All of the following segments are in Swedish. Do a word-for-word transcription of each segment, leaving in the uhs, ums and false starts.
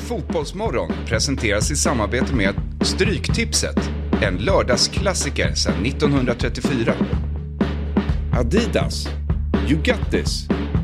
Fotbollsmorgon presenteras i samarbete med Stryktipset, en lördagsklassiker sedan nittonhundratrettiofyra. Adidas, you got this.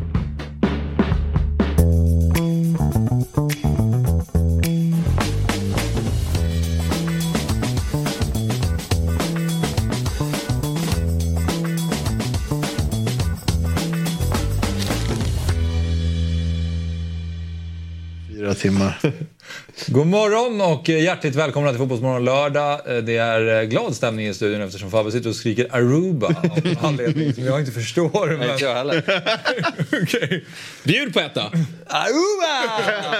Timmar. God morgon och hjärtligt välkomna till Fotbollsmorgon lördag. Det är glad stämning i studion eftersom Fabbe sitter och skriker Aruba av en anledning som jag inte förstår. Men... Inte jag heller. Okay. Bjud på detta. Aruba!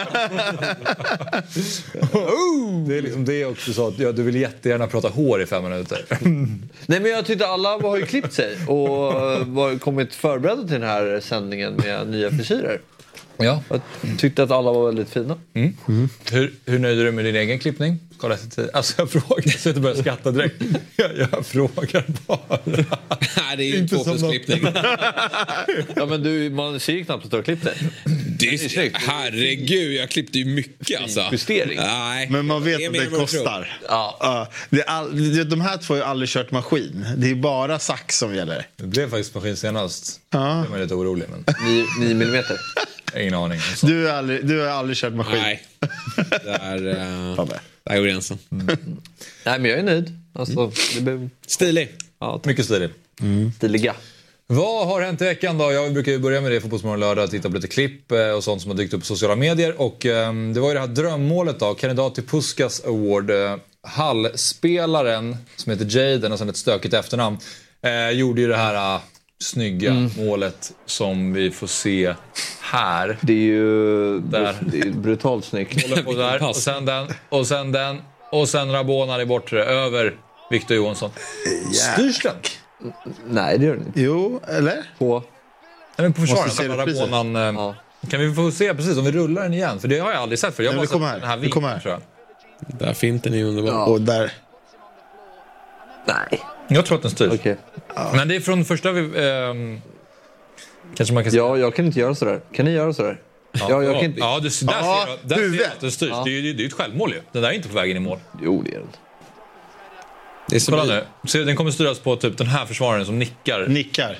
oh. Det är liksom det också så att ja, du vill jättegärna prata hår i fem minuter. Nej, men jag tyckte alla har ju klippt sig och var kommit förberedda till den här sändningen med nya frisyrer. Ja. Jag tyckte att alla var väldigt fina. Mm. Mm. Hur, hur nöjde du med din egen klippning? Alltså jag frågar, så att du börjar skratta direkt. Jag, jag frågar bara. Nej, det är ju en tvåplusklippning. Ja, men du, man ser ju knappt att du har klippt dig. Det är snyggt. Herregud, jag klippte ju mycket alltså. Justering. Nej. Men man vet att det kostar. Ja. Ja. Det är all, de här två har ju aldrig kört maskin. Det är bara sax som gäller. Det blev faktiskt maskin senast. Ja. Jag är lite orolig. Men... nio millimeter. Ingen aning. Du har aldrig, du har aldrig kört maskin. Nej. Där, uh, där går gränsen. Mm. Nej, men jag är nöjd. Alltså, mm. det blev... Stilig. Ja, mycket stilig. Mm. Stiliga. Vad har hänt i veckan då? Jag brukar ju börja med det i Fotbollsmorgon lördag, titta på lite klipp och sånt som har dykt upp på sociala medier. Och um, det var ju det här drömmålet då, kandidat till Puskas Award. Uh, Hall-spelaren som heter Jaden och sen ett stökigt efternamn uh, gjorde ju det här uh, snygga mm. målet som vi får se här. Det är ju där. Det är brutalt snyggt. Och, där, och sen den, och sen den, och sen Rabona i bortre över Victor Johansson. Yeah. Styrs den? Nej, det gör den inte. Jo, eller? På? Nej, men på försvaren. Rabonan, ja. Kan vi få se precis om vi rullar den igen? För det har jag aldrig sett för. Jag har bara sett här. den här vinkeln, här. tror jag. Där finten är underbar. Ja. Och där. Nej. Jag tror att den styrs. Okay. Ja. Men det är från första vi... Ähm, kanske man kan säga. Ja, jag kan inte göra sådär. Kan ni göra sådär? Ja, ja, jag ja, kan inte... ja du, där ja, ser, där ser att den styrs. Ja. Det är ju det är ett självmål ju. Den där är inte på väg in i mål. Jo, det är den. Det är Kolla nu. Så den kommer styras på typ den här försvararen som nickar. Nickar.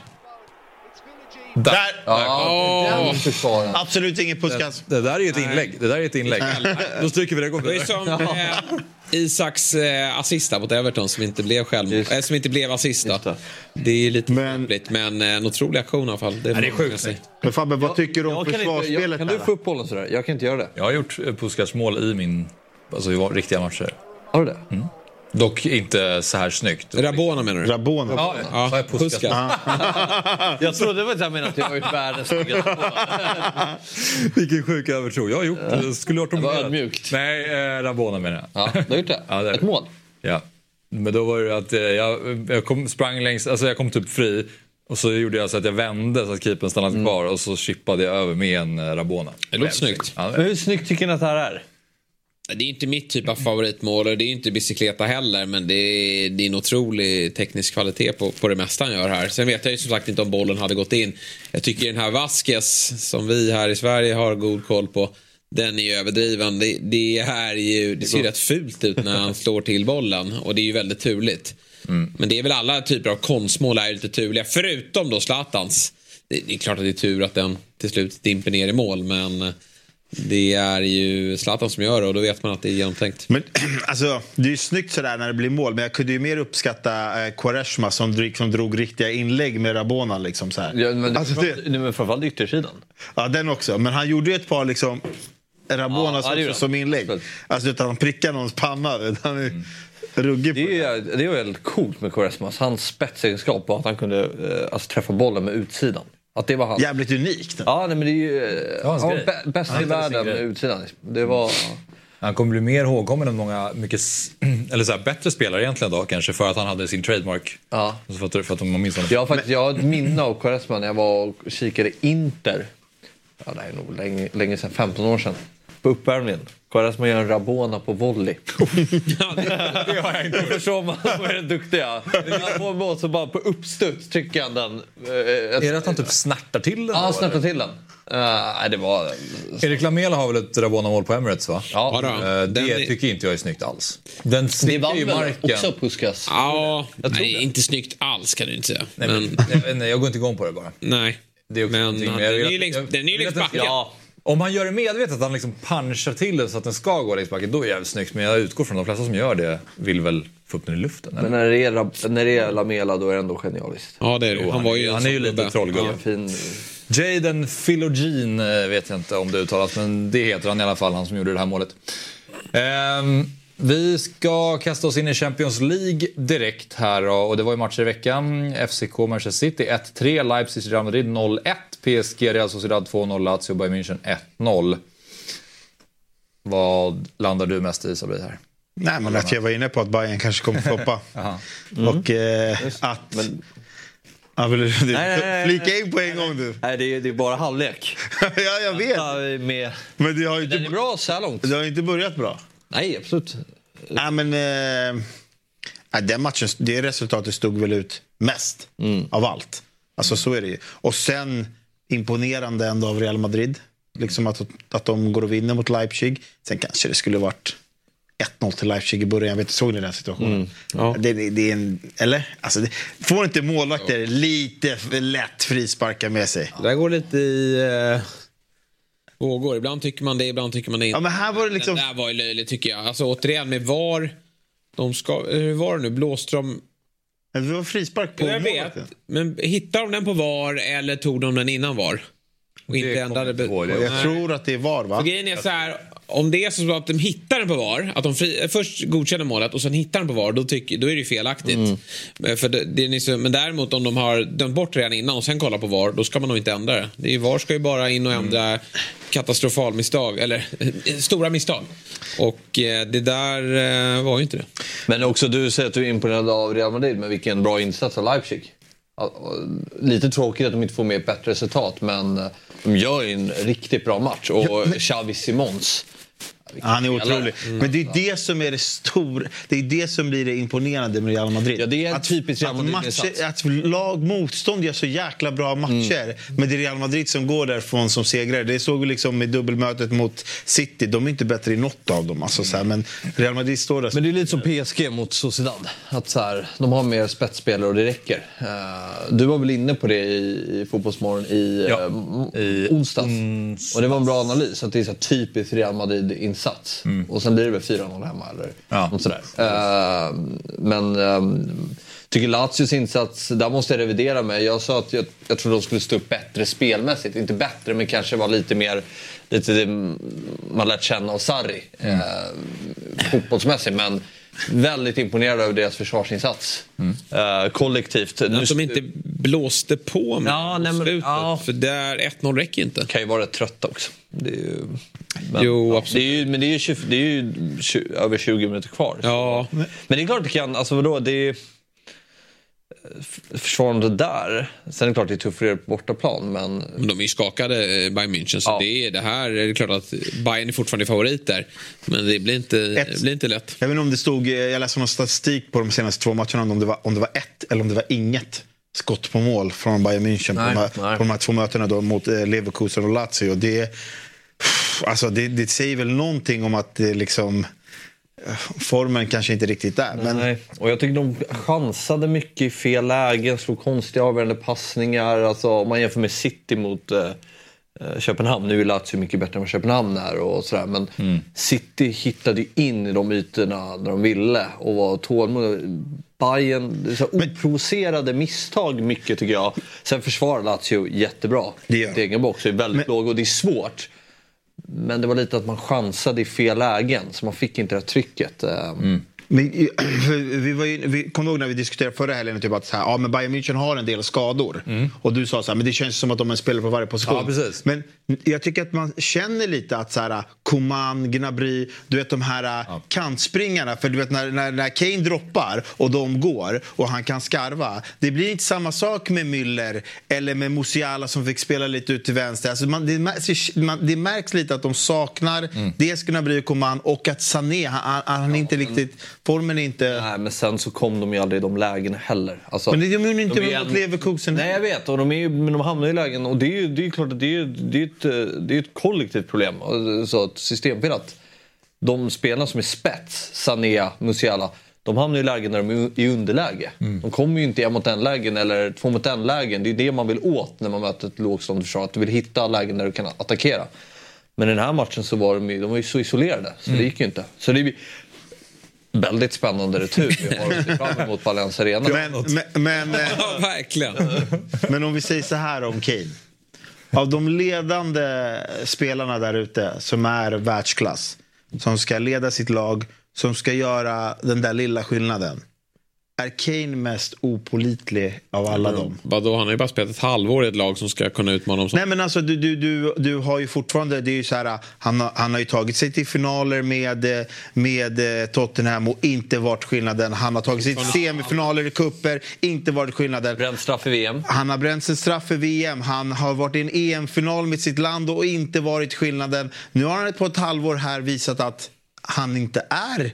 Där! Där. Ja, oh. Absolut ingen Puskas. Det, det där är ju ett inlägg. Det där är ett inlägg. Då stryker vi det. Går det är som eh, Isaks eh, assista mot Everton som inte blev själv, äh, som inte blev assista. Det. det är lite men, men eh, en otrolig aktion i alla fall. Det är, ja, det är sjukt. Men Fabbe, vad tycker du om jag försvarsspelet? Kan, jag, kan du få upp bollen sådär? Jag kan inte göra det. Jag har gjort Puskas mål i min alltså i riktiga matcher. Har du det? Mm. Dock inte så här snyggt. Rabona menar du? Rabona. Ja, ja, ja Puskas. Puskas. Jag trodde det var jag menade att jag har gjort världens snyggaste mål. Vilken sjuk övertro. Jag har gjort det. Skulle ha varit mjukt. Nej, eh, Rabona menar jag. Ja, du har gjort det. Ja, det Ett mål. Ja. Men då var det att eh, jag, jag kom, sprang längs, alltså jag kom typ fri. Och så gjorde jag så att jag vände så att keepern stannade mm. kvar. Och så chippade jag över med en eh, Rabona. Det låter snyggt. Ja, men hur snyggt tycker ni att det här är? Det är inte mitt typ av favoritmål och det är inte bicykleta heller, men det är, det är en otrolig teknisk kvalitet på, på det mesta han gör här. Sen vet jag ju som sagt inte om bollen hade gått in. Jag tycker den här Vasquez som vi här i Sverige har god koll på, den är ju överdriven. Det, det, är ju, det ser ju rätt fult ut när han slår till bollen och det är ju väldigt turligt. Mm. Men det är väl alla typer av konstmål är lite turliga, förutom då Zlatans. Det, det är klart att det är tur att den till slut dimper ner i mål, men... Det är ju Zlatan som gör det och då vet man att det är genomtänkt. Men alltså, det är ju snyggt sådär när det blir mål, men jag kunde ju mer uppskatta eh, Quaresma som, drog, som drog riktiga inlägg med Rabona liksom så här. Ja, men det, alltså, det, men framförallt yttersidan. Ja, den också. Men han gjorde ju ett par liksom Rabona ja, ja, som inlägg. Alltså utan han prickar någons panna. Han är mm. ruggig på det. Är, det är väldigt coolt med Quaresma. Hans spetsegenskap var att han kunde eh, alltså, träffa bollen med utsidan. Att det var han. Jävligt unikt. Ja, nej, men det är ju ja, ja, b- bäst i världen med utsidan. Det var... Han kommer bli mer ihågkommen än många mycket eller så här, bättre spelare egentligen då kanske för att han hade sin trademark. Ja. För att, för att man minns honom. Jag har faktiskt jag har ett minne av Quaresma när jag var och kikade Inter. Ja, det är nog länge, länge sedan, femton år sedan. På uppvärmningen. Quaresma gör en Rabona på volley. Ja, det, det har jag inte förstått. Man är den duktiga. Han får mål så bara på uppstuds tycker han den. Är det att han typ snärtar till den? Ja, han snärtar till den. Uh, det var... Erik Lamela har väl ett Rabona-mål på Emirates, va? Ja, då. Uh, det är... tycker inte jag är snyggt alls. Den det var ju väl marken. också Puskas? Ja, jag tror nej, det. Inte snyggt alls kan du inte säga. Nej, men... men, nej, jag går inte igång på det bara. Nej, Det är också men men han, jag, den är jag, ju längs, jag, den är ju längs backen. Ja. Om han gör det medvetet att han liksom punchar till den så att den ska gå längs backen, då är det jävligt snyggt. Men jag utgår från att de flesta som gör det vill väl få upp den i luften. Eller? Men när det, är, när det är Lamela, då är det ändå genialiskt. Ja, det är det. Jo, Han, var ju han är ju lite gubbe. trollgubbe. Ja, fin. Jaden Philogene vet jag inte om det uttalas, men det heter han i alla fall, han som gjorde det här målet. Ehm, vi ska kasta oss in i Champions League direkt här då, och det var ju matcher i veckan. F C K Manchester City ett tre, Leipzig Real Madrid noll ett, P S G Real Sociedad två noll, Lazio Bayern München ett noll. Vad landar du mest i, Sabri, här? Nej, men att jag var inne på att Bayern kanske kommer floppa. mm. Och eh, att... Men... Ja, vill du, du nej, nej, flika nej, in på en gång du? Nej, det är, det är bara halvlek. Ja, jag vet. Ja, med... Men det har ju Den är inte, bra så här långt. det har ju inte börjat bra. Nej, absolut. Nej, men... Eh, den matchen, det resultatet stod väl ut mest Mm. av allt. Alltså så är det ju. Och sen imponerande ändå av Real Madrid. Liksom att, att de går och vinner mot Leipzig. Sen kanske det skulle varit ett noll till Leipzig i början. Jag vet inte, såg ni den situationen? Mm. Ja. Det, det, det är en, eller? Alltså, det, får inte målvakter ja. lite för lätt frisparkar med sig? Det går lite i eh, vågor. Ibland tycker man det, ibland tycker man det inte. Ja, men här var det liksom... Det där var ju löjligt, tycker jag. Alltså återigen med VAR. De ska, hur var det nu? Blåström... Det var frispark på Jag vet, målvakten. men hittade de den på VAR eller tog de den innan VAR? Och inte ändrade... Be- Och jag Nej. tror att det är VAR, va? För grejen är så här, om det är så att de hittar den på VAR, att de fri, först godkänner målet och sen hittar den på VAR, då, tycker, då är det ju felaktigt. Mm. För det, det är så, men däremot om de har dömt bort redan innan och sen kollar på VAR, då ska man nog inte ändra det. det är, VAR ska ju bara in och ändra mm. katastrofal misstag, eller stora misstag. Och eh, det där eh, var ju inte det. Men också du säger att du är imponerad av Real Madrid, men vilken bra insats av Leipzig. Lite tråkigt att de inte får med ett bättre resultat, men de gör ju en riktigt bra match. Och ja, men... Xavi Simons, han är otrolig. Mm. Men det är det som är det stora. Det är det som blir det imponerande med Real Madrid. Ja, det är en typisk Real Madrid matcher, att lag motstånd gör så jäkla bra matcher. Mm. Men det är Real Madrid som går därifrån som segrare. Det såg vi liksom med dubbelmötet mot City. De är inte bättre i något av dem. Alltså, så här, men Real Madrid står där. Men det är lite som P S G mot Sociedad. Att så här, de har mer spetsspelare och det räcker. Uh, du var väl inne på det i, i Fotbollsmorgon i, ja, uh, i onsdags. Mm. Och det var en bra analys. Att det är så här typiskt Real Madrid-insats. Mm. Och sen blir det väl fyra noll hemma eller ja. något sådär. Uh, men um, tycker Lazios insats, där måste jag revidera mig. Jag sa att jag, jag tror de skulle stå upp bättre spelmässigt. Inte bättre, men kanske var lite mer lite man lärt känna av Sarri mm. uh, fotbollsmässigt. Men väldigt imponerad över deras försvarsinsats. Mm. Uh, kollektivt. Att nu, de inte blåste på med ja, nej, men, slutet. Ja. För där ett noll räcker inte. Kan ju vara rätt trötta också. Det är ju, men, jo, ja, absolut. Det är ju, men det är ju, tjugo, det är ju tjugo, över tjugo minuter kvar. Ja. Men det är klart det kan, alltså vadå, det är försvarande där. Sen är det klart det är tuffare på bortaplan, men... men de är ju skakade, Bayern München, så ja. det, är, det här är det klart att Bayern är fortfarande favoriter, men det blir inte, ett, det blir inte lätt. Jag vet inte om det stod, jag läste någon statistik på de senaste två matcherna om det var, om det var ett eller om det var inget skott på mål från Bayern München nej, på, de här, på de här två mötena då, mot Leverkusen och Lazio. Det, alltså det, det säger väl någonting om att det liksom... formen kanske inte riktigt där. Men... Nej. Och jag tycker de chansade mycket i fel lägen, slog konstiga avgörande passningar. Alltså, om man jämför med City mot eh, Köpenhamn. Nu är Lazio mycket bättre än vad Köpenhamn är och sådär. Men mm. City hittade ju in i de ytorna när de ville och var tålmodiga. Bayern, så oprovocerade misstag mycket tycker jag. Sen försvarar Lazio jättebra. Det gör. Egen box är väldigt men... låg och det är svårt. Men det var lite att man chansade i fel lägen, så man fick inte det här trycket. Mm. Men, vi var ju, vi kom ihåg när vi diskuterade förra helgen typ att så här, ja, men Bayern München har en del skador. Mm. Och du sa så här, men det känns som att de är spelare på varje position. Ja, precis. Men jag tycker att man känner lite att så här, Coman, Gnabry, du vet de här ja. kantspringarna, för du vet när, när, när Kane droppar och de går och han kan skarva, det blir inte samma sak med Müller eller med Musiala som fick spela lite ut till vänster. Alltså man, det, man, det märks lite att de saknar mm. dels Gnabry och Coman och att Sané, han, han, han inte riktigt Formen är inte... Nej, men sen så kom de ju aldrig i de lägena heller. Alltså, men det är ju inte de mot Leverkusen. Nej, jag vet. Och de är ju, men de hamnar i lägen. Och det är ju, det är ju klart att det är ju det är ett, det är ett kollektivt problem. Så ett systemfel att de spelarna som är spets, Sané, Musiala, de hamnar i lägen när de är i underläge. Mm. De kommer ju inte en mot en lägen eller två mot en lägen. Det är det man vill åt när man möter ett lågstående försvar. Att du vill hitta lägen där du kan attackera. Men i den här matchen så var de ju, de var ju så isolerade. Så mm. det gick ju inte. Så det är väldigt spännande retur. Vi har fram emot Balens Arena. Men, men, men, ja, verkligen. Men om vi säger så här om Kane. Av de ledande spelarna där ute som är världsklass. Som ska leda sitt lag. Som ska göra den där lilla skillnaden. Är Kane mest opålitlig av alla mm. dem? Vadå? Han har ju bara spelat ett halvår i ett lag som ska kunna utmana dem. Nej, men alltså du, du, du, du har ju fortfarande, det är ju så här, han har, han har ju tagit sig till finaler med, med Tottenham och inte varit skillnaden. Han har tagit sig till semifinaler i kupper, inte varit skillnaden. Bränt straff i V M. Han har bränt sig straff i V M. Han har varit i en E M-final med sitt land och inte varit skillnaden. Nu har han på ett halvår här visat att han inte är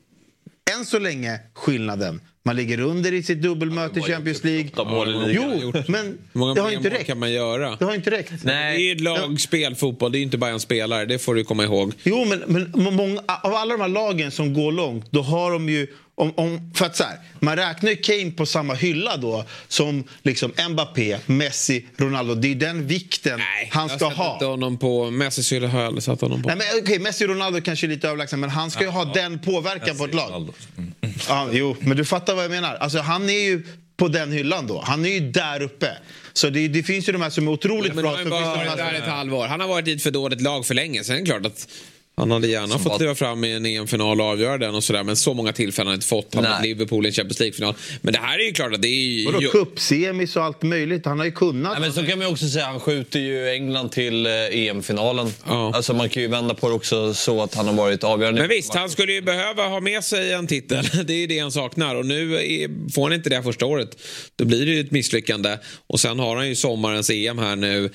än så länge skillnaden. Man ligger under i sitt dubbelmöte i Champions League. Jo, men det har inte räckt. Kan man göra? Det har inte räckt. Nej. Det är ett lagspel, fotboll. Det är inte bara en spelare. Det får du komma ihåg. Jo, men, men många, av alla de här lagen som går långt, då har de ju... Om, om, för att så här, man räknar ju Kane på samma hylla då som liksom Mbappé, Messi, Ronaldo. Det är den vikten Nej, han ska ha. Jag honom på Messi hylla har jag satt honom på. Nej, men okej, okay, Messi och Ronaldo kanske är lite överlägsna, men han ska ju ja, ha ja. den påverkan Messi, på ett lag. Mm. Ja, jo, men du fattar vad jag menar. Alltså han är ju på den hyllan då. Han är ju där uppe. Så det, det finns ju de här som är otroligt ja, bra. Han har varit där ett halvår. Han har varit i ett för dåligt lag för länge. Sen är det klart att han hade gärna som fått kliva fram i en E M-final och avgöra den och sådär. Men så många tillfällen har han inte fått. Han har Liverpool i en Champions League-final. Men det här är ju klart att det är ju... Vadå, cup-semis och allt möjligt. Han har ju kunnat. Nej, men så kan man ju också säga. Han skjuter ju England till E M-finalen. Ja. Alltså man kan ju vända på det också så att han har varit avgörande. Men visst, han skulle ju behöva ha med sig en titel. Det är ju det han saknar. Och nu är, får han inte det första året. Då blir det ju ett misslyckande. Och sen har han ju sommarens E M här nu.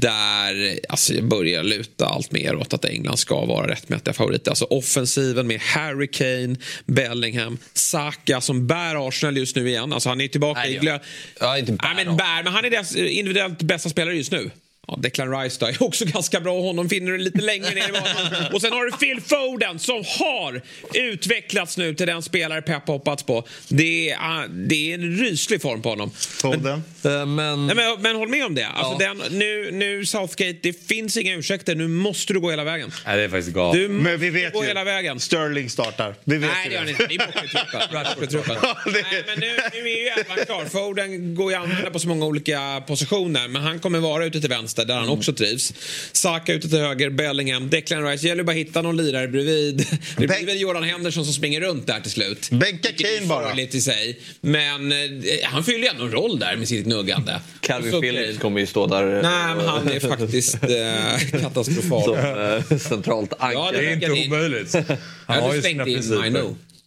Där alltså, börjar luta allt mer åt att England ska vara rättmätiga favoriter. Alltså offensiven med Harry Kane, Bellingham, Saka som bär Arsenal just nu igen. Alltså han är tillbaka Nej, i glö... Ja, inte bär, Nej, men bär, men han är deras individuellt bästa spelare just nu. Ja, Declan Rice då är också ganska bra. Honom finner du lite längre ner i banan. Och sen har du Phil Foden som har utvecklats nu till den spelare Pep hoppats på. Det är, det är en ryslig form på honom. Foden. Men, men... Nej, men, men håll med om det. Alltså, Ja. den, nu, nu Southgate, det finns inga ursäkter. Nu måste du gå hela vägen. Nej, det är faktiskt galet. Du måste Men vi vet gå ju. hela vägen. Sterling startar. Vi vet Nej, ju det gör han inte. Det är bortgetruppen. Nej, men nu, nu är ju jävla klar. Foden går ju att använda på så många olika positioner. Men han kommer vara ute till vänster där han också trivs. Saka ute till höger, Bellingham, Declan Rice. Det gäller bara att hitta någon lirare bredvid. Det blir väl Jordan Henderson som springer runt där till slut. Bänka Kane bara. Lite i sig. Men eh, han fyller ju ändå en roll där med sitt gnuggande. Calvin Phillips kommer ju stå där. Nej, men han är faktiskt eh, katastrofal. Som eh, centralt anker. Ja, Det är inte omöjligt. Han har ju sina principer.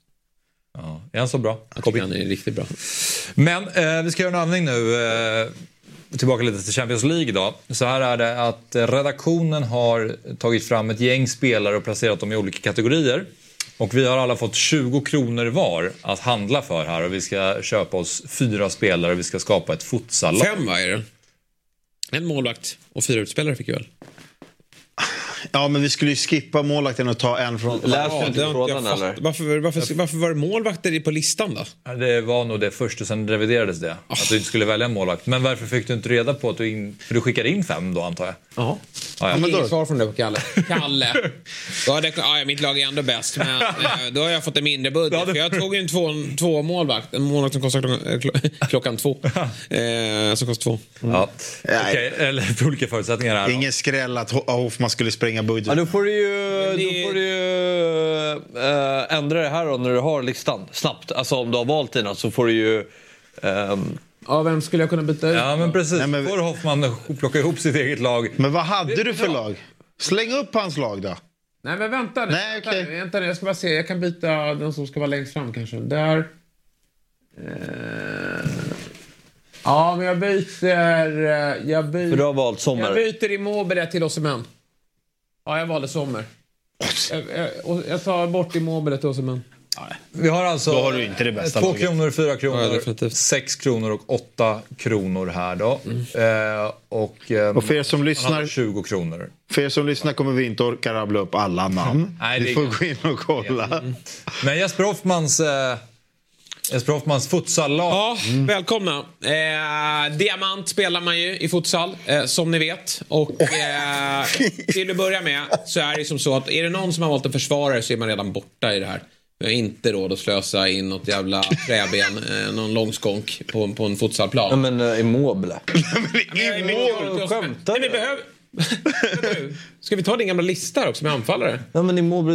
Ja, är han så bra? Jag tycker han är riktigt bra. Men eh, vi ska göra en övning nu. Eh, tillbaka lite till Champions League då. Så här är det att redaktionen har tagit fram ett gäng spelare och placerat dem i olika kategorier. Och vi har alla fått tjugo kronor var att handla för här. Och vi ska köpa oss fyra spelare och vi ska skapa ett futsallag. Fem, vad är det? En målvakt och fyra utspelare fick jag väl. Ja, men vi skulle ju skippa målvakten och ta en från... Läs Ja, inte det har frågan inte jag eller? fatt- varför, varför, varför var det målvakter på listan då? Ja, det var nog det först och sen reviderades det. Att du inte skulle välja en målvakt. Men varför fick du inte reda på att du in... För du skickade in fem då, antar jag. Jaha. Ja, ja. Jag har inget svar från det på Kalle. Kalle. Då hade, ja, mitt lag är ändå bäst. Men eh, då har jag fått en mindre budget. Ja, det- För jag tog ju en två, två målvakt. En målvakt som kostar klockan, kl- klockan två. Eh, som kostar två. Ja. Okej, eller för olika förutsättningar här. Ingen skräll att Ho- Hoffman skulle spränga budget. Ja, då får du ju, det- då får du ju äh, ändra det här då när du har listan snabbt. Alltså om du har valt dina så får du ju... Ähm, Ja, vem skulle jag kunna byta ut? Ja, men precis. Nej, men- Får Hoffman plocka ihop sitt eget lag. Men vad hade du för lag? Släng upp hans lag då. Nej, men vänta nu. Nej, vänta, okej. nu, vänta nu. Jag ska bara se. Jag kan byta den som ska vara längst fram kanske. Där. Eh... Ja, men jag byter... eh, Jag byter... för du har valt Jag sommar. byter Immobile till Osimhen. Ja, jag valde Sommer. Jag, jag, och jag tar bort Immobile till Osimhen. Vi har alltså då har du inte det bästa två laget. kronor, fyra kronor, ja, sex kronor och åtta kronor här då. Mm. Eh, och, eh, och för er som lyssnar tjugo kronor. För er som lyssnar kommer vi inte orka rabbla upp alla namn. Nej, vi får gå in och kolla. Mm. Men Jesper Hoffmans eh, Jesper Hoffmans futsallag. Ja, mm. välkomna. Eh, diamant spelar man ju i futsal, eh, som ni vet. Och eh, till att börja med så är det som så att är det någon som har valt att försvara så är man redan borta i det här. Vi har inte råd att slösa in något jävla träben, eh, någon långskånk på, på en futsalplan. Ja, men uh, Immobile. Immobile. Skämtar du? Ska vi ta din gamla lista också med anfallare? Ja, men Immobile,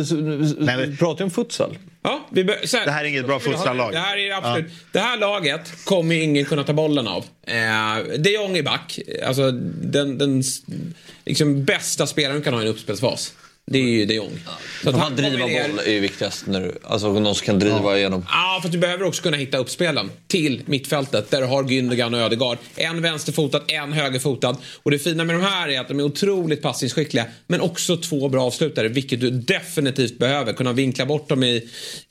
vi pratar ju om futsal. Ja, vi be- så här, det här är inget bra futsallag. Det här är absolut. Ja. Det här laget kommer ingen kunna ta bollen av. Eh, De Jong i back, alltså den, den liksom bästa spelaren kan ha en uppspelsfas. Det är ju De Jong. Ja. Så att han driva ner... boll är ju viktigast när du, alltså någon som kan driva ja. igenom. Ja, för att du behöver också kunna hitta uppspelen till mittfältet där du har Gündogan och Ödegaard. En vänsterfotad, en högerfotad. Och det fina med de här är att de är otroligt passningsskickliga, men också två bra avslutare, vilket du definitivt behöver kunna vinkla bort dem i,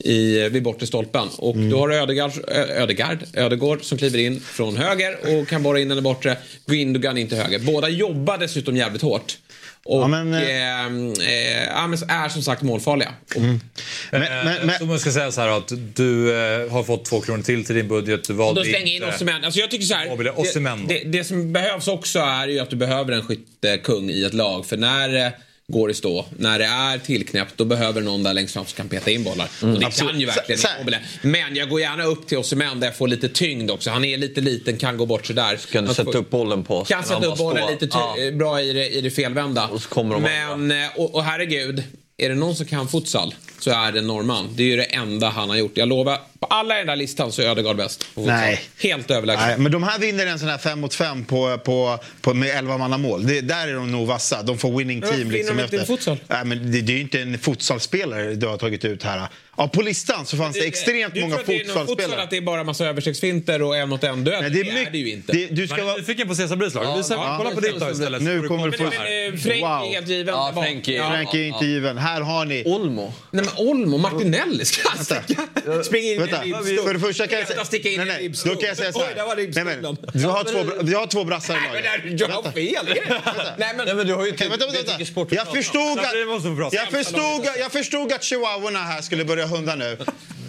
i vid bortre stolpen. Och mm. då har du Ödegaard, Ödegaard, Ödegaard som kliver in från höger och kan borra in den bortre. Gündogan inte höger. Båda jobbar dessutom jävligt hårt. Och ja, men, eh, eh, är som sagt målfarliga. Mm. Men, men, men, så man ska säga så här att du eh, har fått två kronor till till din budget. Du valde då slänger in Osimhen. Alltså jag tycker så här, det, det, det som behövs också är ju att du behöver en skyttekung i ett lag. För när eh, går det stå, när det är tillknäppt, då behöver någon där längst fram som kan peta in bollar. Mm. Och det Absolut. kan ju verkligen så, så. Men jag går gärna upp till Osimhen där jag får lite tyngd också. Han är lite liten, kan gå bort så där. Kan du sätta får, upp bollen på oss? Kan sätta upp bollen lite ty- ja. bra i det, i det felvända. Och så kommer de Men, och, och herregud, är det någon som kan futsal så är det norrman. Det är ju det enda han har gjort. Jag lovar, på alla i den där listan så är Ödegaard bäst. Nej. Helt överlägset. Nej, men de här vinner en sån här fem mot fem på, på, på, med elva manna mål. Det, där är de nog vassa. De får winning team. Men liksom de inte efter. Futsal? Nej, men det, det är ju inte en futsalspelare du har tagit ut här. Ja, på listan så fanns det, det extremt du många futsalspelare. Du tror att det är bara massa överstegsfinter och en mot en död? Nej, det, är det mycket, är det ju inte. Det, du ska vara... fick en på Cesar Bryslag. Ja, ja, kolla på ditt istället. Nu kommer du få... Frenkie wow. är helt given. Ja, Frenkie ja, är inte ja. given. Här har ni... Olmo. Nej, men Olmo, Martinelli ska springa in Vänta. i ribbstol. För det första kan jag säga... Sticka in nej, i nej. Då kan jag säga så här. Oj, där var ribbstolen. Du har två, vi har två brassar i laget. Nej, men du har fel. Nej, men, nej, men du har ju inte... Vänta, vänta, vänta. Jag förstod att... Jag förstod, jag förstod att chihuahuorna här skulle börja hunda nu.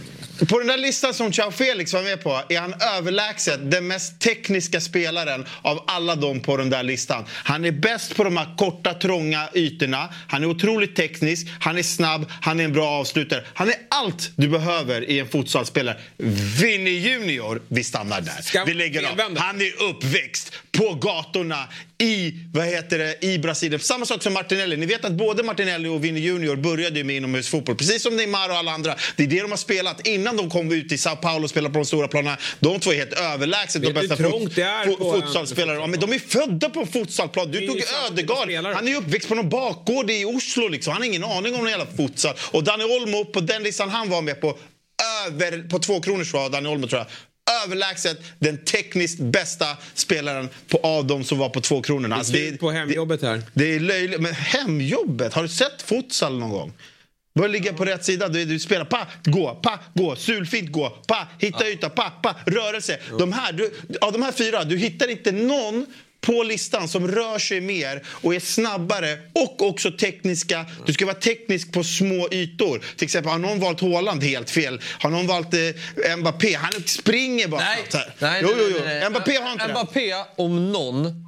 På den där listan som Chao Felix var med på är han överlägset den mest tekniska spelaren av alla dem på den där listan. Han är bäst på de här korta, trånga ytorna. Han är otroligt teknisk, han är snabb, han är en bra avslutare. Han är allt du behöver i en futsalspelare. Vinny Junior, vi stannar där. Ska vi lägger av. Han är uppväxt på gatorna i, vad heter det, i Brasilien. Samma sak som Martinelli. Ni vet att både Martinelli och Vinny Junior började med inomhusfotboll. Precis som Neymar och alla andra. Det är det de har spelat innan de kom ut i Sao Paulo och spelade på de stora planerna. De två är helt överlägset de bästa fot- fot- futsalspelare. Ja, men de är födda på en futsalplan. Du tog Ödegaard. Han är uppväxt på någon bakgård i Oslo. Liksom. Han har ingen aning om någon jävla futsal. Och Dani Olmo, på den listan han var med på, över, på två kronor var Dani Olmo, tror jag. Överlägset den tekniskt bästa spelaren på, av dem som var på två kronorna. Alltså, det är på hemjobbet här. Det, det är löjligt. Men hemjobbet? Har du sett futsal någon gång? Bör ligga på rätt sida. Du, du spelar pa, gå, pa, gå, sulfint gå, pa, hitta ja. yta, pa, pa, rörelse. Ja. De här, du, av de här fyra, du hittar inte någon på listan som rör sig mer och är snabbare och också tekniska. Du ska vara teknisk på små ytor. Till exempel har någon valt Haaland helt fel. Har någon valt eh, Mbappé? Han springer bara. Nej, här. nej, jo, jo, jo. nej, nej, nej. Mbappé har inte Mbappé, om någon,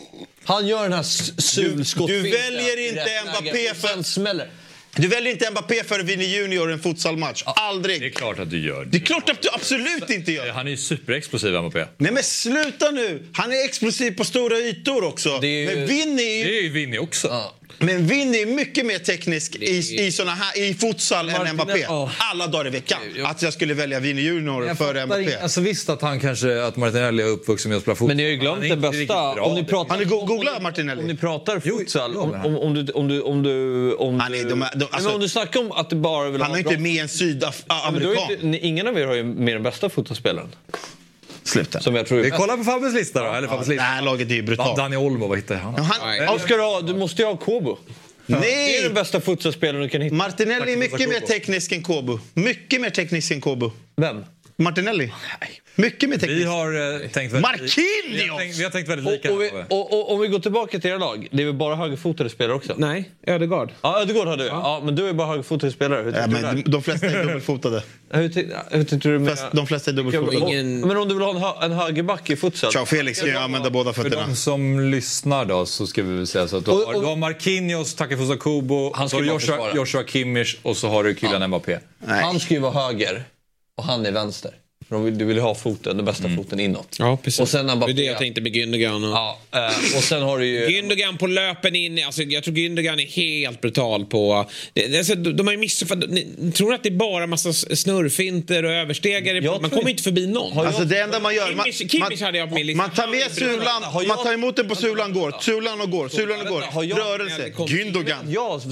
han gör den här sulskottfinten. Du, du väljer inte Mbappé för... smäller. Du väljer inte Mbappé för Vinny Junior i en futsalmatch. Aldrig. Det är klart att du gör. Det är klart att du absolut inte gör. Han är ju superexplosiv, Mbappé. Nej, men sluta nu. Han är explosiv på stora ytor också. Det är ju... Men Vinny... Det är ju Vinny också. Ja. Men Vinny är mycket mer teknisk i, i, såna här, i futsal Martin, än Mbappé. Oh. Alla dagar i veckan. Att jag skulle välja Vinny Junior för Mbappé. In, alltså visst att han kanske, att Martinelli är uppvuxen med att spela fotboll. Men ni har ju glömt det bästa. Om ni pratar, han är go- googla Martinelli. Om ni pratar futsal, om, om, om du... Om du, om du, om han är, de, de, alltså, om du snackar om att det bara vill han ha är inte med en sydamerikan. Ingen av er har ju med den bästa fotbollsspelaren. Sluta. Som jag tror vi kollar på Fabbes lista då. Eller Fabbes lista. Det här laget är ju brutalt. Dani Olmo, vad hittar han? han Oskar, du måste ju ha Kobo. Nej! Det är den bästa futsalspelaren du kan hitta. Martinelli är mycket mer teknisk än Kobo. Mycket mer teknisk än Kobo. Vem? Martinelli. Mycket mer teknisk. Vi har uh, tänkt väldigt... Marquinhos! Vi har tänkt, vi har tänkt väldigt lika. Och, och, vi, och, och om vi går tillbaka till era lag. Det är väl bara högerfotade spelare också? Nej, Ödegaard. Ja, Ödegaard har du. Ja. Ja, men du är bara högerfotade spelare. Hur Ja, tycker men du de, de flesta är dubbelfotade. Hur, ty, hur tycker du med... De flesta är dubbelfotade. Ingen... Men om du vill ha en, hö, en högerback i futsal? Ciao, Felix ska ju använda båda För fötterna. de som lyssnar då så ska vi väl säga så att du Och- har, och- du har Marquinhos, Takefusa Kubo, Han så ska har du bara Joshua, försvara. Joshua Kimmich och så har du Kylian Mbappé. Nej. Han ska ju vara höger och han är vänster. För de vill, du vill ha foten, den bästa foten inåt. Ja, precis. Och sen det Mbappé. är det jag tänkte med Gündogan. Och... Ja, eh, och sen har du ju... Gündogan på löpen in. Alltså, jag tror Gündogan är helt brutal på... Det, det, alltså, de har ju missuppfattat... Ni tror att det är bara massa snurrfinter och överstegare? Jag Man tror kommer inte- inte förbi någon. Har jag- Alltså det enda man gör... Man, Kimmich- Kimmich hade jag på min lista. man tar med sulan, Har jag- man tar emot den på sulan går. Sulan och går, sulan och går. Har jag- Rörelse. Gündogan. Ja,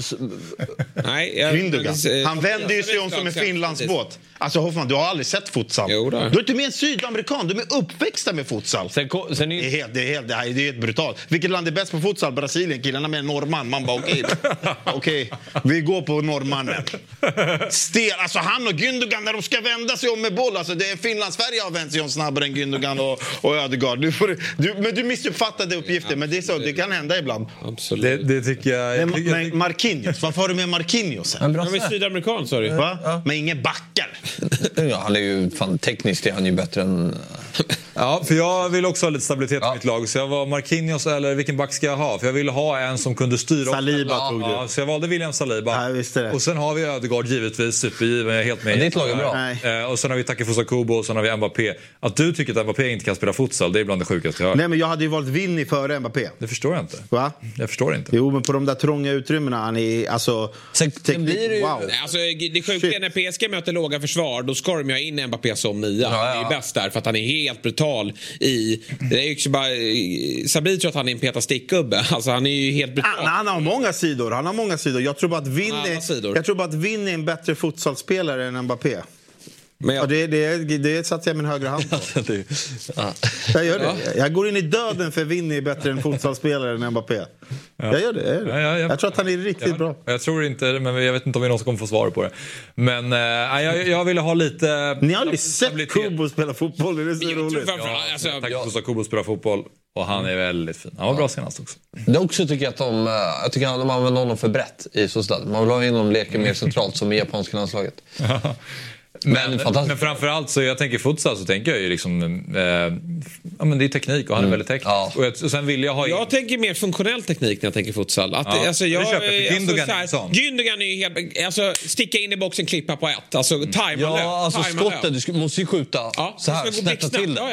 Nej, jag, Gündogan. Han vänder ju sig om som en Finlandsbåt. Alltså Hoffman, du har aldrig sett futsal. Jo, Du då. är inte med en sydamerikan, du är uppväxta med futsal. sen, ko- sen Det är är, helt, det är helt, det här är det är helt brutalt. Vilket land är bäst på futsal? Brasilien. Killarna med norrman. Man bara okej. Okej, vi går på norrmannen. Stel. Alltså han och Gündogan när de ska vända sig om med boll. Alltså det är Finland-Sverige har vänt sig om snabbare än Gündogan och, och Ödegaard. Du får, du, men du missuppfattade uppgifter. Men det är så, det kan hända ibland. Absolut. Det, det tycker jag... jag, Men, tycker, men Marquinhos, varför har du med Marquinhos här? Han är sydamerikan, sa du. Va? Men ingen backar. ja, han är ju fan tekniskt är han ju bättre än... ja, för jag vill också ha lite stabilitet i mitt lag. Så jag var Marquinhos eller vilken back ska jag ha? För jag ville ha en som kunde styra. Saliba ja, tog du. Ja, så jag valde William Saliba. Ja, visst är det. Och sen har vi Ödegaard givetvis, supergiven, jag är helt med. Men ditt lag är bra. Nej. Eh, och sen har vi Takefusa Kubo och sen har vi Mbappé. Att du tycker att Mbappé inte kan spela futsal, det är bland det sjukaste jag hör. Nej, men jag hade ju valt Vinny före Mbappé. Det förstår jag inte. Va? Jag förstår inte. Jo, men på de där trånga utrymmena, han är alltså... Sen, teknik- sen blir det ju... wow. Alltså, det sjuka Shit. är när P S G möter låga försvar, då ska de ju ha in Mbappé som nia. Ja, ja. Han är ju bäst där för att han är helt brutal i... Det är ju också bara... Sabri tror att han är en Peter Stick-gubbe. Alltså han är ju helt brutal. Han, han har många sidor. Han har många sidor. Jag tror bara att Vinn Han har alla sidor. är, jag tror bara att Vinn är en bättre futsalspelare än Mbappé. Men jag, Ja, det, det, det satte jag min högra hand på. ja. Jag gör det. Jag går in i döden för Vinn är bättre än futsalspelare än Mbappé. Jag gör det. Jag, gör det. Ja, ja, ja. jag tror att han är riktigt Ja, bra. Jag tror inte det, men jag vet inte om vi någonsin kommer få svar på det. Men äh, jag, jag ville ha lite... Ni har aldrig sett stabilitet. Kubo spela fotboll. Det är så jag tror roligt. framförallt... Alltså, Takefusa Kubo spelar fotboll och han är väldigt fin. Han var bra senast också. Det också tycker jag att de, eh, jag tycker att de använder honom för brett i Sociedad. Man vill ha in honom leka mer centralt som i japanska landslaget. Men, Men, fantastiskt. men framförallt så jag tänker futsal så tänker jag ju liksom eh, ja men det är teknik och han är väldigt teknisk. Ja. Och, jag, och sen vill jag ha in... Jag tänker mer funktionell teknik när jag tänker futsal. Att, Ja, alltså, det jag, köper jag, för alltså, Gündogan så är här, en sån. Gündogan är ju helt... Alltså, sticka in i boxen, klippa på ett. Alltså, tajma löp, Ja, alltså tajma skottet, löp. du ska, måste ju skjuta Ja, så här, det ska gå snätta blixtsnabbt, till det. ja, ja.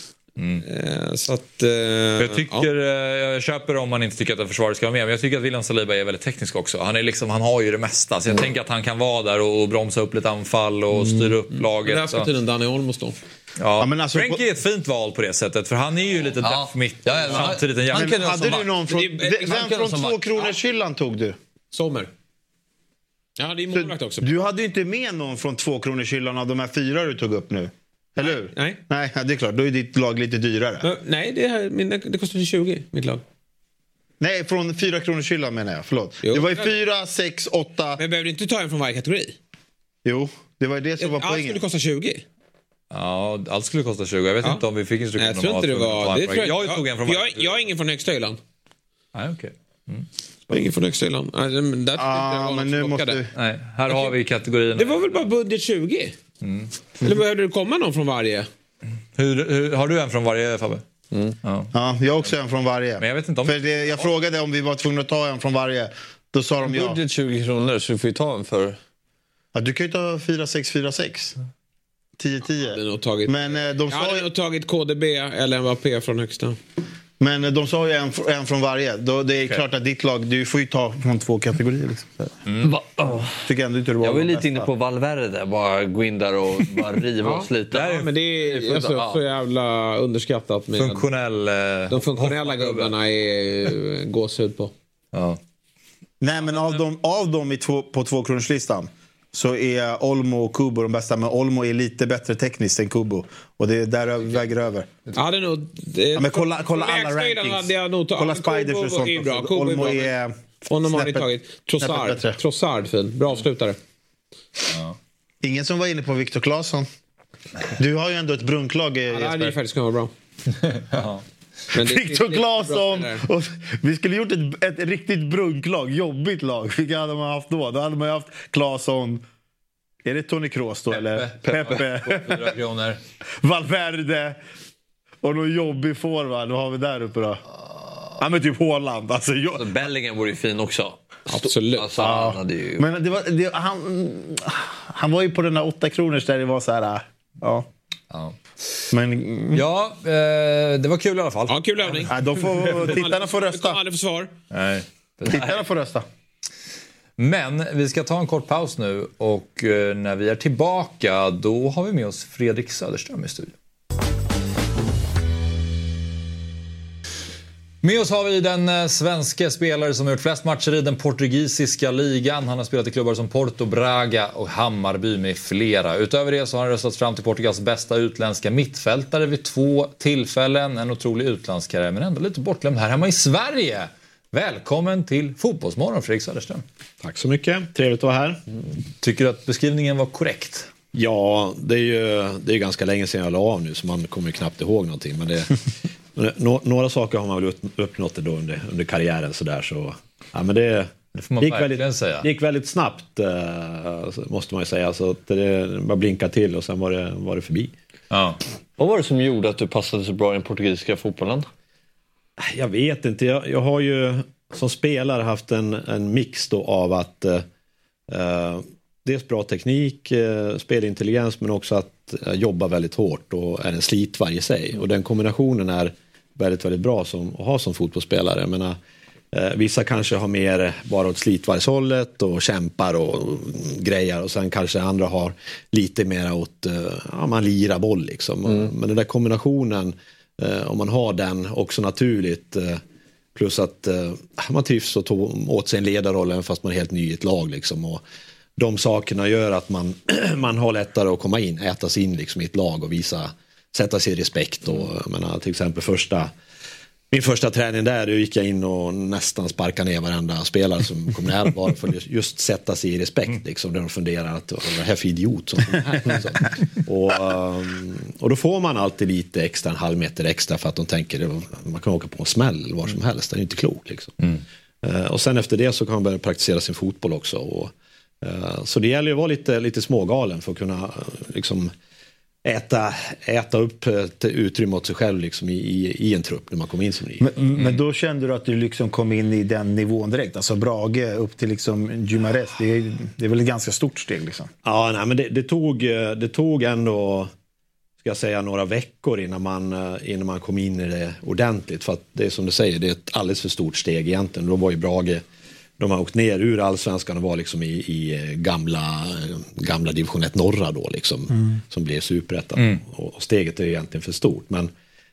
Eh, Så att... eh, Jag tycker, eh, jag köper om man inte tycker att en försvarare ska vara med. Men jag tycker att William Saliba är väldigt teknisk också. Han, är liksom, han har ju det mesta. Så jag tänker att han kan vara där och bromsa upp lite anfall och styra upp laget. Där ska så. tydligen Danny Olmo stå. Ja, Ja, men alltså- Frankie är ett fint val på det sättet. För han är ju lite Ja. deff mitt. Ja, ja, men han- samtidigt en jävla... han kan- Men hade du någon från... Det är- Vem han kan från som två back. kronors hyllan tog du? Sommer. Ja, det är målvakt också. Du hade ju inte med någon från två kronors hyllan av de här fyra du tog upp nu. Eller hur? Nej. Nej, det är klart. Då är ditt lag lite dyrare. Men, nej, det, här, min, det kostar tjugo, mitt lag. Nej, från fyra kronors hyllan menar jag. Förlåt. Jo. Det var ju fyra, sex, åtta... Men behöver du inte ta en från varje kategori? Jo, det var ju det som var Allt poängen. skulle kosta tjugo. Ja, allt skulle kosta tjugo. Jag vet Ja. inte om vi fick instruktioner Nej, jag tror inte det var... Det tror jag, jag tog en från jag, varje. jag, jag är ingen från högsta hyllan. Nej, okej. Jag är ingen från högsta hyllan. Nej, men där Ja, ah, men nu måste... Nej, här har vi kategorierna. Det var väl bara budget tjugo? Mm. Eller behövde det komma någon från varje? Hur, hur, har du en från varje, Fabbe? Mm. Ja. Ja, jag har också en från varje. Men jag vet inte om... För det, jag frågade om vi var tvungna att ta en från varje. Då sa de ja. Budget tjugo kronor så du får ju ta en för... ja. Du kan ju ta fyra sex fyra sex. tio Jag hade tio. nog tagit, Men eh, de jag sa hade ju, nog tagit K D B eller Mbappé från högsta. men eh, de sa ju en, en från varje. Då, det är Okej. klart att ditt lag, du får ju ta från två kategorier. Liksom. Va? Oh. Tycker ändå inte det var Jag var de lite bästa. inne på Valverde, bara gå in där och bara riva oss lite. Ja, men det är fullt- alltså, ja. så jävla underskattat med... Funktionell... Eh, De funktionella gubbarna är eh, gåshud på. Ja. Nej, men av dem, av dem i två, på tvåkronorslistan så är Olmo och Kubo de bästa. Men Olmo är lite bättre tekniskt än Kubo. Och det är där jag väger över. Ja, det är nog... Det, Ja, men kolla, kolla från alla lägsta hyllan rankings. hade jag nog tagit- Kolla Spiders Kubo och sånt. är bra. också. Kubo är Olmo bra, är... Och de har vi tagit Trossard. Trossard, fin. Bra avslutare. Ja. Ingen som var inne på Viktor Claesson. Du har ju ändå ett brunklag. Ja, det hade ju faktiskt kunnat vara bra. Ja. Viktor Claesson. Och vi skulle gjort ett, ett riktigt brunklag. Jobbigt lag. Vilka hade man haft då? Då hade man ju haft Claesson. Är det Toni Kroos då? Peppe. Eller Peppe. fyra kronor. Valverde. Och någon jobbig forward. Vad har vi där uppe då? Ja, men typ Haaland. Alltså, jag... alltså, Bellingham vore ju fin också. Absolut. Alltså, ja. han, hade ju... men det var, det, han, han var ju på den där åtta kronors där det var så här... Ja. Ja. Men, ja, eh, det var kul i alla fall. Ja, kul övning. Ja, de får, tittarna får rösta. De aldrig få svar. Nej. Tittarna får rösta. Men vi ska ta en kort paus nu och eh, när vi är tillbaka då har vi med oss Fredrik Söderström i studion. Med oss har vi den svenska spelare som har gjort flest matcher i den portugisiska ligan. Han har spelat i klubbar som Porto, Braga och Hammarby med flera. Utöver det så har han röstats fram till Portugals bästa utländska mittfältare vid två tillfällen. En otrolig utlandskarriär men ändå lite bortglömd här hemma i Sverige. Välkommen till Fotbollsmorgon, Fredrik Söderström. Tack så mycket, trevligt att vara här. Mm. Tycker du att beskrivningen var korrekt? Ja, det är ju det är ganska länge sedan jag la av nu så man kommer knappt ihåg någonting. Men det, några saker har man väl uppnått då under, under karriären så där så. Ja, men det, det får man gick verkligen väldigt, säga. Det gick väldigt snabbt måste man ju säga. Så att det bara blinkade till och sen var det, var det förbi. Ja. Vad var det som gjorde att du passade så bra i den portugisiska fotbollen? Jag vet inte. Jag, jag har ju som spelare haft en, en mix då av att uh, dels bra teknik, uh, spelintelligens men också att uh, jobba väldigt hårt och är en slitvarg i sig. Och den kombinationen är väldigt, väldigt bra som, att ha som fotbollsspelare. Jag menar, uh, vissa kanske har mer bara åt slitvargshållet och kämpar och, och grejer och sen kanske andra har lite mer åt uh, ja, man lirar boll liksom. Mm. Men den där kombinationen om man har den också naturligt plus att man trivs och tog åt sig en ledarrollen fast man är helt ny i ett lag liksom. Och de sakerna gör att man, man har lättare att komma in, äta sig in liksom i ett lag och visa, sätta sig i respekt och jag menar, till exempel första min första träning där då gick jag in och nästan sparkade ner varenda spelare som kom nära bara för att just sätta sig i respekt liksom, där de funderar att vad är det här för idiot som här, liksom. och, och då får man alltid lite extra, en halv meter extra för att de tänker man kan åka på en smäll var som helst, det är ju inte klokt liksom. Mm. Och sen efter det så kan man börja praktisera sin fotboll också och, så det gäller ju att vara lite, lite smågalen för att kunna liksom Äta, äta upp ett utrymme åt sig själv liksom i, i, i en trupp när man kom in som ny. Men, mm. men då kände du att du liksom kom in i den nivån direkt? Alltså Brage upp till liksom Guimarães, det är, det är väl ett ganska stort steg liksom? Ja, nej, men det, det, tog, det tog ändå ska jag säga, några veckor innan man, innan man kom in i det ordentligt. För att det är som du säger, det är ett alldeles för stort steg egentligen. Då var ju Brage, de har åkt ner ur allsvenskan och var liksom i, i gamla, gamla division ett norra då liksom, mm. som blev superettan. Mm. Och, och steget är egentligen för stort. Men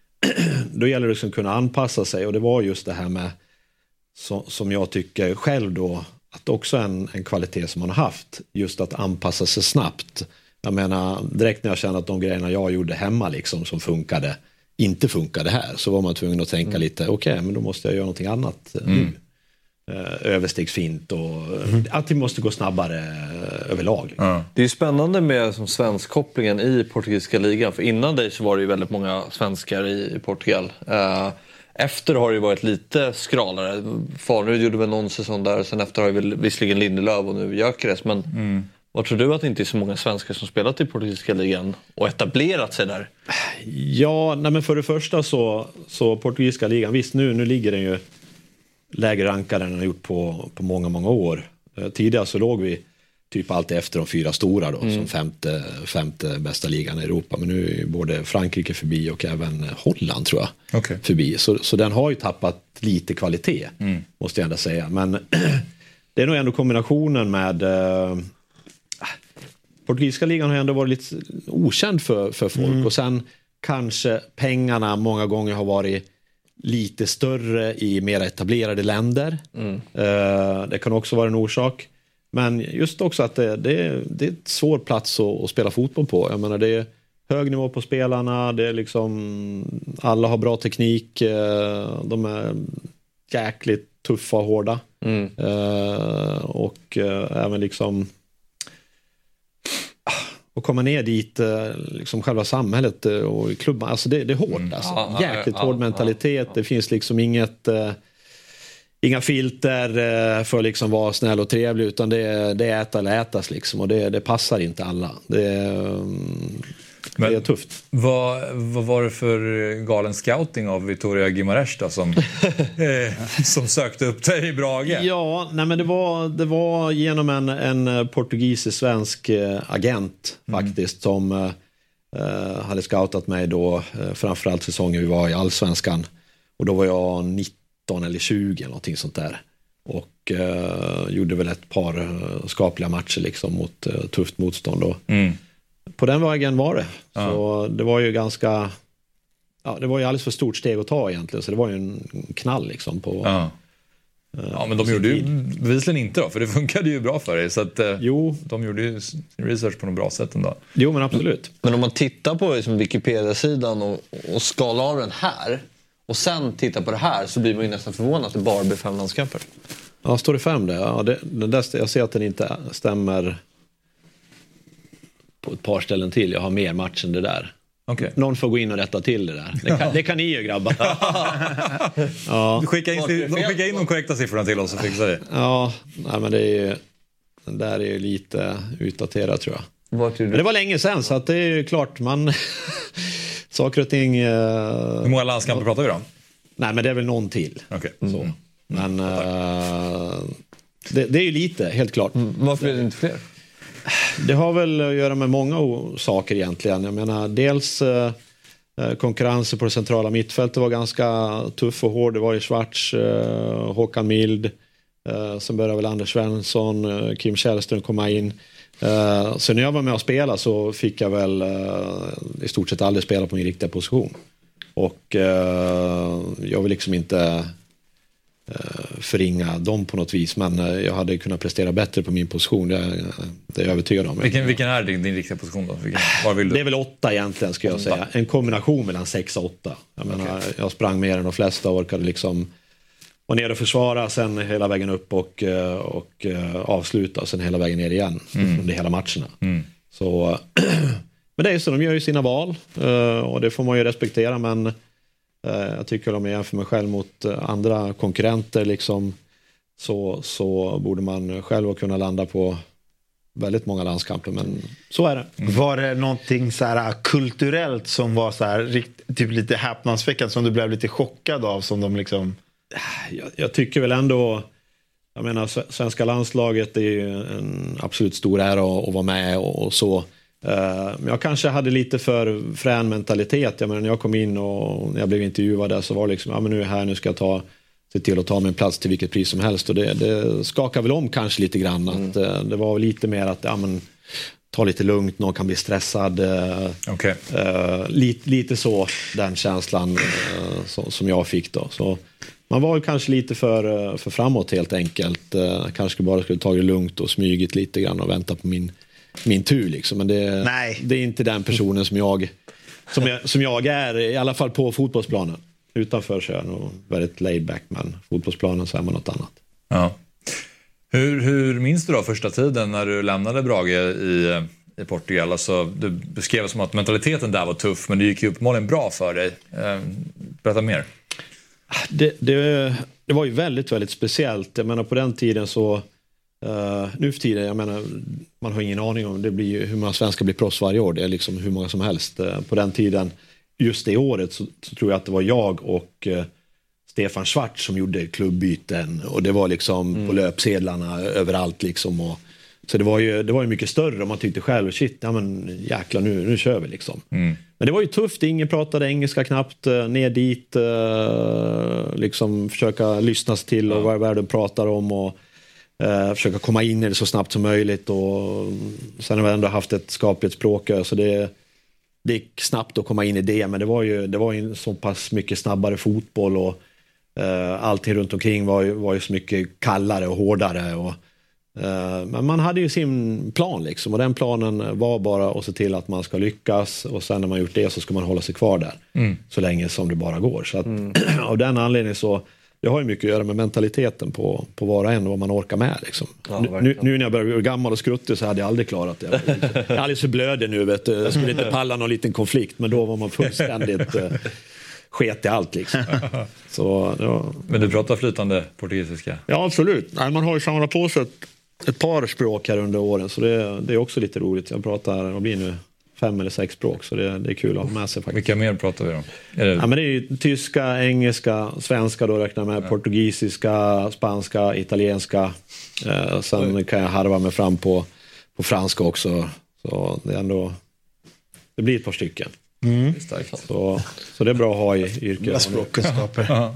då gäller det liksom att kunna anpassa sig och det var just det här med så, som jag tycker själv då att också en, en kvalitet som man har haft just att anpassa sig snabbt. Jag menar direkt när jag kände att de grejerna jag gjorde hemma liksom som funkade inte funkade här så var man tvungen att tänka mm. lite okej okay, men då måste jag göra någonting annat mm. nu. Överstegsfint och mm. att det måste gå snabbare överlag. Mm. Det är ju spännande med som svenskkopplingen i portugisiska ligan för innan dig så var det ju väldigt många svenskar i Portugal. Efter har det ju varit lite skralare. Farnerud gjorde väl någon säsong där sen efter har ju visserligen Lindelöf och nu Gyökeres men mm. vad tror du att det inte är så många svenskar som spelat i portugisiska ligan och etablerat sig där? Ja, nej men för det första så, så portugisiska ligan, visst nu, nu ligger den ju lägre rankade än den har gjort på, på många, många år. Eh, tidigare så låg vi typ alltid efter de fyra stora då, mm. som femte, femte bästa ligan i Europa. Men nu är både Frankrike förbi och även Holland tror jag okay. förbi. Så, så den har ju tappat lite kvalitet, mm. måste jag ändå säga. Men det är nog ändå kombinationen med... Eh, portugisiska ligan har ändå varit lite okänd för, för folk. Mm. Och sen kanske pengarna många gånger har varit lite större i mer etablerade länder. Mm. Uh, det kan också vara en orsak. Men just också att det, det, det är ett svår plats att, att spela fotboll på. Jag menar det är hög nivå på spelarna. Det är liksom alla har bra teknik. Uh, de är jäkligt tuffa och hårda. Mm. Uh, och uh, även liksom och komma ner dit uh, liksom själva samhället uh, och klubban, alltså det, det är hårt mm. alltså. Ja, jäkligt ja, hård ja, mentalitet, ja, ja. Det finns liksom inget uh, inga filter uh, för liksom vara snäll och trevlig, utan det, det är äta eller ätas liksom, och det, det passar inte alla. Det, um, Men, det är tufft. Vad, vad var det för galen scouting av Vitória Guimarães då, som, eh, som sökte upp dig i Brage? Ja, nej men det var, det var genom en, en portugisisk-svensk eh, agent faktiskt mm. som eh, hade scoutat mig då, eh, framförallt säsongen vi var i Allsvenskan. Och då var jag nitton eller tjugo eller någonting sånt där. Och eh, gjorde väl ett par eh, skapliga matcher liksom mot eh, tufft motstånd då. Mm. På den vägen var det. Ja. Så det var ju ganska... Ja, det var ju alldeles för stort steg att ta egentligen. Så det var ju en knall liksom på... Ja, ja men de gjorde ju bevisligen inte då. För det funkade ju bra för dig. Så att jo. De gjorde ju research på något bra sätt ändå. Jo, men absolut. Men om man tittar på liksom Wikipedia-sidan och, och skalar av den här och sen tittar på det här, så blir man ju nästan förvånad att det bara blir fem landskamper. Ja, står det fem där? Ja, det, det där, jag ser att den inte stämmer... på ett par ställen till. Jag har mer match än det där. Okay. Någon får gå in och rätta till det där. Det kan, det kan ni ju, grabbar. Ja. Skicka in, de skickar in de korrekta siffrorna till oss och fixar det. Ja, nej, men det är ju, den där är ju lite utdaterad, tror jag. Men det var länge sedan, så att det är ju klart man... saker och ting... Uh... Hur många landskamper pratar vi då? Nej, men det är väl någon till. Okay. Så. Mm. Men uh... det, det är ju lite, helt klart. Mm. Varför är det inte fler? Det har väl att göra med många saker egentligen. Jag menar, dels eh, konkurrensen på det centrala mittfältet var ganska tuff och hård. Det var ju Schwarz, eh, Håkan Mild, eh, sen började väl Anders Svensson, eh, Kim Källström komma in. Eh, så när jag var med och spela så fick jag väl eh, i stort sett aldrig spela på min riktiga position. Och eh, jag vill liksom inte... förringa dem på något vis, men jag hade kunnat prestera bättre på min position, det, det är jag övertygad om. Vilken, vilken är din, din riktiga position då? Vilken, var vill du? Det är väl åtta egentligen, ska jag åtta. säga. En kombination mellan sex och åtta. Jag okay. menar, jag sprang mer än de flesta och orkade liksom vara ner och försvara, sen hela vägen upp och, och avsluta, sen hela vägen ner igen mm. under hela matcherna. Mm. Så, men det är så, de gör ju sina val och det får man ju respektera, men jag tycker om jag jämför mig själv mot andra konkurrenter liksom, så, så borde man själv kunna landa på väldigt många landskamper, men så är det. Mm. Var det någonting så här kulturellt som var så här typ lite häpnadsväckande, som du blev lite chockad av, som de liksom... Jag, jag tycker väl ändå, jag menar, svenska landslaget är ju en absolut stor ära att, att vara med och, och så. Men jag kanske hade lite för frän mentalitet. Jag menar, när jag kom in och när jag blev intervjuad där, så var det liksom, ja men nu är jag här, nu ska jag ta, se till att ta mig en plats till vilket pris som helst. Och det, det skakar väl om kanske lite grann. Mm. Att, det var lite mer att, ja men, ta lite lugnt, någon kan bli stressad. Okay. Uh, lite, lite så, den känslan uh, så, som jag fick då. Så man var kanske lite för, för framåt helt enkelt. Uh, kanske bara skulle ta det lugnt och smygit lite grann och vänta på min min tur liksom, men det, Nej. det är inte den personen som jag, som jag som jag är, i alla fall på fotbollsplanen. Utanför så är jag nog väldigt laid back, men fotbollsplanen så är man något annat. Ja. Hur, hur minns du då första tiden när du lämnade Brage i, i Portugal? Alltså, du beskrev som att mentaliteten där var tuff, men det gick ju uppenbarligen bra för dig. Berätta mer. Det, det, det var ju väldigt, väldigt speciellt. Jag menar, på den tiden så Uh, nu för tiden, jag menar, man har ingen aning om det blir, hur många svenskar blir proffs varje år. Det är liksom hur många som helst. Uh, på den tiden, just det året, så, så tror jag att det var jag och uh, Stefan Schwarz som gjorde klubbbyten. Och det var liksom mm. på löpsedlarna överallt liksom. Och, så det var ju, det var ju mycket större, och man tyckte själv, shit, ja men jäklar, nu, nu kör vi liksom. Mm. Men det var ju tufft, ingen pratade engelska knappt, uh, ner dit, uh, liksom försöka lyssna till och vad världen pratar om, och Uh, försöka komma in i det så snabbt som möjligt, och sen har vi ändå haft ett skapligt språk, så det, det gick snabbt att komma in i det, men det var ju, det var ju så pass mycket snabbare fotboll, och uh, allting runt omkring var ju, var ju så mycket kallare och hårdare, och, uh, men man hade ju sin plan liksom, och den planen var bara att se till att man ska lyckas, och sen när man gjort det så ska man hålla sig kvar där mm. så länge som det bara går, så att, mm. av den anledningen så det har ju mycket att göra med mentaliteten på, på var och en och vad man orkar med. Liksom. Ja, nu, nu när jag börjar bli gammal och skruttig så hade jag aldrig klarat det. Jag är alldeles för blödig nu, vet du. Jag skulle inte palla någon liten konflikt, men då var man fullständigt uh, sket i allt. Liksom. Så, ja. Men du pratar flytande portugisiska? Ja, absolut. Nej, man har ju samlat på sig ett, ett par språk här under åren, så det, det är också lite roligt. Jag pratar, vad blir nu? Fem eller sex språk, så det, det är kul att ha med sig faktiskt. Vilka mer pratar vi om? Är det... Ja, men det är ju tyska, engelska, svenska då räknar jag med, ja. Portugisiska, spanska, italienska. Eh, sen Oj. kan jag harva mig fram på, på franska också. Så det är ändå, det blir ett par stycken. Mm. Så, så det är bra att ha i yrket. Språkkunskaper.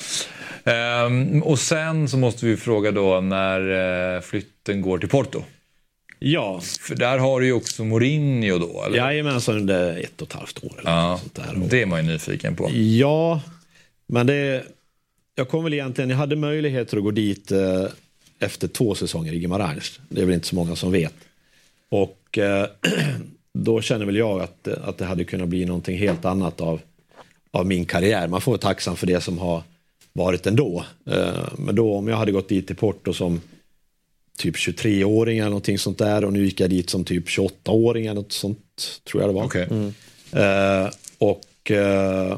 um, och sen så måste vi fråga då när uh, flytten går till Porto. Ja. För där har du ju också Mourinho då, eller? Jajamensan, under ett och ett halvt år. Eller ja, sånt där. Det är man ju nyfiken på. Ja, men det... Jag kom väl egentligen... Jag hade möjligheter att gå dit eh, efter två säsonger i Guimarães. Det är väl inte så många som vet. Och eh, då känner väl jag att, att det hade kunnat bli någonting helt annat av, av min karriär. Man får vara tacksam för det som har varit ändå. Eh, men då, om jag hade gått dit till Porto som typ tjugotre-åring eller någonting sånt där, och nu gick jag dit som typ tjugoåtta-åring eller något sånt, tror jag det var. Okay. Mm. Uh, och uh,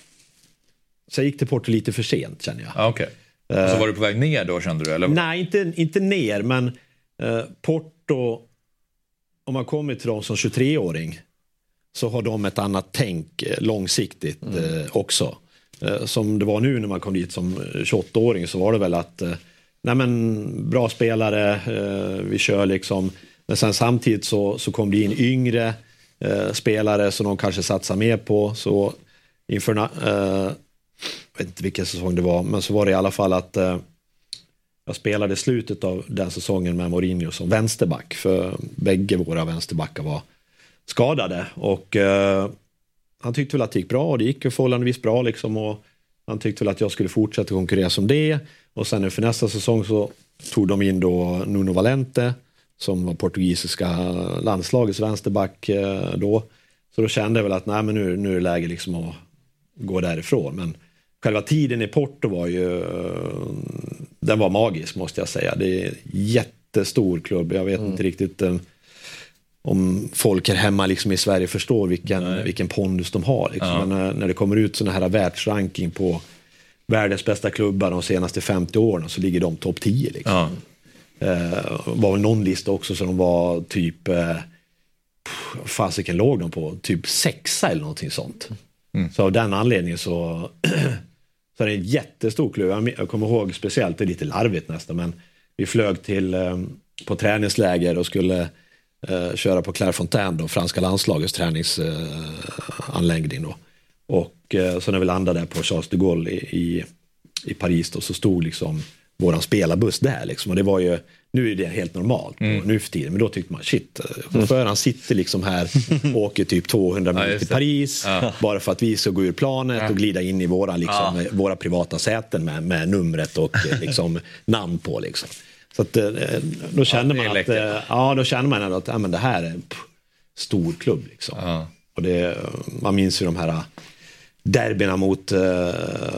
så jag gick till Porto lite för sent, känner jag. Ah, okej. Okay. Uh, så var du på väg ner då, kände du? Eller? Nej, inte, inte ner, men uh, Porto, om man kommer till dem som tjugotre-åring så har de ett annat tänk långsiktigt mm. uh, också. Uh, som det var nu när man kom dit som tjugoåtta-åring, så var det väl att uh, nej men, bra spelare, eh, vi kör liksom. Men sen samtidigt så, så kom det in yngre eh, spelare som de kanske satsar mer på. Så inför, eh, jag vet inte vilken säsong det var, men så var det i alla fall att eh, jag spelade slutet av den säsongen med Mourinho som vänsterback. För bägge våra vänsterbackar var skadade. Och eh, han tyckte väl att det gick bra, och det gick ju förhållandevis bra liksom. Och han tyckte väl att jag skulle fortsätta konkurrera som det. Och sen för nästa säsong så tog de in då Nuno Valente som var portugisiska landslagets vänsterback då. Så då kände jag väl att nej, men nu, nu är det läge liksom att gå därifrån. Men själva tiden i Porto var ju, den var magisk måste jag säga. Det är en jättestor klubb. Jag vet mm. inte riktigt um, om folk här hemma liksom i Sverige förstår vilken, vilken pondus de har. Liksom. Ja. Men när, när det kommer ut såna här världsranking på världens bästa klubbar de senaste femtio åren, så ligger de topp tio. Liksom. Ja. Eh, var väl någon lista också så de var typ eh, fasiken låg de på typ sexa eller någonting sånt. Mm. Så av den anledningen så, så är det en jättestor klubb. Jag kommer ihåg speciellt, det är lite larvigt nästan, men vi flög till eh, på träningsläger och skulle eh, köra på Clairefontaine då, franska landslagets träningsanläggning eh, då. Och eh, så när vi landade på Charles de Gaulle i, i, i Paris då, så stod liksom våran spelarbuss där liksom. Och det var ju, nu är det helt normalt mm. nu för tiden, men då tyckte man shit, chauffören han sitter liksom här och åker typ tvåhundra mil ja, till Paris ja. bara för att vi ska gå ur planet ja. och glida in i våra, liksom, ja. våra privata säten med, med numret och liksom namn på liksom. Så att, då kände ja, man att ja, då kände man att ja, men det här är en stor klubb liksom. Ja. Och det, man minns ju de här derbyna mot, uh,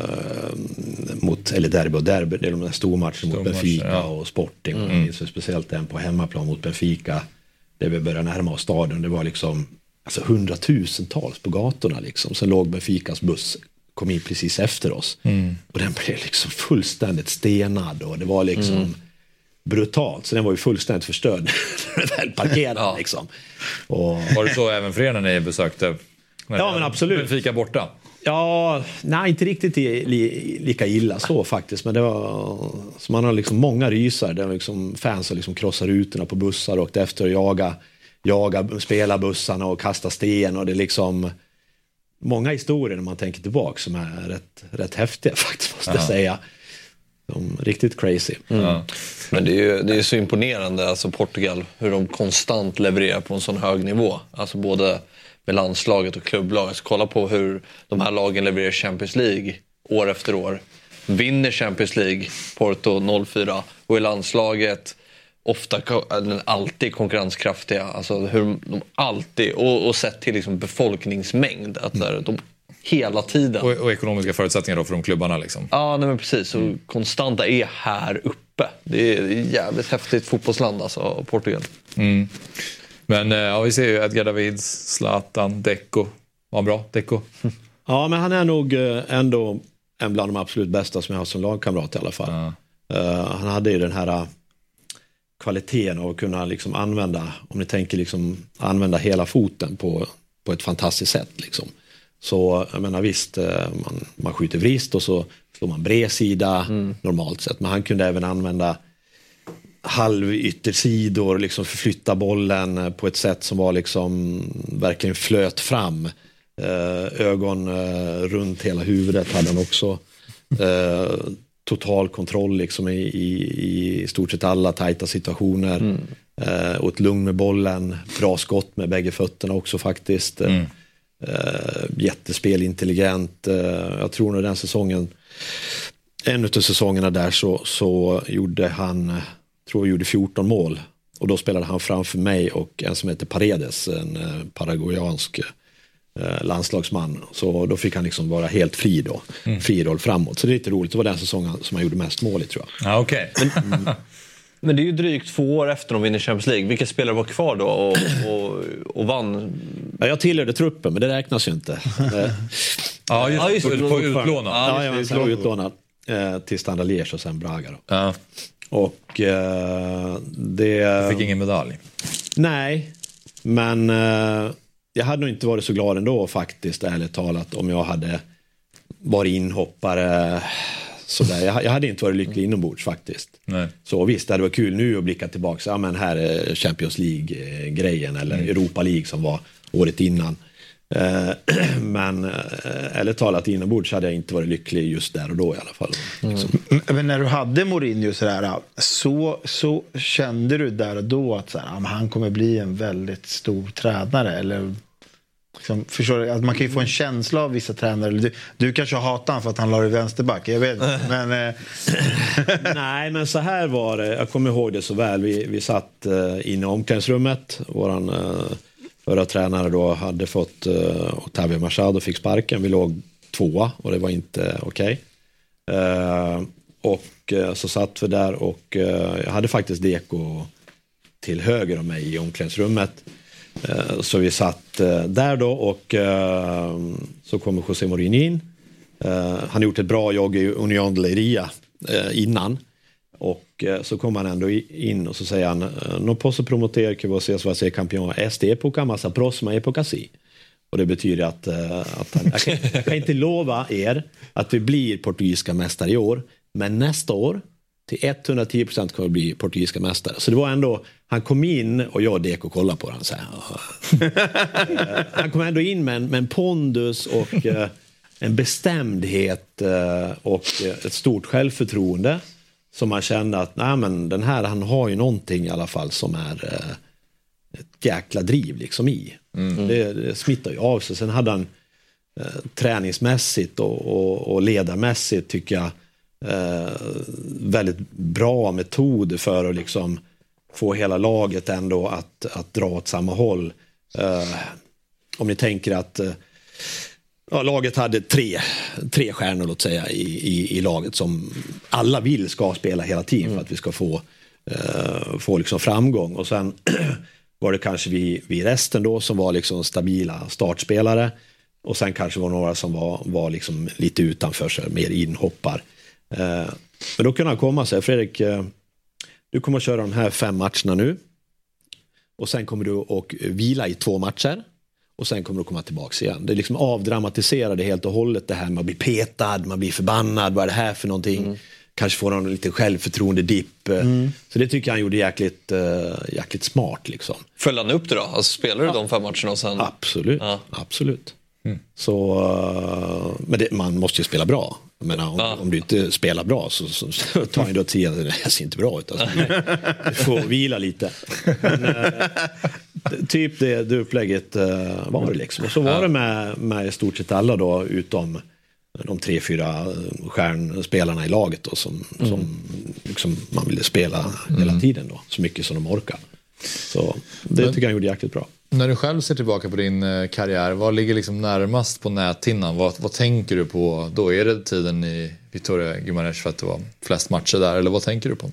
mot eller derby och derby, det är de där stormatcherna mot Benfica ja. och Sporting. Mm. Mm. Så speciellt den på hemmaplan mot Benfica, där vi började närma oss stadion. Det var liksom alltså hundratusentals på gatorna liksom. Sen låg Benficas buss, kom in precis efter oss. Mm. Och den blev liksom fullständigt stenad, och det var liksom mm. brutalt. Så den var ju fullständigt förstörd väl parkerad ja. liksom. Och... Var det så även för er när ni besökte? Ja, men absolut. Benfica borta? Ja, nej, inte riktigt li, lika illa så faktiskt. Men det var, så man har liksom många rysar. Det var liksom fans som liksom krossar rutorna på bussar och efter och jaga, jaga spela bussarna och kasta sten. Och det är liksom många historier när man tänker tillbaka som är rätt, rätt häftiga faktiskt, måste jag säga. De är riktigt crazy. Mm. Mm. Men det är ju det är så imponerande, alltså Portugal, hur de konstant levererar på en sån hög nivå. Alltså både med landslaget och klubblaget. Så kolla på hur de här lagen levererar Champions League år efter år. Vinner Champions League, Porto noll fyra, och i landslaget ofta alltid konkurrenskraftiga. Alltså hur de alltid, och, och sett till liksom befolkningsmängd, att där, de hela tiden. Och, och ekonomiska förutsättningar då för de klubbarna liksom. Ja, nej, men precis. Och mm. konstanta är här uppe. Det är jävligt häftigt fotbollsland alltså, Portugal. Mm. Men ja, vi ser ju Edgar Davids, Zlatan, Deco. Var bra, Deco. Ja, men han är nog ändå en bland de absolut bästa som jag har som lagkamrat i alla fall. Ja. Uh, han hade ju den här kvaliteten av att kunna liksom använda, om ni tänker liksom använda hela foten på, på ett fantastiskt sätt liksom. Så jag menar visst, man, man skjuter vrist och så slår man bredsida mm. normalt sett, men han kunde även använda halvyttersidor, liksom förflytta bollen på ett sätt som var liksom verkligen flöt fram. Uh, ögon uh, runt hela huvudet hade han också. Uh, total kontroll liksom i, i, i stort sett alla tajta situationer. Mm. Uh, och ett lugn med bollen, bra skott med bägge fötterna också faktiskt. Mm. Uh, jättespelintelligent. Uh, jag tror nog den säsongen, en av säsongerna där så, så gjorde han, tror jag gjorde fjorton mål. Och då spelade han framför mig och en som heter Paredes, en uh, paraguayansk landslagsman, så då fick han liksom vara helt fri då, mm. fri roll framåt, så det är lite roligt. Det var den säsongen som han gjorde mest mål i, tror jag. Ja, okej. Okay. Men, men det är ju drygt två år efter de vinner Champions League. Vilka spelare var kvar då och, och, och vann? Ja, jag tillhörde truppen, men det räknas ju inte. Ja, just, ja, just det. På utlånad. Ja, jag var utlånad eh, till Standard Liège och sen Braga då. Ja. Och eh, det... Du fick ingen medalj? Nej, men eh, jag hade nog inte varit så glad ändå faktiskt, ärligt talat, om jag hade varit inhoppare sådär. Jag, jag hade inte varit lycklig inombords faktiskt. Nej. Så visst, det hade varit kul nu att blicka tillbaka. Ja, men här är Champions League-grejen eller mm. Europa League som var året innan. Men ärligt talat, inombords hade jag inte varit lycklig just där och då i alla fall. Mm. Men när du hade Mourinho sådär, så, så kände du där och då att sådär, han kommer bli en väldigt stor tränare? Eller liksom, förstår du, att man kan ju få en känsla av vissa tränare. Du, du kanske hatar han för att han la i vänsterback, jag vet inte. Men, eh. Nej, men så här var det. Jag kommer ihåg det så väl. Vi, vi satt uh, inne i omklädningsrummet. Våran uh, förra tränare då hade fått uh, Otavio Machado fick sparken. Vi låg tvåa och det var inte okej. Okay. Uh, och uh, så satt vi där och uh, jag hade faktiskt Deco till höger om mig i omklädningsrummet. Uh, så vi satt uh, där då och uh, så kommer José Mourinho in. Uh, han har gjort ett bra jobb i Unión de Leiria uh, innan. Och uh, så kommer han ändå in och så säger han no posso prometer que vocês vai ser campeão esta época, mas a próxima época sí. Och det betyder att, uh, att han, jag, kan, jag kan inte lova er att vi blir portugisiska mästare i år, men nästa år till etthundratio procent kommer att bli portugisiska mästare. Så det var ändå, han kom in och jag och Deco kollade på den så här. Han kom ändå in med en, med en pondus och uh, en bestämdhet uh, och uh, ett stort självförtroende som man kände att nej, men den här, han har ju någonting i alla fall som är uh, ett jäkla driv liksom i. Mm. Det, det smittar ju av sig. Sen hade han uh, träningsmässigt och, och, och ledarmässigt tycker jag Uh, väldigt bra metod för att liksom få hela laget ändå att, att dra åt samma håll. Uh, om ni tänker att uh, ja, laget hade tre, tre stjärnor låt säga i, i, i laget som alla vill ska spela hela tiden mm. för att vi ska få, uh, få liksom framgång. Och sen var det kanske vi, vi resten då som var liksom stabila startspelare och sen kanske var några som var, var liksom lite utanför sig, mer inhoppar. Uh, men då kunde han komma och säga Fredrik, uh, du kommer att köra de här fem matcherna nu och sen kommer du att vila i två matcher och sen kommer du komma tillbaka igen. Det är liksom avdramatiserade helt och hållet det här, man blir petad, man blir förbannad, vad är det här för någonting? Mm. Kanske får någon lite självförtroende dipp. Mm. Så det tycker jag han gjorde jäkligt, uh, jäkligt smart liksom. Följde han upp det då? Alltså spelar du ja. de fem matcherna och sen... Absolut, ja. absolut. Mm. Så, uh, men det, man måste ju spela bra. Jag menar, om, ja. om du inte spelar bra så, så, så tar ju då tid att det ser inte bra ut. Alltså, du får vila lite. Men, uh, typ det, det upplägget uh, var det liksom. Och så var ja. det med, med i stort sett alla då, utom de tre, fyra stjärnspelarna i laget då, som, mm. som liksom, man ville spela mm. hela tiden då, så mycket som de orkar. Så det men, tycker jag gjorde jäkligt bra. När du själv ser tillbaka på din eh, karriär, vad ligger liksom närmast på näthinnan? Vad, vad tänker du på? Då är det tiden i Vitória Guimarães för att det var flest matcher där, eller vad tänker du på?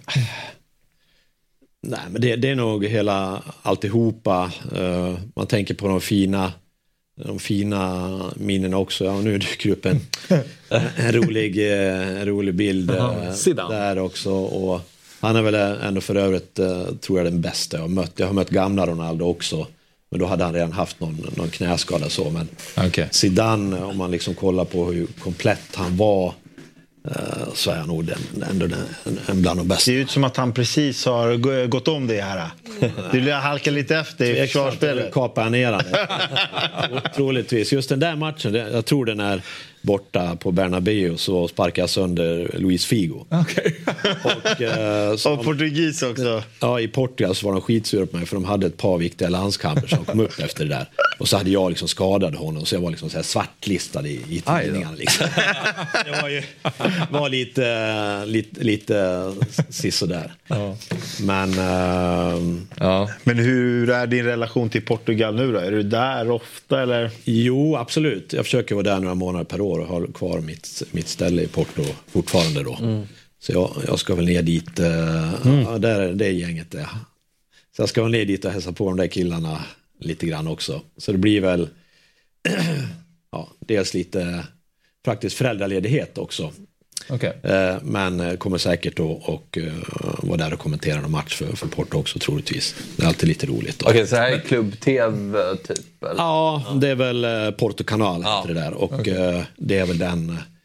Nej, men det, det är nog hela alltihopa. Uh, man tänker på de fina de fina minnen också. Ja, nu dyker upp en, en, rolig, en rolig bild uh, där också. Och han är väl ändå för övrigt, uh, tror jag, den bästa jag har mött. Jag har mött gamla Ronaldo också. Men då hade han redan haft någon, någon knäskada så. Men okay. Zidane, om man liksom kollar på hur komplett han var, så är han nog den, ändå den, en bland de bästa. Det ser ut som att han precis har gått om det här. Du vill halka lite efter i försvarsspelet. Kapar ner han. Troligtvis. Just den där matchen, jag tror den är borta på Bernabéu, så sparkar jag sönder Luis Figo. Okay. Och, eh, som, och portugis också. Ja, i Portugal så var de skitsura på mig för de hade ett par viktiga landskamper som kom upp efter det där. Och så hade jag liksom skadat honom, så jag var liksom så här svartlistad i, i tidningarna. Liksom. Det var ju var lite, lite, lite sisådär. Ja. Men, uh, ja. Men hur är din relation till Portugal nu då? Är du där ofta eller? Jo, absolut. Jag försöker vara där några månader per år och har kvar mitt, mitt ställe i Porto fortfarande då. Mm. Så jag, jag ska väl ner dit, uh, mm. ja, där, det är gänget det. Så jag ska väl ner dit och hälsa på de där killarna lite grann också. Så det blir väl ja, dels lite praktiskt föräldraledighet också. Okay. Uh, men kommer säkert då och uh, vara där och kommentera en match för, för Porto också troligtvis. Det är alltid lite roligt. Okej, okay, så här är klubb-tv typ? Eller? Ja, det är väl uh, Porto-kanal ja. det där. Och okay. uh, det är väl den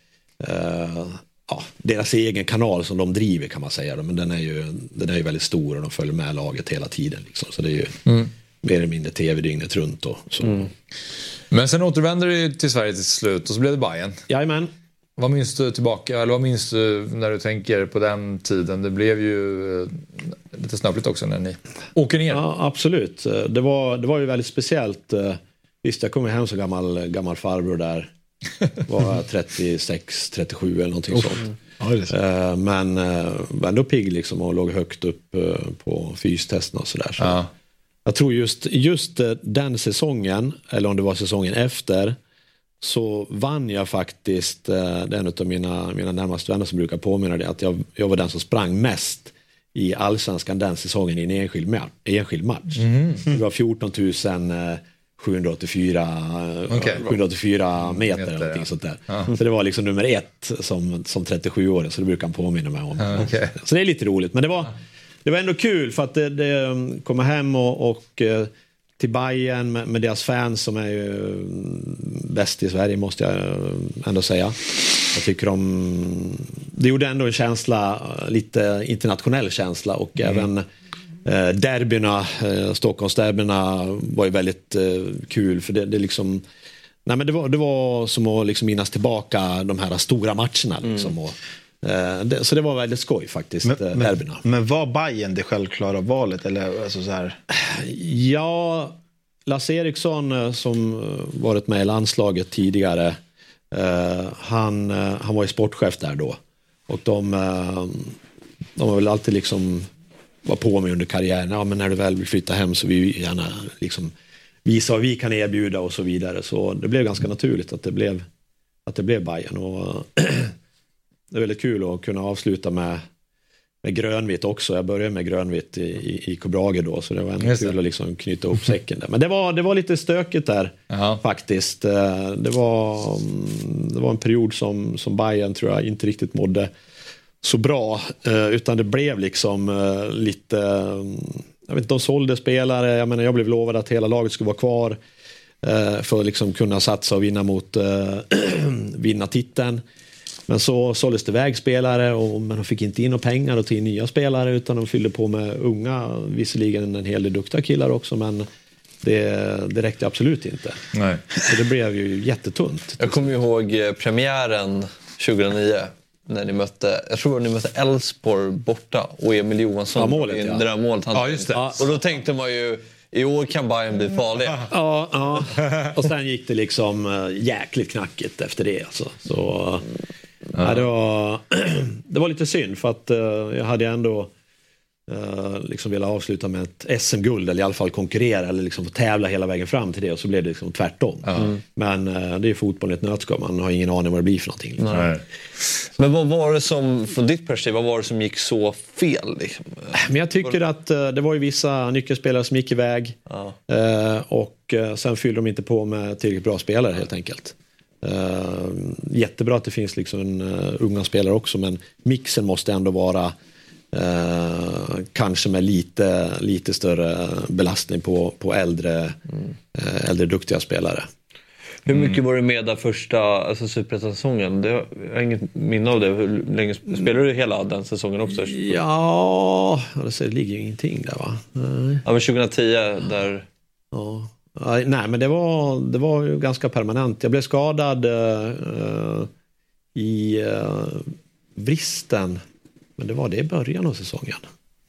uh, ja, deras egen kanal som de driver kan man säga. Men den är ju, den är ju väldigt stor och de följer med laget hela tiden. Liksom. Så det är ju mm. mer eller mindre tv-dygnet runt då. Så. Mm. Men sen återvänder du till Sverige till slut och så blev det Bayern. Jajamän. Vad minns du tillbaka, eller vad minns du när du tänker på den tiden? Det blev ju eh, lite snöpligt också när ni åker ner. Ja, absolut. Det var, det var ju väldigt speciellt. Visst, jag kom hem som gammal, gammal farbror där. Var trettiosex trettiosju eller någonting oh. sånt. Ja, men ändå pigg liksom och låg högt upp på fystesterna och sådär. Så ja. Jag tror just, just den säsongen, eller om det var säsongen efter, så vann jag faktiskt eh, den av mina, mina närmaste vänner som brukar påminna det, att jag, jag var den som sprang mest i allsvenskan den säsongen i en enskild, ma- enskild match. Mm. Det var fjorton tusen sjuhundraåttiofyra, okay. sjuhundraåttiofyra meter eller någonting ja. sånt där. Ja. Så det var liksom nummer ett som, som trettiosju-åring, så det brukar han påminna mig om. Ja, okay. Så det är lite roligt, men det var, det var ändå kul för att det, det kommer hem och, och till Bayern med, med deras fans som är ju bäst i Sverige måste jag ändå säga. Jag tycker de, det gjorde ändå en känsla, lite internationell känsla och mm. även eh, derbyna, eh, Stockholmsderbyna var ju väldigt eh, kul för det, det liksom, nej men det var, det var som att liksom minnas tillbaka de här stora matcherna liksom mm. och Det, så det var väldigt skoj faktiskt. Men, men, men var Bayern det självklara valet? Eller, alltså så här? Ja, Lasse Eriksson som varit med i landslaget tidigare, eh, han, han var ju sportchef där då. Och de, eh, de har väl alltid liksom var på mig under karriären. Ja, men när du väl vill flytta hem så vill vi gärna liksom visa vad vi kan erbjuda och så vidare. Så det blev ganska naturligt att det blev, att det blev Bayern. Och det är väldigt kul att kunna avsluta med, med grönvitt också. Jag började med grönvitt i, i, i Kobrage då, så det var ändå kul att liksom knyta ihop säcken där. Men det var, det var lite stökigt där Aha. faktiskt. Det var, det var en period som, som Bayern tror jag inte riktigt mådde så bra. Utan det blev liksom lite... Jag vet inte, de sålde spelare. Jag menar, jag blev lovad att hela laget skulle vara kvar för att liksom kunna satsa och vinna mot vinna titeln. Men så såldes det vägspelare och men de fick inte in några pengar och till nya spelare utan de fyllde på med unga, visserligen en hel del duktiga killar också, men det, det räckte absolut inte. Nej. Så det blev ju jättetunt. Jag kommer ihåg premiären tjugohundraniyo när ni mötte, jag tror ni mötte Elfsborg borta och Emil Johansson ja, målet, i ja. det där målet. Ja, just det. Ja, och då tänkte man ju i år kan Bayern bli farlig. Ja, ja. Och sen gick det liksom jäkligt knackigt efter det alltså. Så ja, det, var, det var lite synd för att uh, jag hade ändå Uh, liksom ville avsluta med ett S M-guld eller i alla fall konkurrera eller liksom få tävla hela vägen fram till det, och så blev det liksom tvärtom. Mm. Men uh, det är fotboll i ett nötskal, man har ingen aning vad det blir för någonting. Liksom. Nej. Men vad var det som, från ditt perspektiv, vad var det som gick så fel? Liksom? Men jag tycker att uh, det var ju vissa nyckelspelare som gick iväg ja. uh, och uh, sen fyllde de inte på med tillräckligt bra spelare helt enkelt. Uh, jättebra att det finns liksom en uh, unga spelare också, men mixen måste ändå vara Uh, kanske med lite, lite större belastning på, på äldre, mm. uh, äldre duktiga spelare. Hur mycket var du med där första alltså Superettan-säsongen? Det jag har inget minne av det. Hur länge spelade du hela den säsongen också? Ja, det ligger ju ingenting där va? Nej. Ja, men tjugohundratio där... Ja. Nej, men det var, det var ju ganska permanent. Jag blev skadad uh, i uh, vristen. Men det var det i början av säsongen.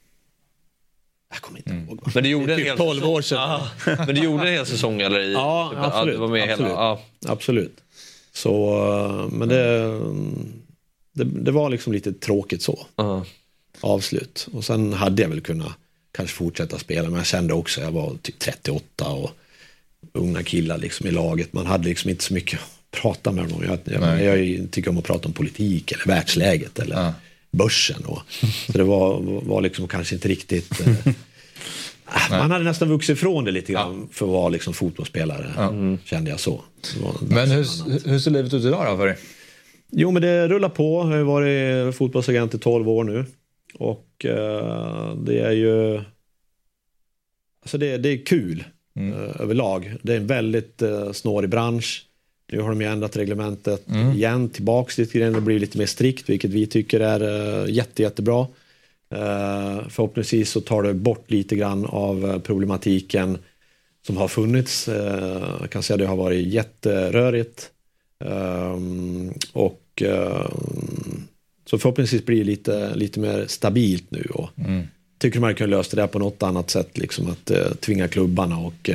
Jag kommer inte ihåg. Mm. Men det gjorde en hel tolv år sedan. Men det gjorde en hel säsong eller i ja, typ, absolut. Ja, det var med absolut. Hela, ja. absolut. Så men det, det det var liksom lite tråkigt så. Uh-huh. Avslut. Och sen hade jag väl kunnat kanske fortsätta spela, men jag kände också jag var typ trettioåtta och unga killar liksom i laget. Man hade liksom inte så mycket att prata med dem. Jag, jag, jag tycker om att prata om politik eller världsläget eller uh-huh. börsen och, så det var, var liksom kanske inte riktigt eh, man hade nästan vuxit ifrån det lite grann ja. för att vara liksom fotbollsspelare mm. kände jag så. Men hur, hur ser livet ut idag då för dig? Jo, men det rullar på. Jag har varit fotbollsagent i tolv år nu och eh, det är ju alltså det, det är kul mm. eh, överlag. Det är en väldigt eh, snårig bransch. Nu har de ju ändrat reglementet mm. igen tillbaks lite grann. Det blir lite mer strikt, vilket vi tycker är uh, jätte, jättebra. Uh, förhoppningsvis så tar det bort lite grann av problematiken som har funnits. Uh, jag kan säga att det har varit jätterörigt. Uh, och uh, så förhoppningsvis blir det lite, lite mer stabilt nu. Och mm. tycker man kan lösa det där på något annat sätt. Liksom att uh, tvinga klubbarna och uh,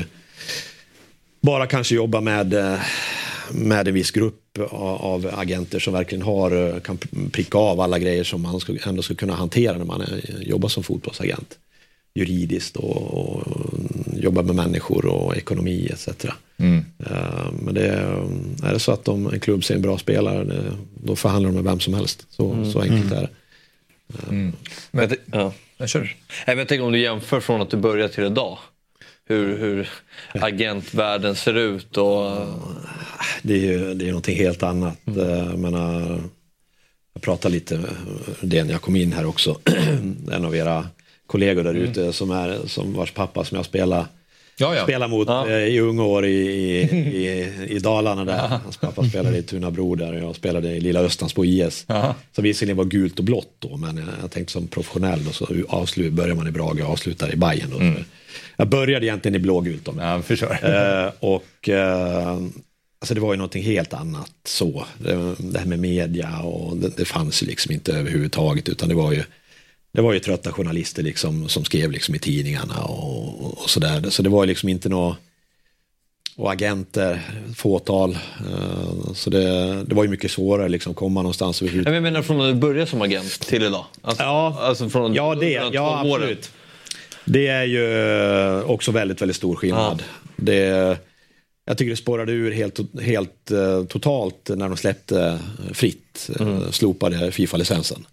bara kanske jobba med... Uh, med en viss grupp av agenter som verkligen har, kan pricka av alla grejer som man ska, ändå ska kunna hantera när man är, jobbar som fotbollsagent. Juridiskt och, och jobba med människor och ekonomi et cetera. Mm. Uh, men det är, är det så att de, en klubb ser en bra spelare, det, då förhandlar de med vem som helst. Så, mm. så enkelt är det. Uh, mm. Men jag, ja. jag kör. Jag tänker om du jämför från att du började till idag. Hur, hur agentvärlden ser ut och... Det är ju det är någonting helt annat. Mm. Jag menar, jag pratade lite med det när jag kom in här också. En av era kollegor där ute mm. som är som vars pappa som jag spelar ja, ja. spelar mot ja. i unga år i, i, i, i Dalarna där. Ja. Hans pappa spelade i Tunabro där och jag spelade i Lilla Östans på I S. Ja. Så visserligen var gult och blått då, men jag, jag tänkte som professionell och så avslut, börjar man i Brage och avslutar i Bayern då. Mm. Jag började egentligen i blågult då. Ja, för sure. eh, och eh, alltså det var ju någonting helt annat så. Det, det här med media och det, det fanns ju liksom inte överhuvudtaget, utan det var ju det var ju trötta journalister liksom som skrev liksom i tidningarna och, och sådär. Så det var ju liksom inte något, och agenter, fåtal. Uh, så det, det var ju mycket svårare liksom komma någonstans överhuvudtaget. Jag menar från att du började som agent till idag. Alltså, ja, alltså från, ja, det, från ja absolut. Det är ju också väldigt, väldigt stor skillnad. Ja. Det, jag tycker det spårade ur helt, helt uh, totalt när de släppte fritt, mm. uh, slopade FIFA-licensen.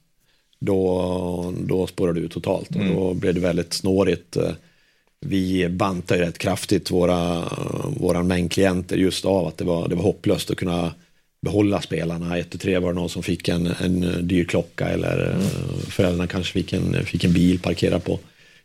Då, då spårade det ur totalt och mm. då blev det väldigt snårigt. Vi bantade ju rätt kraftigt våra, våra mängdklienter just av att det var, det var hopplöst att kunna behålla spelarna. Ett och tre var det någon som fick en, en dyr klocka eller mm. föräldrarna kanske fick en, fick en bil parkerad på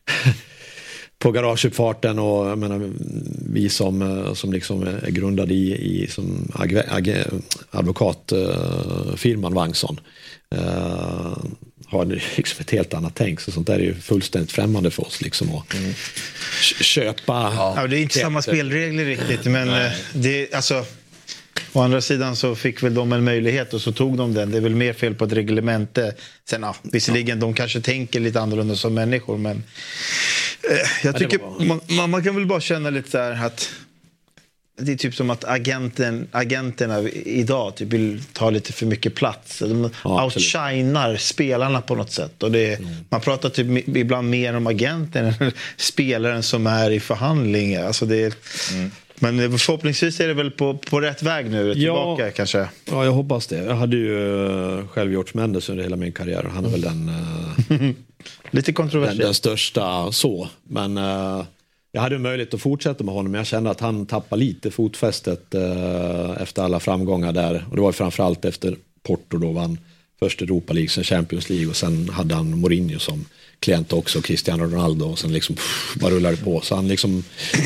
på garageuppfarten, och jag menar, vi som, som liksom är grundade i, i som ag, ag, advokatfirman Vangsson uh, har liksom ett helt annat tänk, så sånt där är ju fullständigt främmande för oss liksom att mm. köpa. Ja, det är inte samma spelregler riktigt, men det, alltså, å andra sidan så fick väl de en möjlighet och så tog de den. Det är väl mer fel på ett reglemente. Sen ja, visserligen ja. de kanske tänker lite annorlunda som människor, men eh, jag tycker ja, var... man, man kan väl bara känna lite så här att det är typ som att agenten, agenterna idag typ vill ta lite för mycket plats. De ja, outshinar spelarna på något sätt. Och det, mm. man pratar typ ibland mer om agenten än spelaren som är i förhandling. Alltså det, mm. Men förhoppningsvis är det väl på, på rätt väg nu, tillbaka ja, kanske. Ja, jag hoppas det. Jag hade ju själv gjort Mendes under hela min karriär. Han är väl den... lite kontroversiell. Den, den största så. Men... jag hade möjlighet att fortsätta med honom, men jag kände att han tappade lite fotfästet eh, efter alla framgångar där. Och det var framförallt efter Porto då vann först Europa League, sen Champions League och sen hade han Mourinho som klient också, Cristiano Ronaldo, och sen liksom pff, bara rullade på. Så han liksom...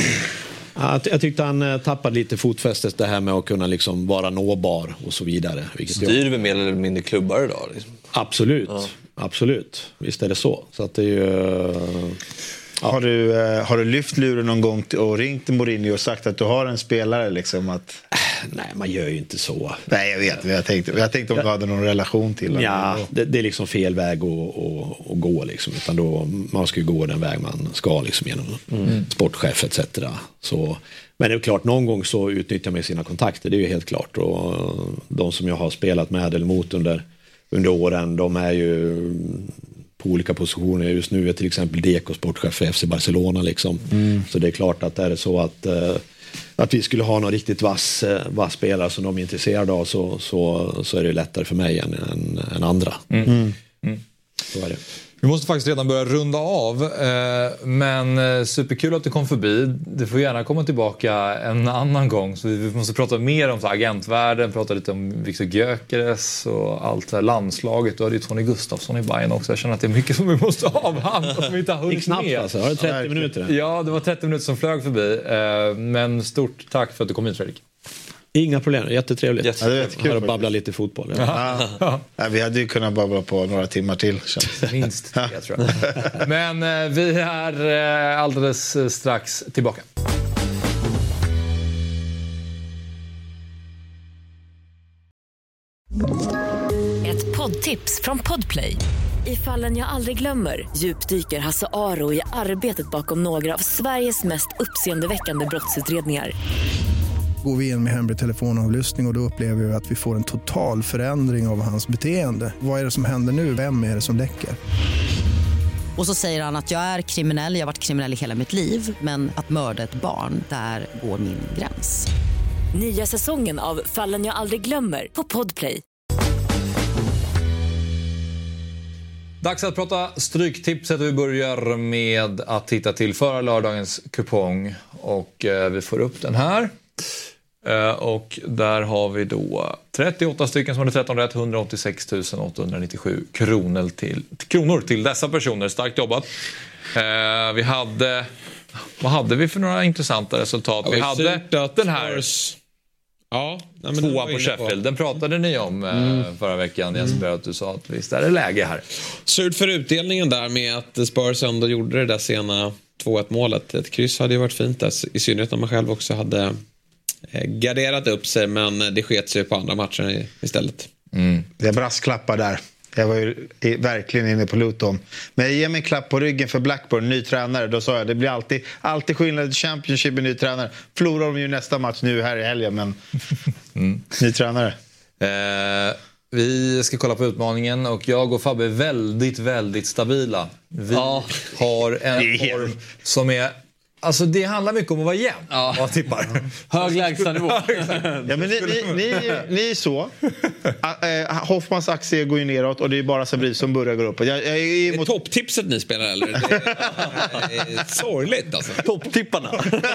jag, jag tyckte han tappade lite fotfästet, det här med att kunna liksom vara nåbar och så vidare. Styr vi mer eller mindre klubbar idag? Liksom. Absolut, ja. Absolut. Visst är det så. Så att det är ju... Ja. Har, du, uh, har du lyft luren någon gång och ringt till Mourinho och sagt att du har en spelare liksom att... Nej, man gör ju inte så. Nej, jag vet. Jag tänkte, jag tänkte om du hade någon relation till honom. Ja, det, det är liksom fel väg att, att, att gå liksom. Utan då, man ska ju gå den väg man ska liksom genom mm. sportchef et cetera. Så, men det är klart, någon gång så utnyttjar man sina kontakter. Det är ju helt klart. Och de som jag har spelat med eller mot under, under åren, de är ju... på olika positioner. Just nu är till exempel Deco sportchef för F C Barcelona liksom. Mm. Så det är klart att är det så att uh, att vi skulle ha någon riktigt vass, uh, vass spelare som de är intresserade av, så, så, så är det lättare för mig än, än, än andra. Mm. Mm. Mm. Så är det. Vi måste faktiskt redan börja runda av, eh, men eh, superkul att du kom förbi. Du får gärna komma tillbaka en annan gång, så vi måste prata mer om så, agentvärlden, prata lite om Viktor Gyökeres och allt det här landslaget. Du hade ju Tony Gustafsson i Bayern också. Jag känner att det är mycket som vi måste avhandla som vi inte har hunnit knappt, med. Alltså. Har det trettio ja, minuter? Ja, det var trettio minuter som flög förbi. Eh, men stort tack för att du kom hit, Fredrik. Inga problem, jättetrevligt. Jättetrevligt. Ja, att babbla lite fotboll. Ja. Ja. Ja, vi hade ju kunnat babbla på några timmar till. Minst tre, tror jag. Men eh, vi är eh, alldeles strax tillbaka. Ett poddtips från Podplay. I Fallen jag aldrig glömmer djupdyker Hasse Aro i arbetet bakom några av Sveriges mest uppseendeväckande brottsutredningar. Går vi in med hemlig telefonavlyssning och, och då upplever vi att vi får en total förändring av hans beteende. Vad är det som händer nu? Vem är det som läcker? Och så säger han att jag är kriminell, jag har varit kriminell i hela mitt liv. Men att mörda ett barn, där går min gräns. Nya säsongen av Fallen jag aldrig glömmer på Podplay. Dags att prata stryktipset. Vi börjar med att titta till förra lördagens kupong. Och eh, vi får upp den här. Uh, och där har vi då trettioåtta stycken som hade tretton rätt, etthundraåttiosex tusen åttahundranittiosju kronor till, kronor till dessa personer. Starkt jobbat. Uh, vi hade, vad hade vi för några intressanta resultat? Ja, vi hade den här ja, nej, men tvåan på Sheffield. Den pratade ni om mm. uh, förra veckan. Jag mm. att du sa att visst är det läge här. Surt för utdelningen där med att Spurs ändå gjorde det där sena två ett målet. Ett kryss hade ju varit fint där, i synnerhet om man själv också hade garderat upp sig, men det sket sig på andra matcher istället. Mm. Det är brasklappar där. Jag var ju verkligen inne på Luton. Men jag ger mig en klapp på ryggen för Blackburn, ny tränare. Då sa jag, det blir alltid, alltid skillnad i Championship med ny tränare. Förlorar de ju nästa match nu här i helgen, men mm. ny tränare. Eh, vi ska kolla på utmaningen och jag och Fabbe är väldigt, väldigt stabila. Vi ja. har en form som är... Alltså det handlar mycket om att vara jämn. Ja. Jag tippar. Hög lägstanivå. Ja, men ni, ni, ni, ni är så. Uh, Hoffmans aktie går ju neråt och det är bara Sabri som börjar gå upp. Jag, jag är emot... Det är topptipset ni spelar, eller? Det är, det är sorgligt alltså. Topptipparna.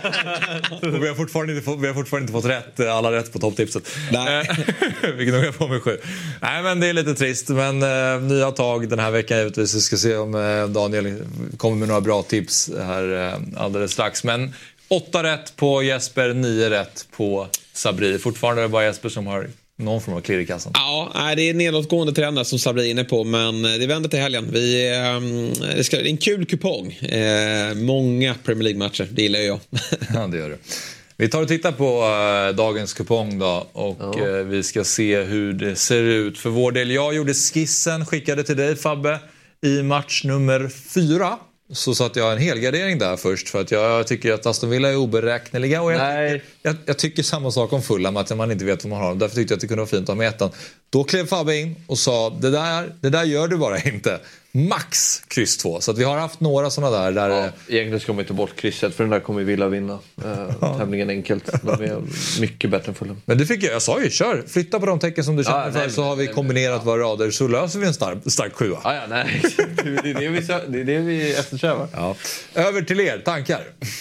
vi, har fortfarande inte fått, vi har fortfarande inte fått rätt, alla rätt på topptipset. Nej. Vilket nog är på mig sju. Nej, men det är lite trist. Men uh, nya tag den här veckan givetvis. Vi ska se om uh, Daniel kommer med några bra tips här uh, alldeles strax. Men åtta rätt på Jesper, nio rätt på Sabri. Fortfarande är det bara Jesper som har någon form av klirr i kassan. Ja, det är nedåtgående trender som Sabri är inne på, men det vänder till helgen. Vi, det ska, det är en kul kupong. Eh, många Premier League-matcher, det gillar jag. Ja, det gör det. Vi tar och tittar på uh, dagens kupong då, och ja. uh, vi ska se hur det ser ut för vår del. Jag gjorde skissen, skickade till dig Fabbe i match nummer fyra. så satte jag en helgardering där först. För att jag tycker att Aston Villa är oberäkneliga. Och jag, Nej. jag, jag tycker samma sak om Fulham, att man inte vet vad man har. Därför tyckte jag att det kunde vara fint att ha med ettan. Då klev Fabbe in och sa, det där, det där gör du bara inte. Max kryss två. Så att vi har haft några sådana där. där ja, egentligen ska man inte bort krysset, för den där kommer vi vilja vinna. Eh, ja. Tämligen enkelt. De är mycket bättre än Fulham. Men det fick jag, jag sa ju, kör. Flytta på de tecken som du känner ja, för, nej, så har vi nej, kombinerat ja. våra rader. Så löser vi en stark, stark sjua. Ja, ja, nej. Det är det vi, det är det vi eftersträvar. Ja. Över till er, tankar.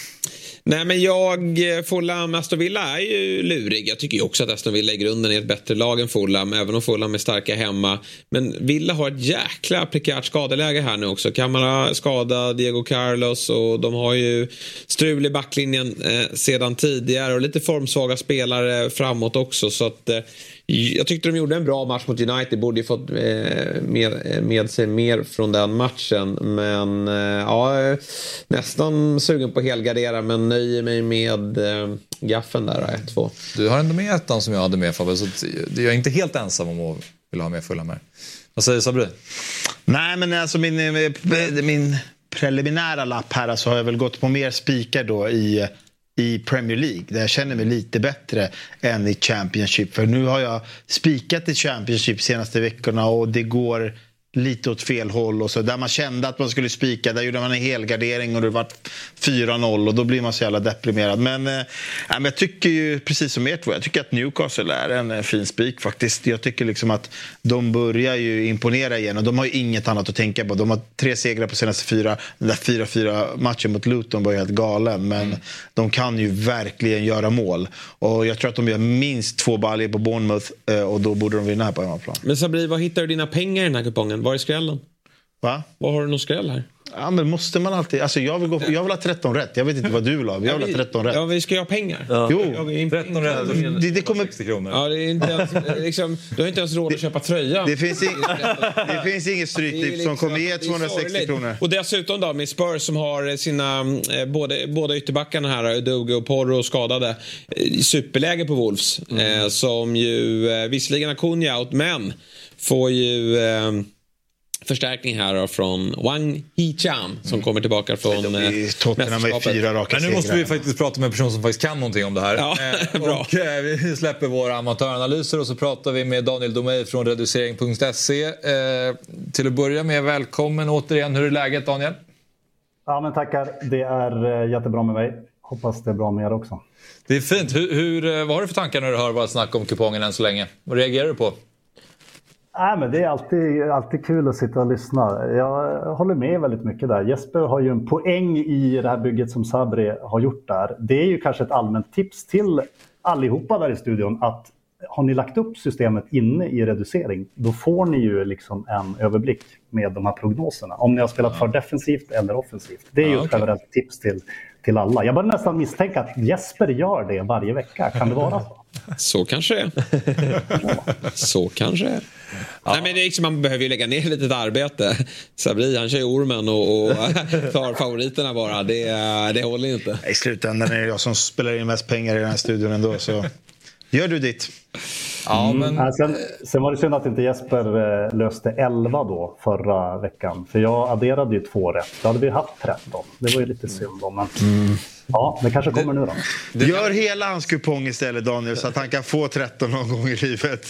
Nej, men jag, Fulham, Aston Villa är ju lurig. Jag tycker ju också att Aston Villa i grunden är ett bättre lag än Fulham, även om Fulham är starka hemma. Men Villa har ett jäkla prekärt skadeläge här nu också. Kamara skada, Diego Carlos, och de har ju strul i backlinjen eh, sedan tidigare och lite formsvaga spelare framåt också. Så att eh, jag tyckte de gjorde en bra match mot United. Borde ju fått eh, med, med sig mer från den matchen. Men eh, ja, nästan sugen på helgardera, men nöjer mig med eh, gaffen där, ett två. Du har ändå med ettan som jag hade med, Fabbe, så jag är inte helt ensam om att vilja ha med Fulham här. Vad säger Sabri? Nej, men alltså min, min preliminära lapp här, så har jag väl gått på mer spikar då i i Premier League, där jag känner mig lite bättre än i Championship. För nu har jag spikat i Championship senaste veckorna och det går lite åt fel håll. Och så där man kände att man skulle spika, där gjorde man en helgardering och det var fyra noll och då blir man så jävla deprimerad. Men, äh, men jag tycker ju, precis som er två, jag tycker att Newcastle är en äh, fin spik faktiskt. Jag tycker liksom att de börjar ju imponera igen och de har ju inget annat att tänka på. De har tre segrar på senaste fyra. Den där fyra fyra matchen mot Luton var ju helt galen, men mm. de kan ju verkligen göra mål. Och jag tror att de gör minst två baljor på Bournemouth äh, och då borde de vinna här på hemmaplan. Men Sabri, vad hittar du dina pengar i den här kupongen? Var är skrällen? Va? Vad har du någon skräll här? Ja, men måste man alltid... Alltså jag vill, gå, jag vill ha tretton rätt. Jag vet inte vad du vill ha. Jag vill ja, ha tretton rätt. Ja, vi ska ju ha pengar. Ja. Jo, tretton rätt. Det, det kommer... sextio kronor. Ja, det är inte ens, liksom, du har inte ens råd att köpa tröja. Det finns, ing, det finns inget stryktip liksom, som kommer ge tvåhundrasextio kronor. Och dessutom då med Spurs som har sina eh, både, båda ytterbackarna här, Udogo och Porro skadade. Eh, superläge på Wolves. Mm. Eh, som ju eh, visserligen har Cunha out, men får ju... Eh, förstärkning här från Wang Hee-chan som kommer tillbaka från mästerskapet. Men nu måste vi faktiskt prata med en person som faktiskt kan någonting om det här. Ja, eh, bra. Och eh, vi släpper våra amatöranalyser och så pratar vi med Daniel Domey från reducering punkt se. Eh, till att börja med, välkommen återigen. Hur är läget, Daniel? Ja, men tackar. Det är jättebra med mig. Hoppas det är bra med er också. Det är fint. Hur, hur, vad har du för tankar när du hör vad snack om kupongen än så länge? Vad reagerar du på? Nej, men det är alltid, alltid kul att sitta och lyssna. Jag håller med väldigt mycket där. Jesper har ju en poäng i det här bygget som Sabri har gjort där. Det är ju kanske ett allmänt tips till allihopa där i studion att har ni lagt upp systemet inne i reducering, då får ni ju liksom en överblick med de här prognoserna. Om ni har spelat för defensivt eller offensivt. Det är ju ah, okay. ett generellt tips till, till alla. Jag börjar nästan misstänka att Jesper gör det varje vecka. Kan det vara så? Så kanske det är. Så kanske det är. Ja. Nej, men det är liksom, man behöver ju lägga ner lite arbete. Sabri, han kör ju ormen och, och tar favoriterna bara. Det, det håller ju inte. I slutändan är det jag som spelar in mest pengar i den här studion ändå. Så gör du ditt. Ja, men... mm. sen, sen var det synd att inte Jesper löste elva då förra veckan. För jag adderade ju två rätt. Då hade vi haft tretton. Det var ju lite synd då, men... Mm. Ja, det kanske kommer nu då. Gör hela hans kupong istället, Daniel, så att han kan få tretton någon gång i livet.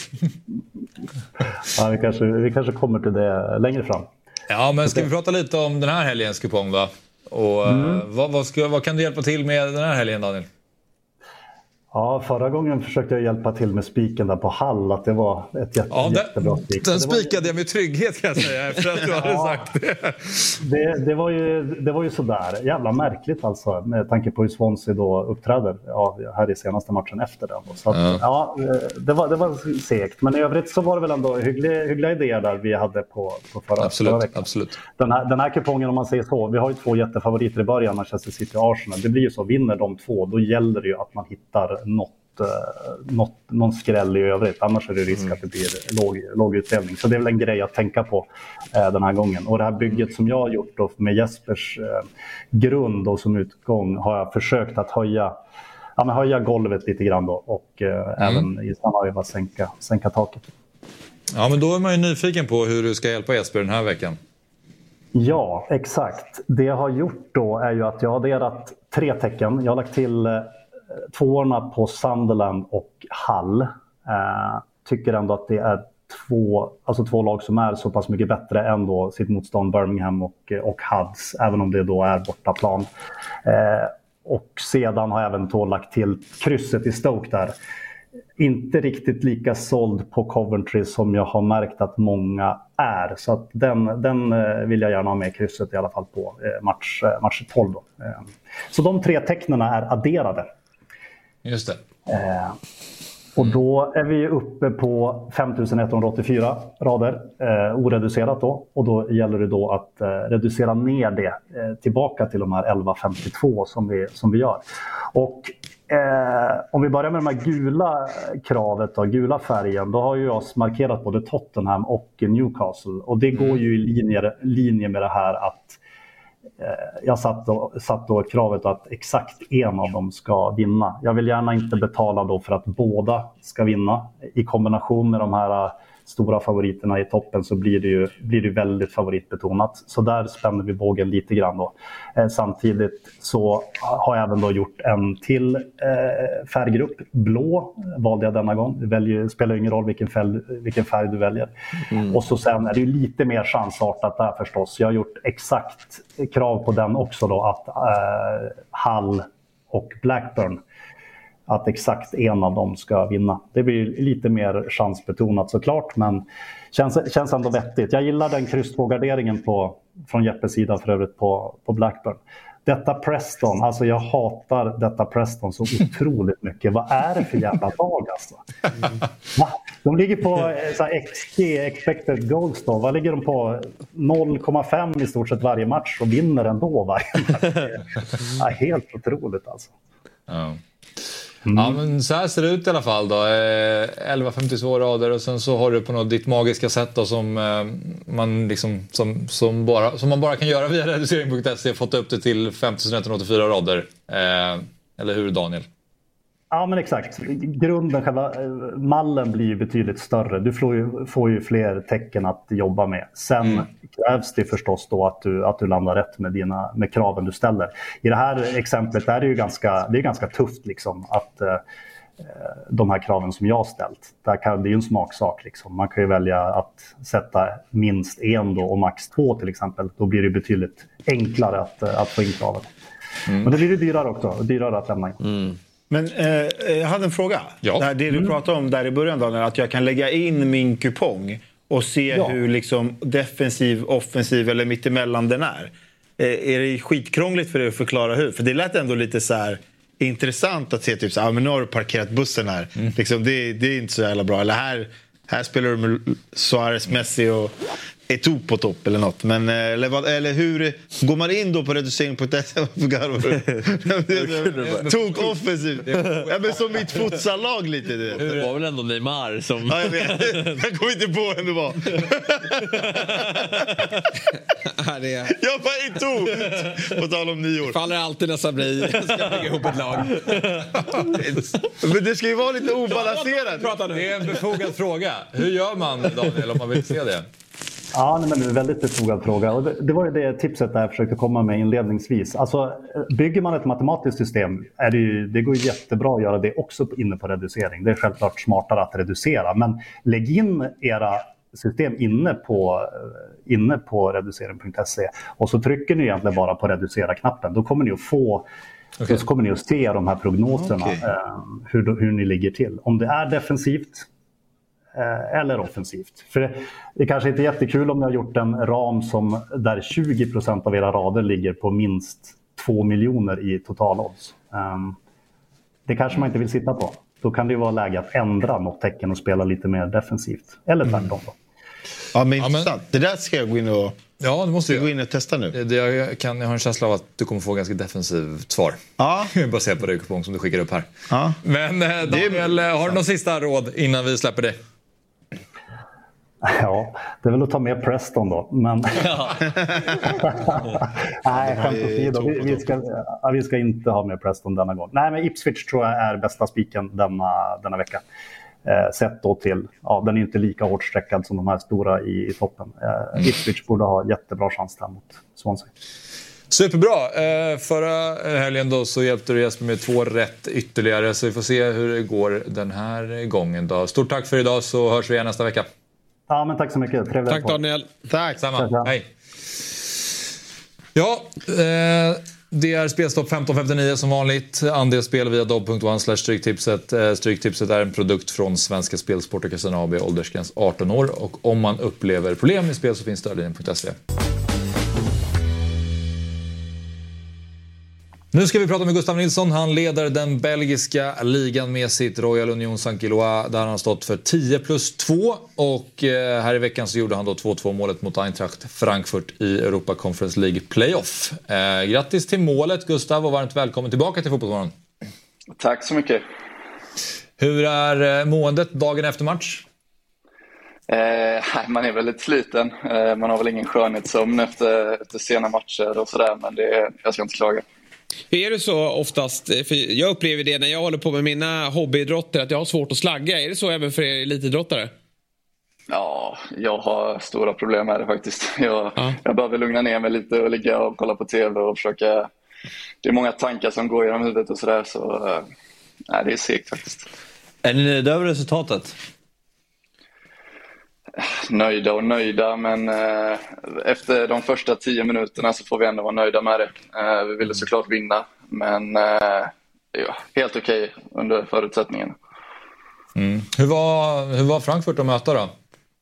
Ja, vi kanske, vi kanske kommer till det längre fram. Ja, men ska vi prata lite om den här helgens kupong då? Och mm. vad, vad, ska, vad kan du hjälpa till med den här helgen, Daniel? Ja, förra gången försökte jag hjälpa till med spiken där på Hall, att det var ett jätte, ja, jättebra spik. Den spikade var... jag med trygghet, kan jag säga, efter att du hade ja, sagt det. det. Det var ju, det var ju sådär, jävla märkligt alltså, med tanke på hur Swansea då uppträder ja, här i senaste matchen efter den. Så att, ja. ja, det var, det var segt, men i övrigt så var det väl ändå hyggliga, hyggliga idéer där vi hade på, på förra, absolut, förra veckan. Absolut. Den här, den här kupongen, om man säger så, vi har ju två jättefavoriter i början, Manchester City och Arsenal. Det blir ju så, vinner de två, då gäller det ju att man hittar något, något, någon skräll i övrigt. Annars är det risk att det blir låg, låg utdelning. Så det är väl en grej att tänka på eh, den här gången. Och det här bygget som jag har gjort då, med Jespers eh, grund och som utgång, har jag försökt att höja, ja, men höja golvet lite grann då, och eh, mm. även i samma veva sänka, sänka taket. Ja, men då är man ju nyfiken på hur du ska hjälpa Jesper den här veckan. Ja, exakt. Det jag har gjort då är ju att jag har adderat tre tecken. Jag har lagt till eh, tvåorna på Sunderland och Hull. Eh, tycker ändå att det är två, alltså två lag som är så pass mycket bättre än då sitt motstånd Birmingham och, och Hudds, även om det då är bortaplan. Eh, och sedan har jag även då lagt till krysset i Stoke där. Inte riktigt lika såld på Coventry som jag har märkt att många är. Så att den, den vill jag gärna ha med krysset i alla fall på match, match tolv. Då. Så de tre tecknena är adderade. Just det. Eh, och då är vi uppe på femtusen etthundraåttiofyra rader, eh, oreducerat då. Och då gäller det då att eh, reducera ner det eh, tillbaka till de här elva femtiotvå som vi, som vi gör. Och Eh, om vi börjar med de här gula kravet och gula färgen, då har ju jag markerat både Tottenham och Newcastle. Och det går ju i linje, linje med det här att eh, jag satt då, satt då kravet att exakt en av dem ska vinna. Jag vill gärna inte betala då för att båda ska vinna. I kombination med de här stora favoriterna i toppen så blir det ju blir det väldigt favoritbetonat. Så där spänner vi bågen lite grann då. Eh, samtidigt så har jag även då gjort en till eh, färggrupp. Blå valde jag denna gång. Det väljer, spelar ingen roll vilken färg, vilken färg du väljer. Mm. Och så sen är det ju lite mer chansartat där förstås. Jag har gjort exakt krav på den också då att eh, Hull och Blackburn, att exakt en av dem ska vinna. Det blir lite mer chansbetonat såklart, men känns, känns ändå vettigt. Jag gillar den kryss två-garderingen på, från Jeppes sida för övrigt på, på Blackburn. Detta Preston, alltså jag hatar detta Preston så otroligt mycket. Vad är det för jävla lag alltså? Va? De ligger på så här, X G, expected goals då. Vad ligger de på? noll komma fem i stort sett varje match och vinner ändå varje match. Ja, helt otroligt alltså. Ja. Mm. Ja, men så här ser det ut i alla fall då. Eh, elva femtiotvå rader och sen så har du på något ditt magiska sätt då som eh, man liksom som, som, bara, som man bara kan göra via reducering punkt se fått upp det till femtusen etthundraåttiofyra rader. Eh, eller hur, Daniel? Ja, men exakt. Grunden, själva mallen blir ju betydligt större. Du får ju, får ju fler tecken att jobba med. Sen mm. krävs det förstås då att du, att du landar rätt med, dina, med kraven du ställer. I det här exemplet är det ju ganska, det är ganska tufft liksom, att eh, de här kraven som jag har ställt. Där kan, det är ju en smaksak. Liksom. Man kan ju välja att sätta minst en då och max två till exempel. Då blir det betydligt enklare att, att få in kraven. Mm. Men det blir ju dyrare också. Dyrare att lämna in. Mm. Men eh, jag hade en fråga. Ja. Det, här, det du mm. pratade om där i början, Daniel, att jag kan lägga in min kupong och se ja. hur liksom defensiv, offensiv eller mittemellan den är. Eh, är det skitkrångligt för dig att förklara hur? För det lät ändå lite så här intressant att se typ så här, ah, men nu har du parkerat bussen här. Mm. Liksom, det, det är inte så jävla bra. Eller här, här spelar du med Suarez, Messi och Eto'o på topp eller något. Men, eller, vad, eller hur går man in då på reducering på det? Tog offensivt. Ja, men som mitt futsallag lite. Det. Det var väl ändå Neymar som... Ja, jag vet. Jag kommer inte på vem det var. Jag bara Eto'o. På tal om nyår. Faller alltid när Sabri ska bygga ihop ett lag. Men det ska ju vara lite obalanserat. Det är en befogad fråga. Hur gör man, Daniel, om man vill se det? Ja, nej, men det är en väldigt befogad fråga. Och det, det var ju det tipset där jag försökte komma med inledningsvis. Alltså, bygger man ett matematiskt system, är det, ju, det går ju jättebra att göra det också inne på reducering. Det är självklart smartare att reducera. Men lägg in era system inne på, inne på reducering punkt se och så trycker ni egentligen bara på reducera-knappen. Då kommer ni att få... Okay. Så kommer ni att se de här prognoserna, okay. eh, hur, hur ni ligger till. Om det är defensivt eller offensivt. För det, det kanske inte är jättekul om ni har gjort en ram som där tjugo procent av era rader ligger på minst två miljoner i totalodds. Um, det kanske man inte vill sitta på. Då kan det ju vara läge att ändra något tecken och spela lite mer defensivt. Eller tvärtom då. Mm. Ja, men intressant. Ja, men... Det där ska jag gå in och, ja, det måste jag gå in och testa nu. Det, jag, kan, jag har en känsla av att du kommer få ganska defensivt svar. Ja. Baserat på det kupong som du skickar upp här. Ja. Men Daniel, är... har du någon sista råd innan vi släpper det? Ja, det är väl att ta med Preston då. Men... Ja. Nej, skämt åsido. Vi, vi, ska, ja, vi ska inte ha med Preston denna gång. Nej, men Ipswich tror jag är bästa spiken denna, denna vecka. Eh, sett då till, ja, den är inte lika hårt sträckad som de här stora i, i toppen. Eh, mm. Ipswich borde ha jättebra chans där mot Swansea. Superbra. Eh, förra helgen då så hjälpte du Jesper med två rätt ytterligare, så vi får se hur det går den här gången då. Stort tack för idag, så hörs vi igen nästa vecka. Ja, men tack så mycket. Trevligt. Tack Daniel. Tack. Samma. Hej. Ja, eh, det är Spelstopp femton femtionio som vanligt. Andelsspel via dobb punkt one slash stryktipset. Stryktipset är en produkt från Svenska Spelsport och Casino A B, åldersgräns arton år. Och om man upplever problem med spel så finns stödlinjen punkt se. Nu ska vi prata med Gustav Nilsson. Han leder den belgiska ligan med sitt Royal Union Saint-Gilloise, där han har stått för tio plus två. Och här i veckan så gjorde han då två två målet mot Eintracht Frankfurt i Europa Conference League Playoff. Eh, grattis till målet Gustav och varmt välkommen tillbaka till Fotbollsmorgon. Tack så mycket. Hur är måendet dagen efter match? Eh, man är väldigt sliten. Eh, man har väl ingen skönhetssömn efter, efter sena matcher och sådär, men det, jag ska inte klaga. Hur är det så oftast? För jag upplever det när jag håller på med mina hobbyidrotter, att jag har svårt att slagga. Är det så även för er elitidrottare? Ja, jag har stora problem med det faktiskt. Jag, ja. jag behöver lugna ner mig lite och ligga och kolla på tv och försöka. Det är många tankar som går genom huvudet och sådär, så nej, det är segt faktiskt. Är ni nöjda över resultatet? Nöjda och nöjda, men eh, efter de första tio minuterna så får vi ändå vara nöjda med det. Eh, vi ville såklart vinna, men eh, ja, helt okej under förutsättningen. Mm. Hur var, hur var Frankfurt att möta då?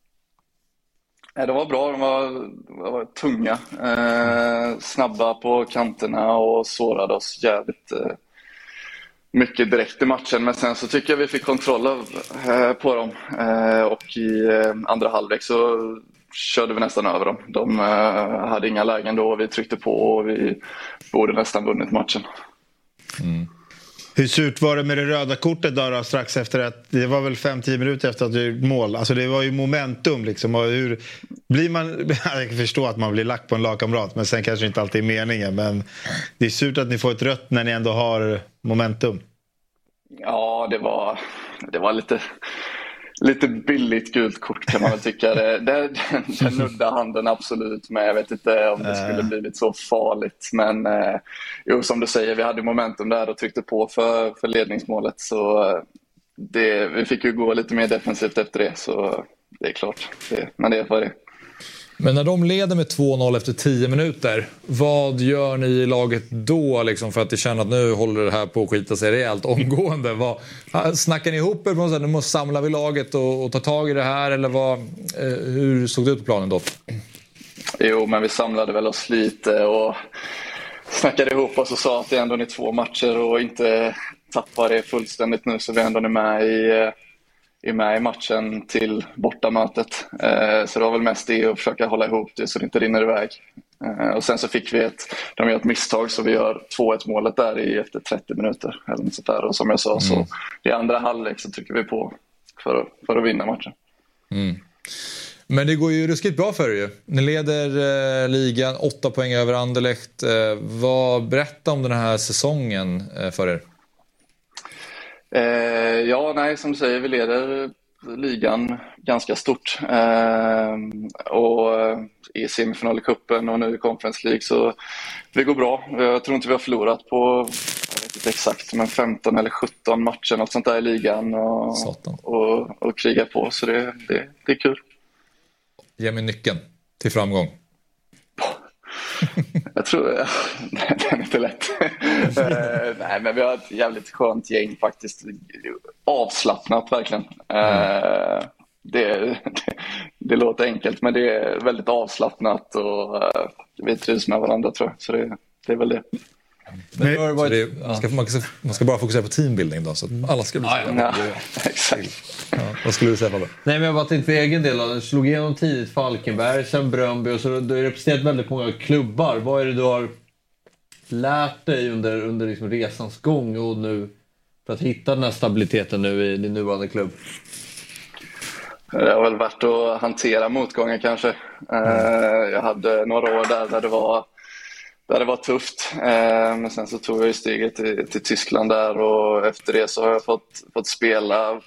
Eh, de var bra, de var, de var tunga, eh, snabba på kanterna och sårade oss jävligt eh, mycket direkt i matchen, men sen så tycker jag vi fick kontroll av, eh, på dem eh, och i eh, andra halvlek så körde vi nästan över dem. De eh, hade inga lägen då, vi tryckte på och vi borde nästan vunnit matchen. Mm. Hur surt var det med det röda kortet då, då strax efter att det var väl fem till tio minuter efter att du gjorde mål? Alltså det var ju momentum liksom, och hur blir man, jag kan förstå att man blir lack på en lagkamrat, men sen kanske inte alltid är meningen, men det är surt att ni får ett rött när ni ändå har momentum. Ja, det var det var lite lite billigt gult kort kan man väl tycka. Det, det, det nudda handen absolut, men jag vet inte om det skulle blivit så farligt. Men eh, jo, som du säger, vi hade momentum där och tryckte på för, för ledningsmålet. Så eh, det, vi fick ju gå lite mer defensivt efter det, så det är klart. Det, men det är vad det är. Men när de leder med två noll efter tio minuter, vad gör ni i laget då liksom, för att ni känner att nu håller det här på att skita sig rejält omgående? Vad, snackar ni ihop er på något sätt? Nu måste samla vi laget och, och ta tag i det här, eller vad, eh, hur såg det ut på planen då? Jo, men vi samlade väl oss lite och snackade ihop oss och sa att det ändå är två matcher och inte tappar det fullständigt nu, så vi ändå är med i... är med i matchen till bortamötet. Eh, så det var väl mest det att försöka hålla ihop det så det inte rinner iväg. Eh, och sen så fick vi ett, de gör ett misstag så vi gör två ett målet där i efter trettio minuter. Eller något sånt där. Och som jag sa, mm. så i andra halvlek så trycker vi på för att, för att vinna matchen. Mm. Men det går ju ruskigt bra för er ju. Ni leder eh, ligan, åtta poäng över Anderlecht. Eh, vad berätta om den här säsongen eh, för er? Eh, ja, nej, som du säger, vi leder ligan ganska stort. Eh, och i semifinal i kuppen och nu i Conference League så det går bra. Jag tror inte vi har förlorat på, jag vet inte exakt, men femton eller sjutton matcher något sånt där i ligan och, och, och kriga på. Så det, det, det är kul. Ge mig nyckeln till framgång. Jag tror den är inte lätt. Nej, men vi har ett jävligt skönt gäng faktiskt. Avslappnat verkligen. Mm. Det, det, det låter enkelt, men det är väldigt avslappnat och vi trivs med varandra, tror jag. Så det, det är väl det. Men, det varit, det, man, ska, man, ska, man ska bara fokusera på teambuilding då, så att alla ska bli ja, ja, exakt. Ja, vad skulle du säga, Fabbe? Nej, men jag var tänkte för egen del. Jag slog igenom tidigt Falkenberg, sen Bröndby, och så du har representerat väldigt många klubbar. Vad är det du har lärt dig under, under liksom resans gång och nu för att hitta den här stabiliteten nu i din nuvarande klubb? Det har väl varit att hantera motgångar kanske. Mm. Jag hade några år där, där det var där det var tufft, men sen så tog jag ju steget till, till Tyskland där och efter det så har jag fått, fått spela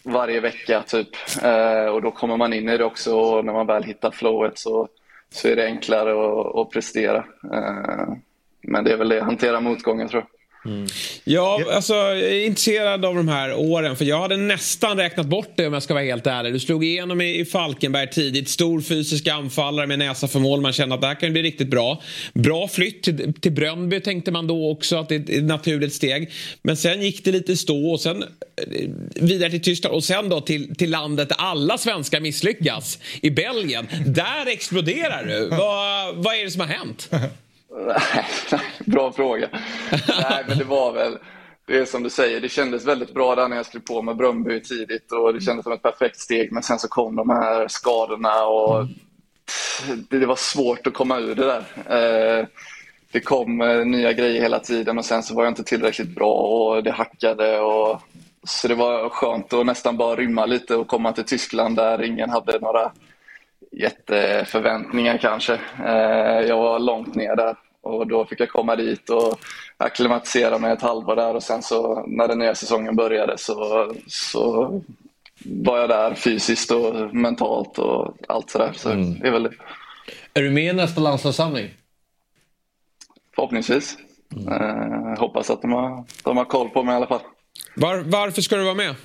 varje vecka typ. Eh, och då kommer man in i det också, och när man väl hittar flowet så, så är det enklare att, att prestera. Eh, men det är väl det, hantera motgången tror jag. Mm. Ja, alltså jag är intresserad av de här åren, för jag hade nästan räknat bort det om jag ska vara helt ärlig. Du slog igenom i Falkenberg tidigt, stor fysisk anfallare med näsa för mål. Man kände att det här kan bli riktigt bra. Bra flytt till, till Bröndby tänkte man då också att det är ett naturligt steg. Men sen gick det lite stå och sen vidare till Tyskland och sen då till, till landet där alla svenskar misslyckas, i Belgien. Där exploderar du. Vad, vad är det som har hänt? Nej, bra fråga. Nej, men det var väl, det är som du säger, det kändes väldigt bra där när jag skrev på med Bröndby tidigt, och det kändes som ett perfekt steg, men sen så kom de här skadorna och det, det var svårt att komma ur det där. Eh, det kom nya grejer hela tiden och sen så var jag inte tillräckligt bra och det hackade, och så det var skönt att nästan bara rymma lite och komma till Tyskland där ingen hade några jätteförväntningar kanske. Eh, jag var långt ner där. Och då fick jag komma dit och akklimatisera mig ett halvår där, och sen så när den nya säsongen började så, så var jag där fysiskt och mentalt och allt sådär. Så mm. det är väl det. Är du med i nästa landslagssamling? Förhoppningsvis. Mm. Eh, hoppas att de har, de har koll på mig i alla fall. Var, varför ska du vara med?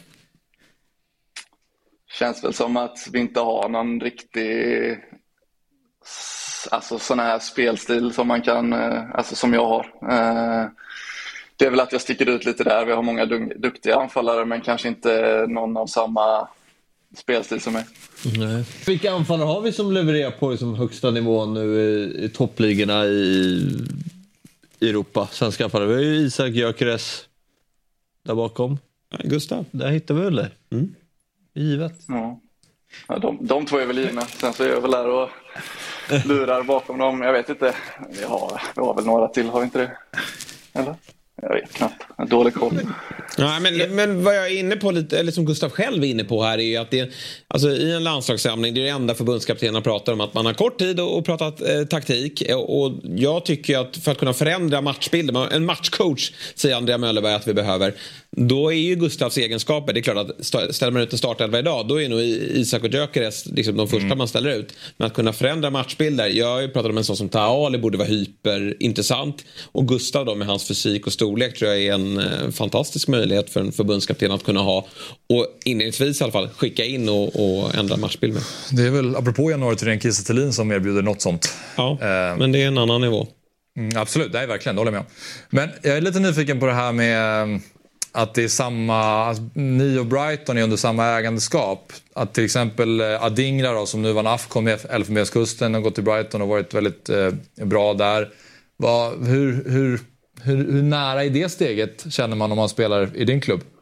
Känns väl som att vi inte har någon riktig, alltså sån här spelstil som man kan, alltså som jag har. Det är väl att jag sticker ut lite där. Vi har många duktiga anfallare, men kanske inte någon av samma spelstil som mig. Nej. Vilka anfallare har vi som levererar på liksom högsta nivån nu i, i toppligorna i, i Europa? Svenska anfallare. Vi har ju Isak Gyökeres där bakom. Gustav. Där hittar vi väl det. Mm. Givet. Ja. Ja, de, de två är väl givna. Sen så är jag väl där och lurar bakom dem. Jag vet inte. Vi har, vi har väl några till, har vi inte det? Eller? Jag vet knappt. Jag har dålig koll. Ja, men, men vad jag är inne på lite, eller som Gustav själv är inne på här, är ju att det, alltså i en landslagssamling, det är det enda förbundskaptenerna pratar om, att man har kort tid och, och pratat eh, taktik, och, och jag tycker att för att kunna förändra matchbilden, en matchcoach säger Andrea Möllerberg att vi behöver, då är ju Gustavs egenskaper, det är klart att ställer man ut en startelva idag, då är nog Isak och Gyökeres liksom de första mm. man ställer ut, men att kunna förändra matchbilder, jag har ju pratat om en sån som Taha Ali borde vara hyperintressant, och Gustav då med hans fysik och storlek tror jag är en eh, fantastisk möjlighet för en förbundskapten att kunna ha, och inledningsvis i alla fall skicka in och, och ändra matchbild med. Det är väl apropå januari till den Kiese Thelin som erbjuder något sånt. Ja, eh. men det är en annan nivå. Mm, absolut, det är verkligen, det håller jag med om. Men jag är lite nyfiken på det här med att det är samma, alltså, ni och Brighton är under samma ägandeskap. Att till exempel Adingra då, som nu vann Afcon med Elfenbenskusten och gått till Brighton och varit väldigt eh, bra där. Vad, hur, hur, hur, hur nära i det steget känner man om man spelar i din klubb?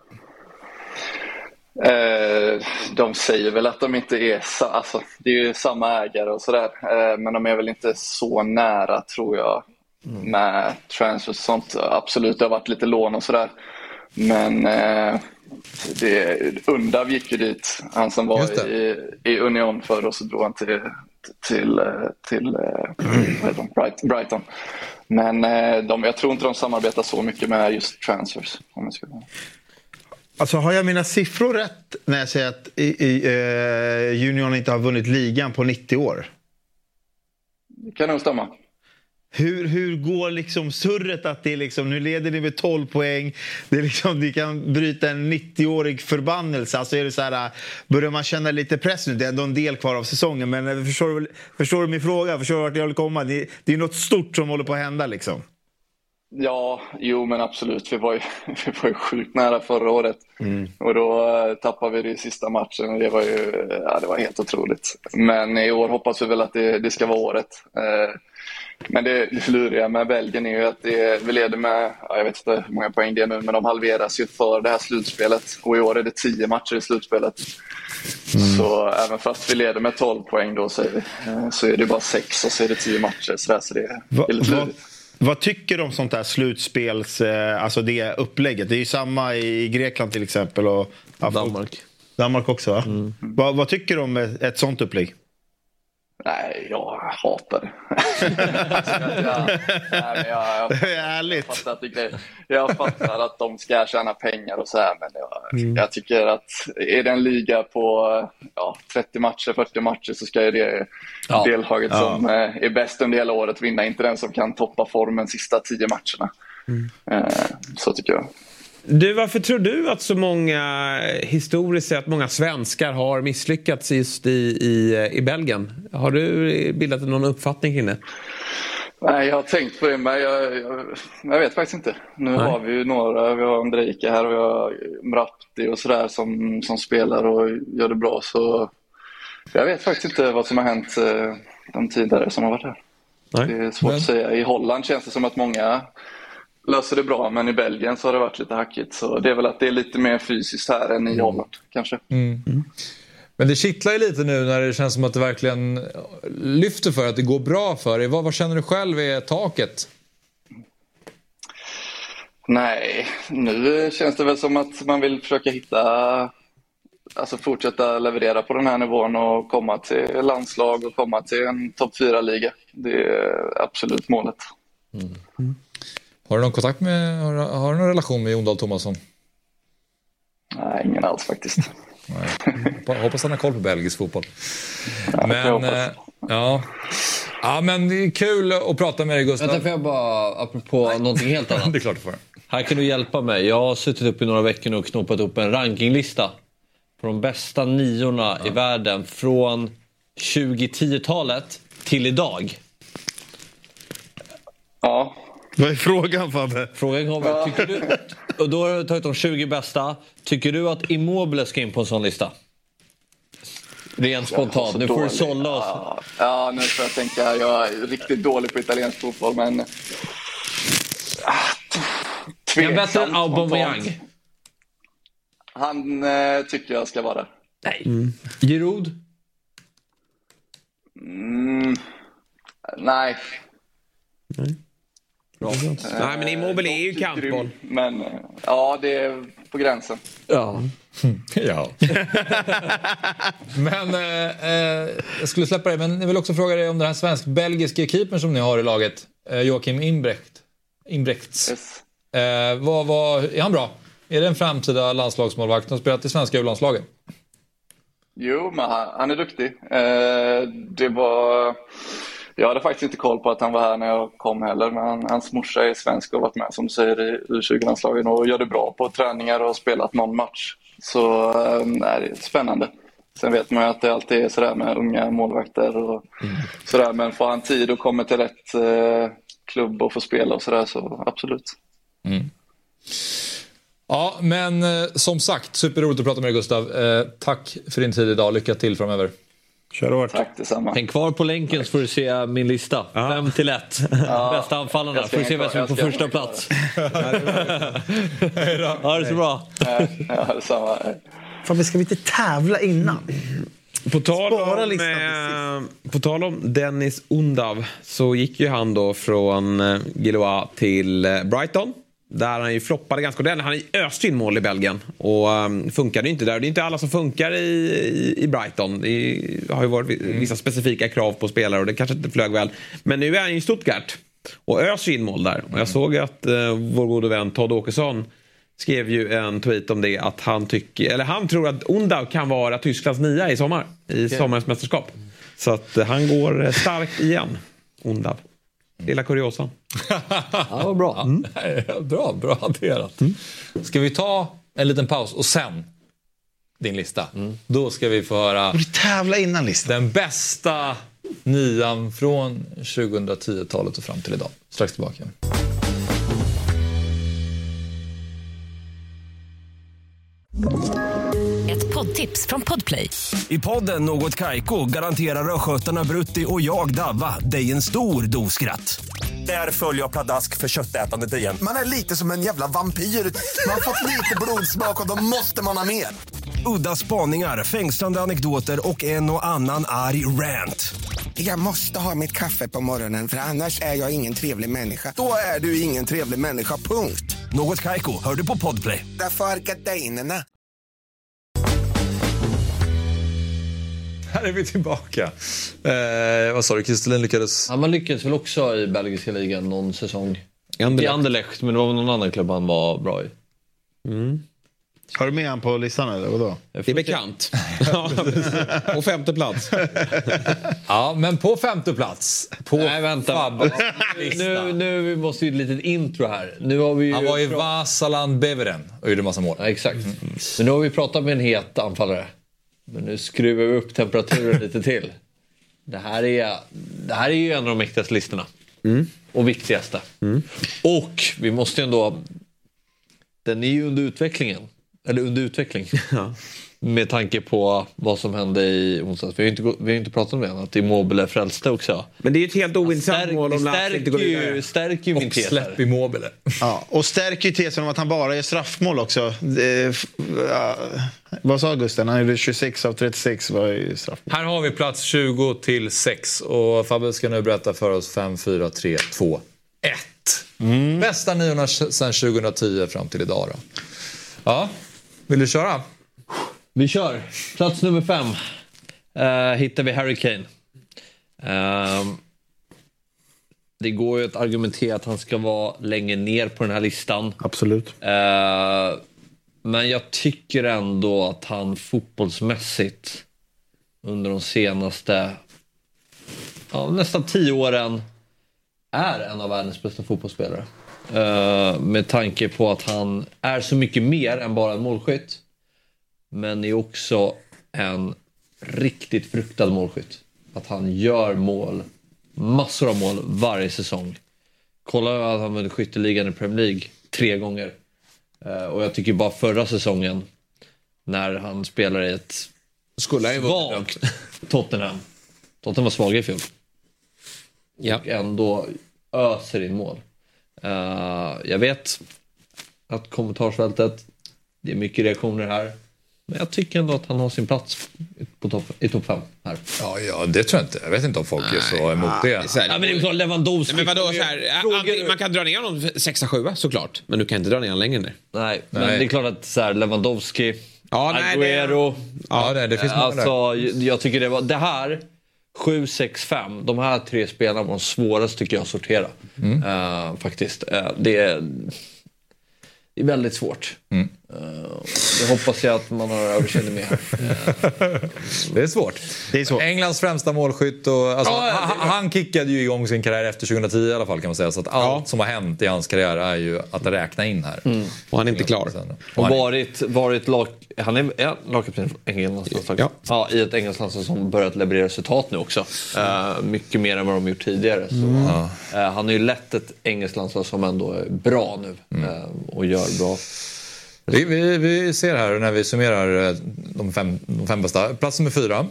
Eh, de säger väl att de inte är, alltså, det är ju samma ägare och sådär, eh, men de är väl inte så nära tror jag mm. med transfers och sånt. Absolut, det har varit lite lån och sådär. Men eh, det, Undav gick ju dit, han som var i, i Union för, och så drog han till, till, till mm. Brighton. Men eh, de, jag tror inte de samarbetar så mycket med just transfers. Om jag ska... Alltså har jag mina siffror rätt när jag säger att i, i, eh, Union inte har vunnit ligan på nittio år? Det kan nog stämma. Hur, hur går liksom surret att det är liksom, nu leder ni med tolv poäng, det är liksom, ni kan bryta en nittio-årig förbannelse, alltså är det så här, börjar man känna lite press nu, det är ändå en del kvar av säsongen, men förstår du, förstår du min fråga, förstår du vart jag vill komma, det, det är något stort som håller på att hända liksom. Ja, jo men absolut, vi var ju, vi var ju sjukt nära förra året mm. och då tappade vi det i sista matchen, och det var ju, ja, det var helt otroligt, men i år hoppas vi väl att det, det ska vara året. eh, Men det luriga med Belgien är ju att det, vi leder med, ja, jag vet inte hur många poäng det är nu, men de halveras ju för det här slutspelet. Och i år är det tio matcher i slutspelet. Mm. Så även fast vi leder med tolv poäng då, så är, vi, så är det bara sex och så är det tio matcher. Så, där, så det är va, va, vad tycker du om sånt här slutspels, alltså det upplägget? Det är ju samma i Grekland till exempel och Danmark. Danmark också, va? Mm. Va, vad tycker du om ett sånt upplägg? Nej, jag hatar det. jag, nej, jag, jag, det är ärligt. Jag fattar, att det, jag fattar att de ska tjäna pengar och så här, men jag, mm. jag tycker att är det en liga på ja, trettio matcher, fyrtio matcher, så ska ju det ja. deltaget ja. som är bäst under hela året vinna, inte den som kan toppa formen sista tio matcherna. Mm. Så tycker jag. Du, varför tror du att så många historiskt sett, många svenskar har misslyckats just i, i, i Belgien? Har du bildat någon uppfattning kring det? Nej, jag har tänkt på det, men jag, jag, jag vet faktiskt inte. Nu Nej. har vi ju några, vi har Andrejka här och vi har Mrapti och sådär som, som spelar och gör det bra. Så jag vet faktiskt inte vad som har hänt de tidigare som har varit här. Nej. Det är svårt men... att säga. I Holland känns det som att många löser det bra, men i Belgien så har det varit lite hackigt. Så det är väl att det är lite mer fysiskt här än i mm. Holland, kanske. Mm. Mm. Men det kittlar ju lite nu när det känns som att det verkligen lyfter för att det går bra för dig. Vad, vad känner du själv är taket? Nej, nu känns det väl som att man vill försöka hitta, alltså fortsätta leverera på den här nivån och komma till landslag och komma till en topp fyra-liga. Det är absolut målet. Mm. Mm. Har du någon kontakt med, har, har du någon relation med Jon Dahl Tomasson? Nej, ingen alls faktiskt. Nej. Hoppas han har koll på belgisk fotboll. Ja, men, äh, ja. ja, men det är kul att prata med dig, Gustav. Vänta, får jag bara, apropå Nej. någonting helt annat. Det är klart du får. Här kan du hjälpa mig. Jag har suttit upp i några veckor och knoppat upp en rankinglista på de bästa niorna ja. i världen från tjugo-tio-talet till idag. Ja. Vad är frågan, Fabbe? Frågan kommer. Ja. Tycker du, och då har jag tagit de tjugo bästa. Tycker du att Immobile ska in på en sån lista? Rent spontant. Nu får du sålla oss. Ja. ja, nu får jag tänka. Jag är riktigt dålig på italiensk fotboll, men... Jag bättre än Aubameyang. Han eh, tycker jag ska vara där. Nej. Mm. Giroud? Mm. Nej. Nej. Bra. Uh, Nej, men Immobile är ju kampboll. Men ja, det är på gränsen. Ja. ja. men eh, jag skulle släppa det, men jag vill också fråga dig om den här svensk-belgiska keepern som ni har i laget. Eh, Joakim Inbrecht. Inbrechts. Yes. Eh, vad, vad, är han bra? Är det en framtida landslagsmålvakt som har spelat i svenska U-landslaget? Jo, men han, han är duktig. Eh, det var... Jag hade faktiskt inte koll på att han var här när jag kom heller, men han, hans morsa är svensk och har varit med, som du säger, i U tjugo-landslagen och gör det bra på träningar och har spelat någon match. Så äh, nej, det är spännande. Sen vet man ju att det alltid är sådär med unga målvakter och mm. sådär, men får han tid och kommer till rätt eh, klubb och får spela och sådär, så absolut. Mm. Ja, men eh, som sagt, superroligt att prata med dig, Gustav. Eh, tack för din tid idag, lycka till framöver. Kör hårt. Tack detsamma. Häng kvar på länken så får du se min lista. Ja. Fem till ett. Ja. Bästa anfallarna. Får du se vem som är på första plats. Ha det så bra. Ja, detsamma. Fan, ska vi inte tävla innan? På tal, om, eh, på tal om Dennis Undav så gick ju han då från eh, Gilloa till eh, Brighton. Där han ju floppade ganska ordentligt. Han är öst in mål i Belgien. Och um, funkade inte där. Det är inte alla som funkar i, i, i Brighton. Det har ju varit vissa specifika krav på spelare och det kanske inte flög väl. Men nu är han i Stuttgart. Och öser in mål där. Och jag såg att uh, vår gode vän Todd Åkesson skrev ju en tweet om det. Att han tycker, eller han tror att Undav kan vara Tysklands nia i sommar. I okay. sommarens mästerskap. Så att uh, han går starkt igen. Undav. Lilla kuriosan. Ja, vad bra. Mm. bra, bra hanterat. Mm. Ska vi ta en liten paus och sen din lista. Mm. Då ska vi få höra vi tävla innan listan. Den bästa nian från tjugo-tio-talet och fram till idag. Strax tillbaka. Ett poddtips från Podplay. I podden Något Kaiko garanterar röskötarna Brutti och jag Davva dig en stor doskratt. Där följer jag pladask för köttätandet igen. Man är lite som en jävla vampyr. Man har fått lite blodsmak och då måste man ha mer. Udda spaningar, fängslande anekdoter och en och annan arg rant. Jag måste ha mitt kaffe på morgonen för annars är jag ingen trevlig människa. Då är du ingen trevlig människa, punkt. Något Kaiko, hör du på Podplay. Därför är gardinerna. här är vi tillbaka. Eh, vad sa du, Kristelin lyckades? Ja, man lyckades väl också i belgiska ligan någon säsong. Anderlecht. I Anderlecht, men det var väl någon annan klubb han var bra i. Mm. Har du med han på listan eller vadå? Det är bekant. På femte plats. Ja, men på femte plats. På Nej, vänta. nu, nu måste vi ett litet intro här. Nu har vi ju han var i Vasaland Beveren och gjorde massa mål. Ja, exakt. Mm. Men nu har vi pratat med en het anfallare. Men nu skruvar vi upp temperaturen lite till. Det här är, det här är ju en av de mäktigaste listorna. Mm. Och viktigaste. Mm. Och vi måste ju ändå... Den är ju under utvecklingen. Eller under utveckling. Ja. Med tanke på vad som hände i onsdags. Vi har ju inte, vi har inte pratat om det än. Att Immobile frälste också. Men det är ju ett helt ointressant mål om Lasse inte går vidare. Stärker ju min tes. Och släpp Immobile. Ja, och stärker ju tesen om att han bara är straffmål också. Det, ja, vad sa Gusten? Han gjorde tjugosex av trettiosex var ju straffmål. Här har vi plats tjugo till sex. Och Fabbe ska nu berätta för oss fem, fyra, tre, två, ett. Mm. Bästa niorna sedan tjugohundratio fram till idag då. Ja, vill du köra? Vi kör. Plats nummer fem. Uh, hittar vi Harry Kane. Uh, det går ju att argumentera att han ska vara längre ner på den här listan. Absolut. Uh, men jag tycker ändå att han fotbollsmässigt under de senaste ja, nästan tio åren är en av världens bästa fotbollsspelare. Uh, med tanke på att han är så mycket mer än bara en målskytt. Men är också en riktigt fruktad målskytt. Att han gör mål, massor av mål varje säsong. Kolla att han vunnit skytteligan i Premier League tre gånger. Uh, och jag tycker bara förra säsongen när han spelar i ett svagt Tottenham. Tottenham var svaga i fjol. Ja. Och ändå öser in mål. Uh, jag vet att kommentarsfältet, det är mycket reaktioner här. Men jag tycker ändå att han har sin plats på topp, i topp fem här. Ja, ja, det tror jag inte. Jag vet inte om folk Nej, är så emot ja, det. Så här, ja, men det är klart Lewandowski. Men vadå, så här, man kan dra ner honom sexa sjua såklart. Men du kan inte dra ner honom längre ner. Nej, men nej. Det är klart att så här, Lewandowski, ja, Aguero. Nej, det, ja, det, det finns många alltså, där. Jag tycker det var... Det här... sju, sex, fem. De här tre spelarna var de svåraste tycker jag att sortera. Mm. Uh, faktiskt. Uh, det, är, det är väldigt svårt. Mm. Uh, det hoppas jag att man har överseende med. Uh. Det är svårt. Det är svårt. Englands främsta målskytt. Och, alltså, ja, han, han kickade ju igång sin karriär efter tjugohundratio i alla fall kan man säga. Så att allt ja. som har hänt i hans karriär är ju att räkna in här. Mm. Och han är inte klar. Och varit, varit lag, han är ja, lagkapten i Englands landslag. Ja. Ja, i ett engelskt landslag som börjat leverera resultat nu också. Uh, mycket mer än vad de gjort tidigare. Så, mm. uh, han har ju lett ett engelskt landslag som ändå är bra nu. Mm. Uh, och gör bra. Vi, vi, vi ser här när vi summerar de fem, de fem bästa. Plats nummer fyra.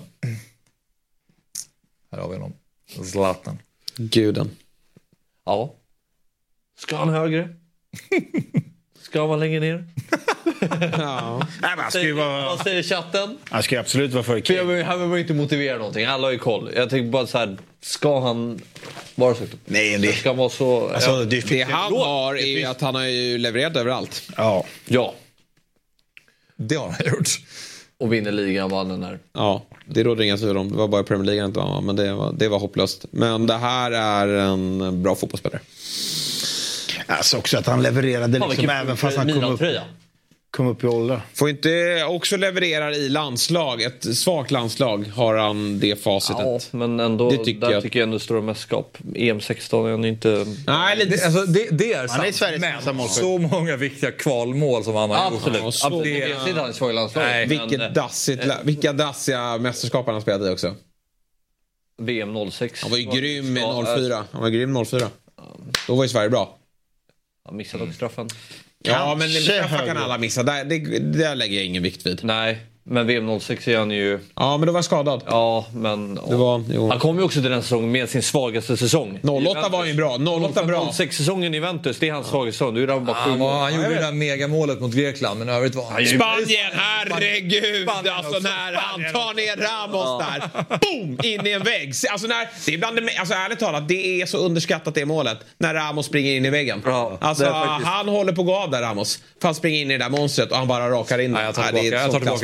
Här har vi honom. Zlatan. Guden. Ja. Ska han högre? Ska man längre ner? Ja. Nej, men ska ju vara... Vad säger chatten? Han ska absolut vara för Kane. Jag behöver inte motivera någonting. Alla har ju koll. Jag tänker bara så här, ska han vara så? Nej, det ska vara så. Alltså, ja. det, det han har är ju att han har ju levererat överallt. Ja. Ja. Det har han gjort. Och vinner ligan vann den här. Ja, det råder inga tur om. Det var bara Premier League inte var, men det var, det var hopplöst. Men det här är en bra fotbollsspelare. Alltså också att han levererade liksom ja, även fast han kom upp, kom upp i ålder. Får inte också leverera i landslag. Ett svagt landslag har han det facitet. Ja, men ändå, det tycker där jag. tycker jag ändå stora mästerskap. E M sexton är han inte... Nej, det, alltså, det, det är sant. Han är Sveriges men så många viktiga kvalmål som han har gjort. Absolut. Ja, Absolut. Det är inte hans svåra landslag. Nej, vilket men, dassigt, äh, vilka dassiga mästerskap han har spelat i också. V M noll sex. Han var ju var grym i noll fyra. Han var grym noll fyra. Då var ju Sverige bra. Han missade också straffen. Ja, men straffar kan alla missa. Där, det, där lägger jag ingen vikt vid. Nej, men V M noll sex är han ju... Ja, men då var han skadad. Ja, men... Det var, jo. Han kom ju också till den säsongen med sin svagaste säsong. noll åtta var ju bra. noll åtta bra. noll sex-säsongen i Juventus, det är hans ja. svagaste säsong. Han, bara han, var, han gjorde det där megamålet mot Grekland, men övrigt var han... Spanien, herregud! Spanien alltså när han tar ner Ramos ja. där. Boom! In i en vägg. Alltså, när, det är bland det, alltså ärligt talat, det är så underskattat det målet. När Ramos springer in i väggen. Ja, alltså, han håller på att gå av där, Ramos. För han springer in i det där monstret och han bara rakar in. Nej, jag tar tillbaka, jag tar tillbaka allt.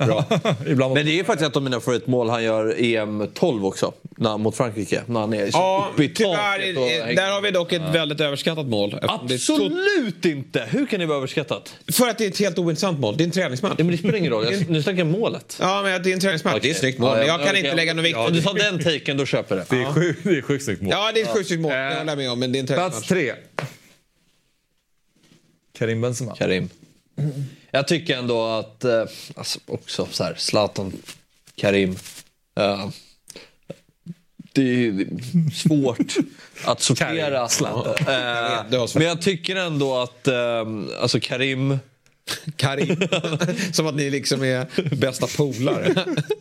Bra. Ibland. Men det är faktiskt ett av mina favoritmål han gör E M tolv också. När, mot Frankrike. När han är ja, tyvärr, där har vi dock ett ja. väldigt överskattat mål. Absolut så... inte! Hur kan det vara överskattat? För att det är ett helt ointressant mål. Det är en träningsmatch. Ja, men det spelar ingen roll. Jag, nu snackar jag målet. Ja, men det är en träningsmatch. Okay. Det är ett snyggt mål. Ja, ja, jag kan okay. inte lägga någon vikt. Ja, du tar den taken, då köper det. Det är, sjuk, det är sjukt snyggt mål. Ja, det är ett sjukt snyggt mål. Jag håller med om, men det är en träningsmatch. Plats tre. Karim Benzema. Karim. Mm. Jag tycker ändå att eh, alltså också så här Zlatan, Karim uh, det är svårt att sortera Karim, uh, men jag tycker ändå att uh, alltså Karim Karim som att ni liksom är bästa polare.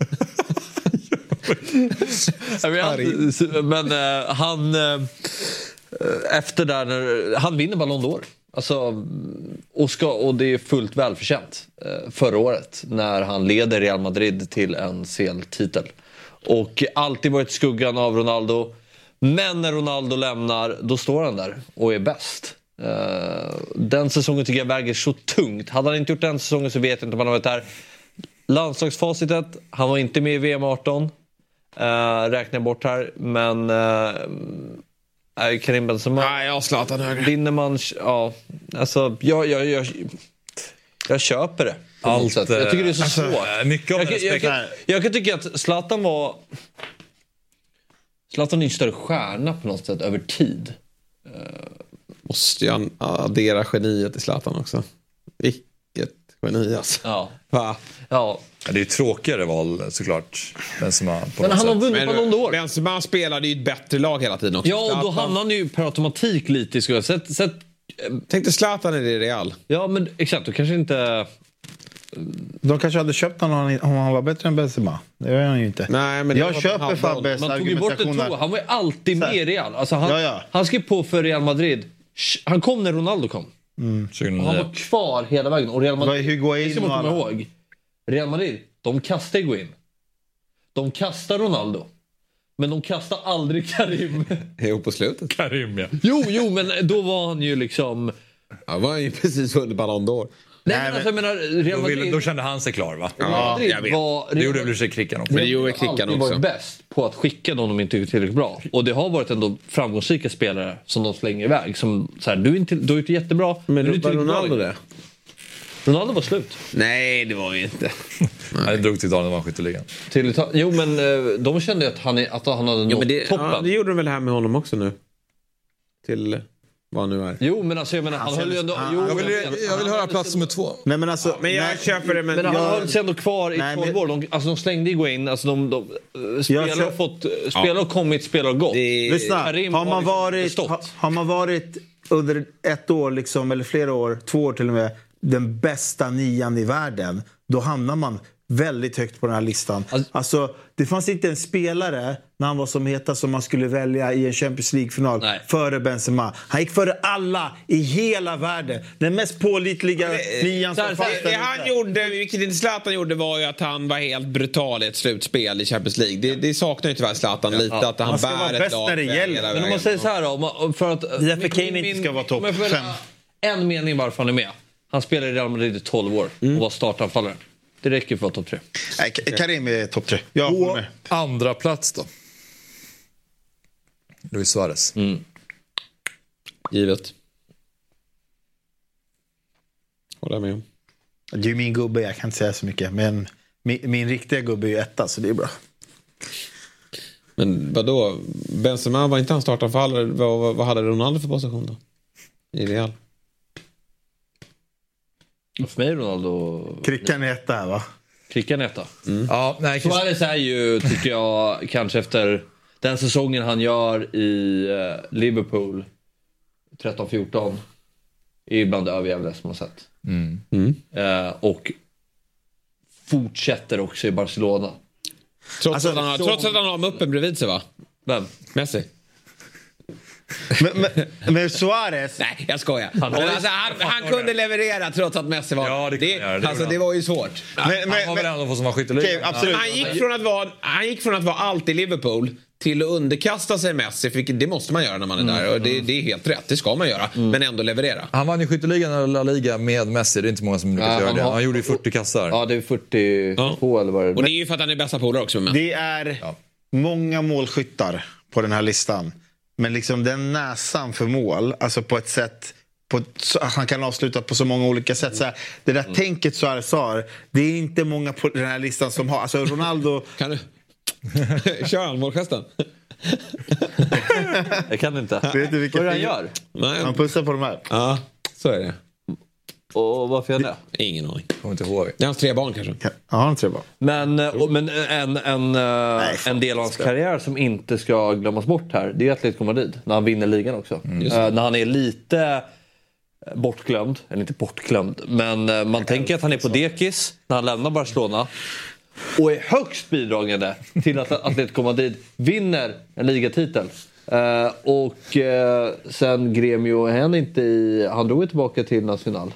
Men uh, han uh, efter där när han vinner Ballon d'Or. Alltså, och, ska, och det är fullt välförtjänt eh, förra året när han leder Real Madrid till en C L-titel. Och alltid varit skuggan av Ronaldo. Men när Ronaldo lämnar, då står han där och är bäst. Eh, den säsongen tycker jag väger så tungt. Hade han inte gjort den säsongen så vet jag inte om han har varit där. Landslagsfacitet, han var inte med i V M arton. Eh, räknar bort här, men... Eh, Karim Benzema. Nej, jag Zlatan högre. Vinner man, ja, alltså jag jag jag jag köper det. Allt, jag tycker det är så alltså, svårt. Mycket av jag, jag, jag, jag kan tycka att Zlatan var Zlatan är en större stjärna på något sätt över tid. Måste jag addera geniet i Zlatan också. Vilket geni alltså. Ja. Va? Ja. Ja, det är ju tråkigare val såklart. Benzema på men han har vunnit på någon år. Benzema spelade ju ett bättre lag hela tiden också. Ja, och då hamnar han ju per automatik lite i skolan. Sätt, sätt... Tänkte Zlatan är det Real. Ja, men exakt. Då kanske inte... De kanske hade köpt honom om han var bättre än Benzema. Det gör han ju inte. Nej, men jag köper Fabbes man tog ju bort det två. Han var ju alltid med i Real. Alltså han, ja, ja. han skrev på för Real Madrid. Han kom när Ronaldo kom. Mm. Och han var kvar hela vägen. Och Real Madrid, Higuain det ska man komma ihåg. Real Madrid, de kastar Higuain. De kastar Ronaldo. Men de kastar aldrig Karim. Jo, på slutet. Karim, ja. Jo, jo, men då var han ju liksom... Ja, var han ju precis under Ballon d'Or. Nej, men alltså, jag menar, Real Madrid... då, ville, då kände han sig klar, va? Ja, jag vet. Var, det gjorde väl sig Krickan också. Men det gjorde Krickan också. varit bäst på att skicka någon de inte är tillräckligt bra. Och det har varit ändå framgångsrika spelare som de slänger iväg. Som, så här, du är inte, du är inte jättebra. Men du är inte Ronaldo det? Ronaldo var slut. Nej, det var ju inte. Han drog till Italien och vann skytteligan. Till Italien. Jo, men de kände att han, att han hade nått ja, det, toppen. Ja, det gjorde de väl här med honom också nu. Till vad nu är. Jo, men alltså jag menar, han, han höll ju ändå... Jo, jag, vill, jag vill höra plats nummer två. Nej, men alltså... Men jag nej, köper det, men... Men han jag... höll sig ändå kvar i nej, tolv år. De, alltså de slängde Higuain. Alltså de... de spelare har fått... Spelare har kommit, spelare har gått. Det... Lyssna, har man, varit, har, har man varit under ett år, liksom, eller flera år, två år till och med, den bästa nian i världen, då hamnar man väldigt högt på den här listan. Alltså, alltså det fanns inte en spelare när han var som hetast som man skulle välja i en Champions League-final före Benzema. Han gick före alla i hela världen. Den mest pålitliga det, nian som fanns. Det han gjorde, vilket inte Zlatan gjorde, var ju att han var helt brutal i ett slutspel i Champions League. Det, det saknar ju tyvärr Zlatan lite, ja. Att han, han bär ett lag när det gäller. Men om man säger så här då, för att... Därför Kane inte ska vara topp fem. En mening varför han är med. Han spelade i Real Madrid i tolv år och var startanfallare. Det räcker för att topp tre. Nej, Karim är topp tre. Ja, på andra plats då. Luis Suarez. Mm. Givet. Håller med om. Det är min gubbe, jag kan inte säga så mycket. Men min, min riktiga gubbe är ju etta, så det är bra. Men vadå? Benzema var inte han startanfallare. Vad, vad hade Ronaldo för position då? I Real? För mig är Ronaldo... Krickan är etta här, va? Krickan är etta. Mm. Ja, nej, Suarez är ju, tycker jag, kanske efter den säsongen han gör i uh, Liverpool tretton fjorton är bland det överjävligaste man sett. Mm. Mm. Uh, och fortsätter också i Barcelona. Trots, alltså, att, han har, så... trots att han har Muppen bredvid sig, va? Vem? Messi. men, men, men Suarez... Nej, jag skojar. Han, men alltså, han, han kunde leverera trots att Messi var... Ja, det, det, det, alltså, det var ju svårt. Men, men, han har väl ändå fått som var skytteliga. Okay, absolut. Han gick från att vara, han gick från att vara allt i Liverpool till att underkasta sig Messi. För det måste man göra när man är där. Och det, det är helt rätt, det ska man göra. Mm. Men ändå leverera. Han vann ju skytteligan och La Liga med Messi. Det är inte många som lyckas ja, göra han det. Han har, gjorde ju fyrtio kassar. Ja, det är fyrtiotvå ja. Eller vad det är. Och det är ju för att han är bästa polare också med. Det är ja. många målskyttar på den här listan. Men liksom den näsan för mål, alltså på ett sätt... På ett, han kan avsluta på så många olika sätt. Så här, det där mm. tänket Suarez har, det är inte många på den här listan som har. Alltså Ronaldo... Kan du? Kör han målgesten? Jag kan inte. Vet du vilka vad han gör? Nej. Han pussar på de här. Ja, så är det. Och varför är det? Ingen aning. Kommer inte ihåg. Det är hans tre barn kanske. Ja, han har tre barn. Men, men en, en, Nej, en del av hans karriär som inte ska glömmas bort här, det är Atletico Madrid. När han vinner ligan också. Mm. Uh, när han är lite bortglömd, eller inte bortglömd, men uh, man tänker att han är på dekis när han lämnar Barcelona. Och är högst bidragande till att Atletico Madrid vinner en ligatitel. Uh, och uh, sen Gremio, han inte i, han drog tillbaka till Nacional.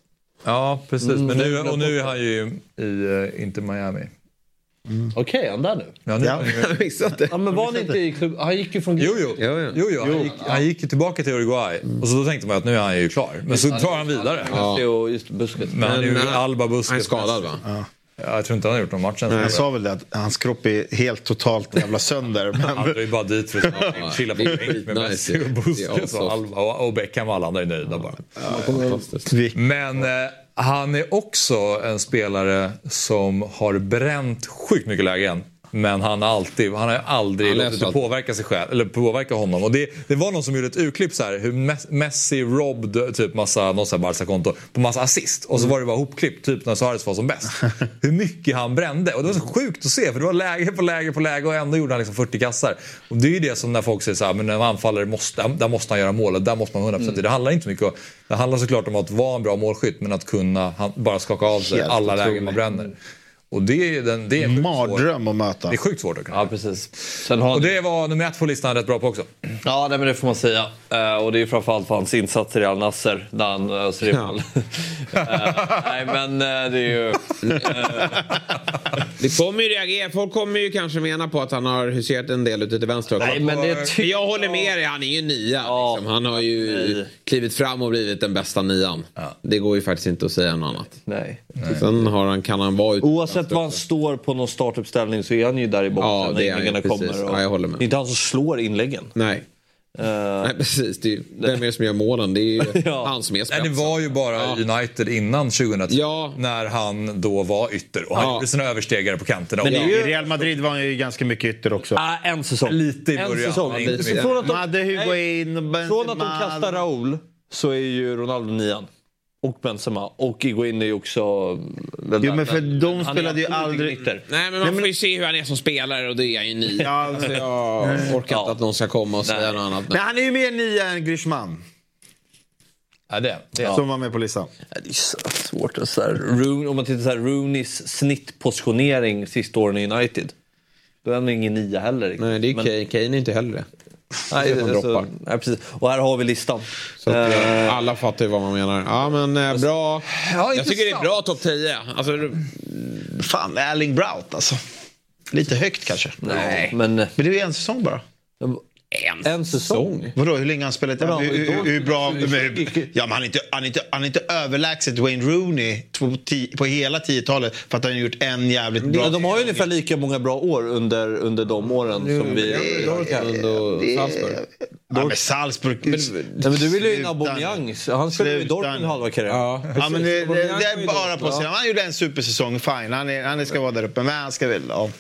Ja, precis. Mm, men nu, och nu är han ju i uh, Inter Miami. Mm. Okej, okay, han där nu. Ja, nu ja. Jag ja, men var han inte i klubb? Han gick ju från... Jo, jo. jo, jo. jo, jo. Han, gick, han gick ju tillbaka till Uruguay. Mm. Och så då tänkte man att nu är han ju klar. Men så tar han vidare. Ja. Och just Busquets. Men han är ju Alba Busquets. Han är skadad, va? Ja. Ja, jag tror inte han har gjort någon match. Han sa väl det att hans kropp är helt totalt jävla sönder. Men... Han är ju bara dit för att chilla på bänk med Messi och Busquets och Alba och Beckham och alla andra är nöjda bara. Ja, men... Eh, han är också en spelare som har bränt sjukt mycket lägen. Men han har alltid, han har aldrig han låtit det påverka sig själv eller påverka honom. Och det, det var någon som gjorde ett urklipp så här hur Messi robbed typ massa någon så här Barca-konto på massa assist och så var det bara hopklipp typ när Suarez var som bäst. Hur mycket han brände och det var så sjukt att se för det var läge på läge på läge och ändå gjorde han liksom fyrtio kassar. Och det är ju det som när folk säger så här men när man anfaller måste där måste han göra mål, där måste man hundra procent. Mm. Det handlar inte mycket om, det handlar såklart om att vara en bra målskytt men att kunna han, bara skaka av sig helt alla lägen man bränner. Och det är den det är en mardröm att möta. Det är sjukt svårt att kunna. Ja, precis. Sen har och det var nummer ett på listan rätt bra på också. Ja, nej, men det får man säga. Uh, och det är framförallt för hans insatser i Al Nassr när han öser i mål. Nej, men uh, det är ju... Uh... det kommer ju reagera. Folk kommer ju kanske mena på att han har huserat en del ute till vänster. Nej, men det ty- jag håller med dig, han är ju nia. Ja, liksom. Han har ju nej. klivit fram och blivit den bästa nian. Ja. Det går ju faktiskt inte att säga något annat. Nej. Sen har han, kan han vara ute. Oavsett vad han står på någon startuppställning så är han ju där i botten ja, när inläggen kommer. Och ja, jag håller med. Det är inte han som slår inläggen. Nej. Uh, Nej precis, det är ju vem är det som gör målen. Det är ju ja. han som är spetsen. Nej, det var ju bara ja. United innan tjugohundratio ja. när han då var ytter och han ja. gjorde sina överstegare på kanterna. Men ja. i Real Madrid var han ju ganska mycket ytter också. uh, En säsong. Lite i en början. Säsong. Inte så från, att de, Madde, Higuain, nej, från att de kastar Raúl så är ju Ronaldo nian. Och Benzema. Och Higuain är ju också... Jo, men för de spelade ju aldrig... Nej, men man får ju se hur han är som spelare och det är ju ni. Ja, alltså, jag orkar inte att någon ska komma och säga något annat. Men han är ju mer nia än Griezmann. Ja, det, det ja. Som var med på listan. Ja, det är så svårt att säga. Rooney, om man tittar så här, Rooneys snittpositionering sista åren i United. Då är han ingen nia heller. Nej, det är men... Kane. Kane är inte heller det. Nej, det alltså, nej, precis. Och här har vi listan. Så att, uh, alla fattar ju vad man menar. Ja, men eh, bra. Ja, jag tycker det är bra topp tio. Alltså, fan, Erling Braut alltså. Lite högt kanske. Nej, ja, men... men det är ju en säsong bara. En, en säsong? Vadå, hur länge han spelat? Ja, hur, hur, hur bra... Med, ja, men han är inte, han är inte, han är inte överlägset Wayne Rooney på, på hela tio-talet för att han har gjort en jävligt bra... De har ju ungefär lika många bra år under, under de åren det, som vi... Dortmund och Salzburg. Ja, men Salzburg... Men, ja, men du vill ju in Aubameyang. Han spelade ju i Dortmund halva karriären. Ja, ja, men det, det, det är bara på sig. Han gjorde en supersäsong, fine. Han, är, han ska vara där uppe, men han ska väl... Ja.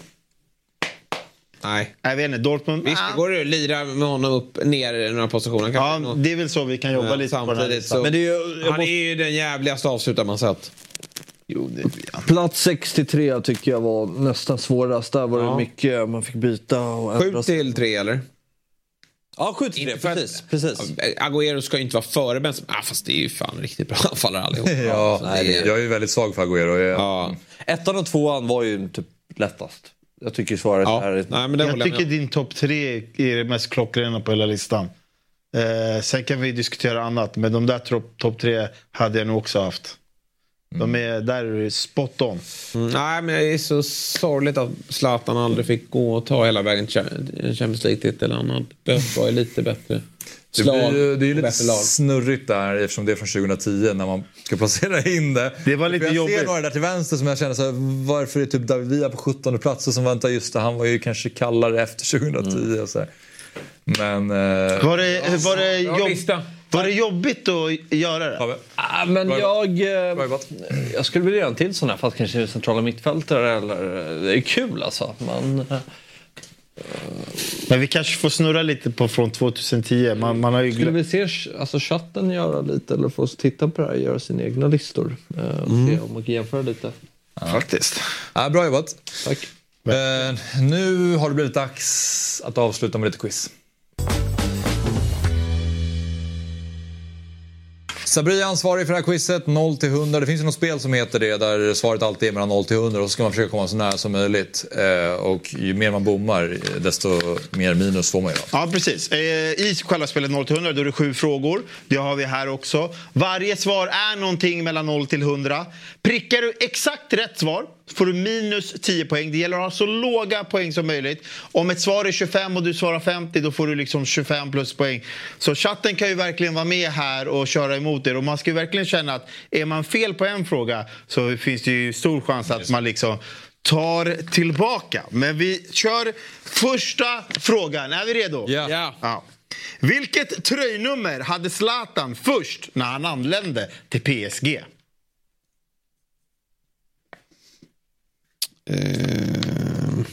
Nej. Jag vet inte, Dortmund... Visst, det går det att lira med honom upp, ner i några positioner. Ja, någon... det är väl så vi kan jobba ja, lite på den här så... Men det är ju, han måste... är ju den jävligaste avslutar man sett. Jo, det ja. Plats sextiotre tycker jag var nästan svårast. Där var ja. det mycket, man fick byta. Och sju till tre, eller? Ja, sju till tre, precis. precis. Agüero ska ju inte vara före Benzema. Ah, fast det är ju fan riktigt bra. Han faller allihop. ja, nej, är... Jag är ju väldigt svag för Agüero. Jag... Ja. Ettan och tvåan var ju typ lättast. Jag tycker svaret ja. är... Nej, men det jag tycker din topp tre är det mest klockrena på hela listan. Eh, sen kan vi diskutera annat. Men de där topp top tre hade jag nog också haft. De är där spot on. Mm, nej, men det är så sorgligt att Zlatan aldrig fick gå och ta hela vägen till Champions League-titel. Han hade behövt vara lite bättre. Slag, det, blir, det är ju lite snurrigt där eftersom det är från tjugohundratio när man ska placera in det. Det var lite jag jobbigt. Jag ser några där till vänster som jag känner så här, varför är typ David Villa på sjuttonde plats och som väntar just det. Han var ju kanske kallare efter tjugohundratio mm. och så här. Men eh, var det var det, jobb, var det jobbigt att göra det? Ja, ah, men jag jag skulle vilja göra en till sån här fast kanske centrala mittfältare eller det är kul alltså. Man Men vi kanske får snurra lite på från tjugohundratio. Man, man har ju skulle vi se alltså chatten göra lite eller få oss titta på det här, göra sina egna listor och mm. se om man kan jämföra lite. Ja. Faktiskt. Ja, bra jobbat. Tack. Eh, nu har det blivit dags att avsluta med lite quiz. Sabri är ansvarig för det här quizet, noll till hundra. Det finns ju något spel som heter det, där svaret alltid är mellan noll till hundra. Och så ska man försöka komma så nära som möjligt. Eh, och ju mer man bommar, desto mer minus får man ju då. Ja, precis. Eh, I själva spelet noll till hundra, då är det sju frågor. Det har vi här också. Varje svar är någonting mellan noll till hundra. Prickar du exakt rätt svar får du minus tio poäng. Det gäller att ha så låga poäng som möjligt. Om ett svar är tjugofem och du svarar femtio, då får du liksom tjugofem plus poäng. Så chatten kan ju verkligen vara med här och köra emot er. Och man ska ju verkligen känna att är man fel på en fråga så finns det ju stor chans att man liksom tar tillbaka. Men vi kör första frågan. Är vi redo? Ja. Yeah. Ja. Vilket tröjnummer hade Zlatan först när han anlände till P S G? Eh...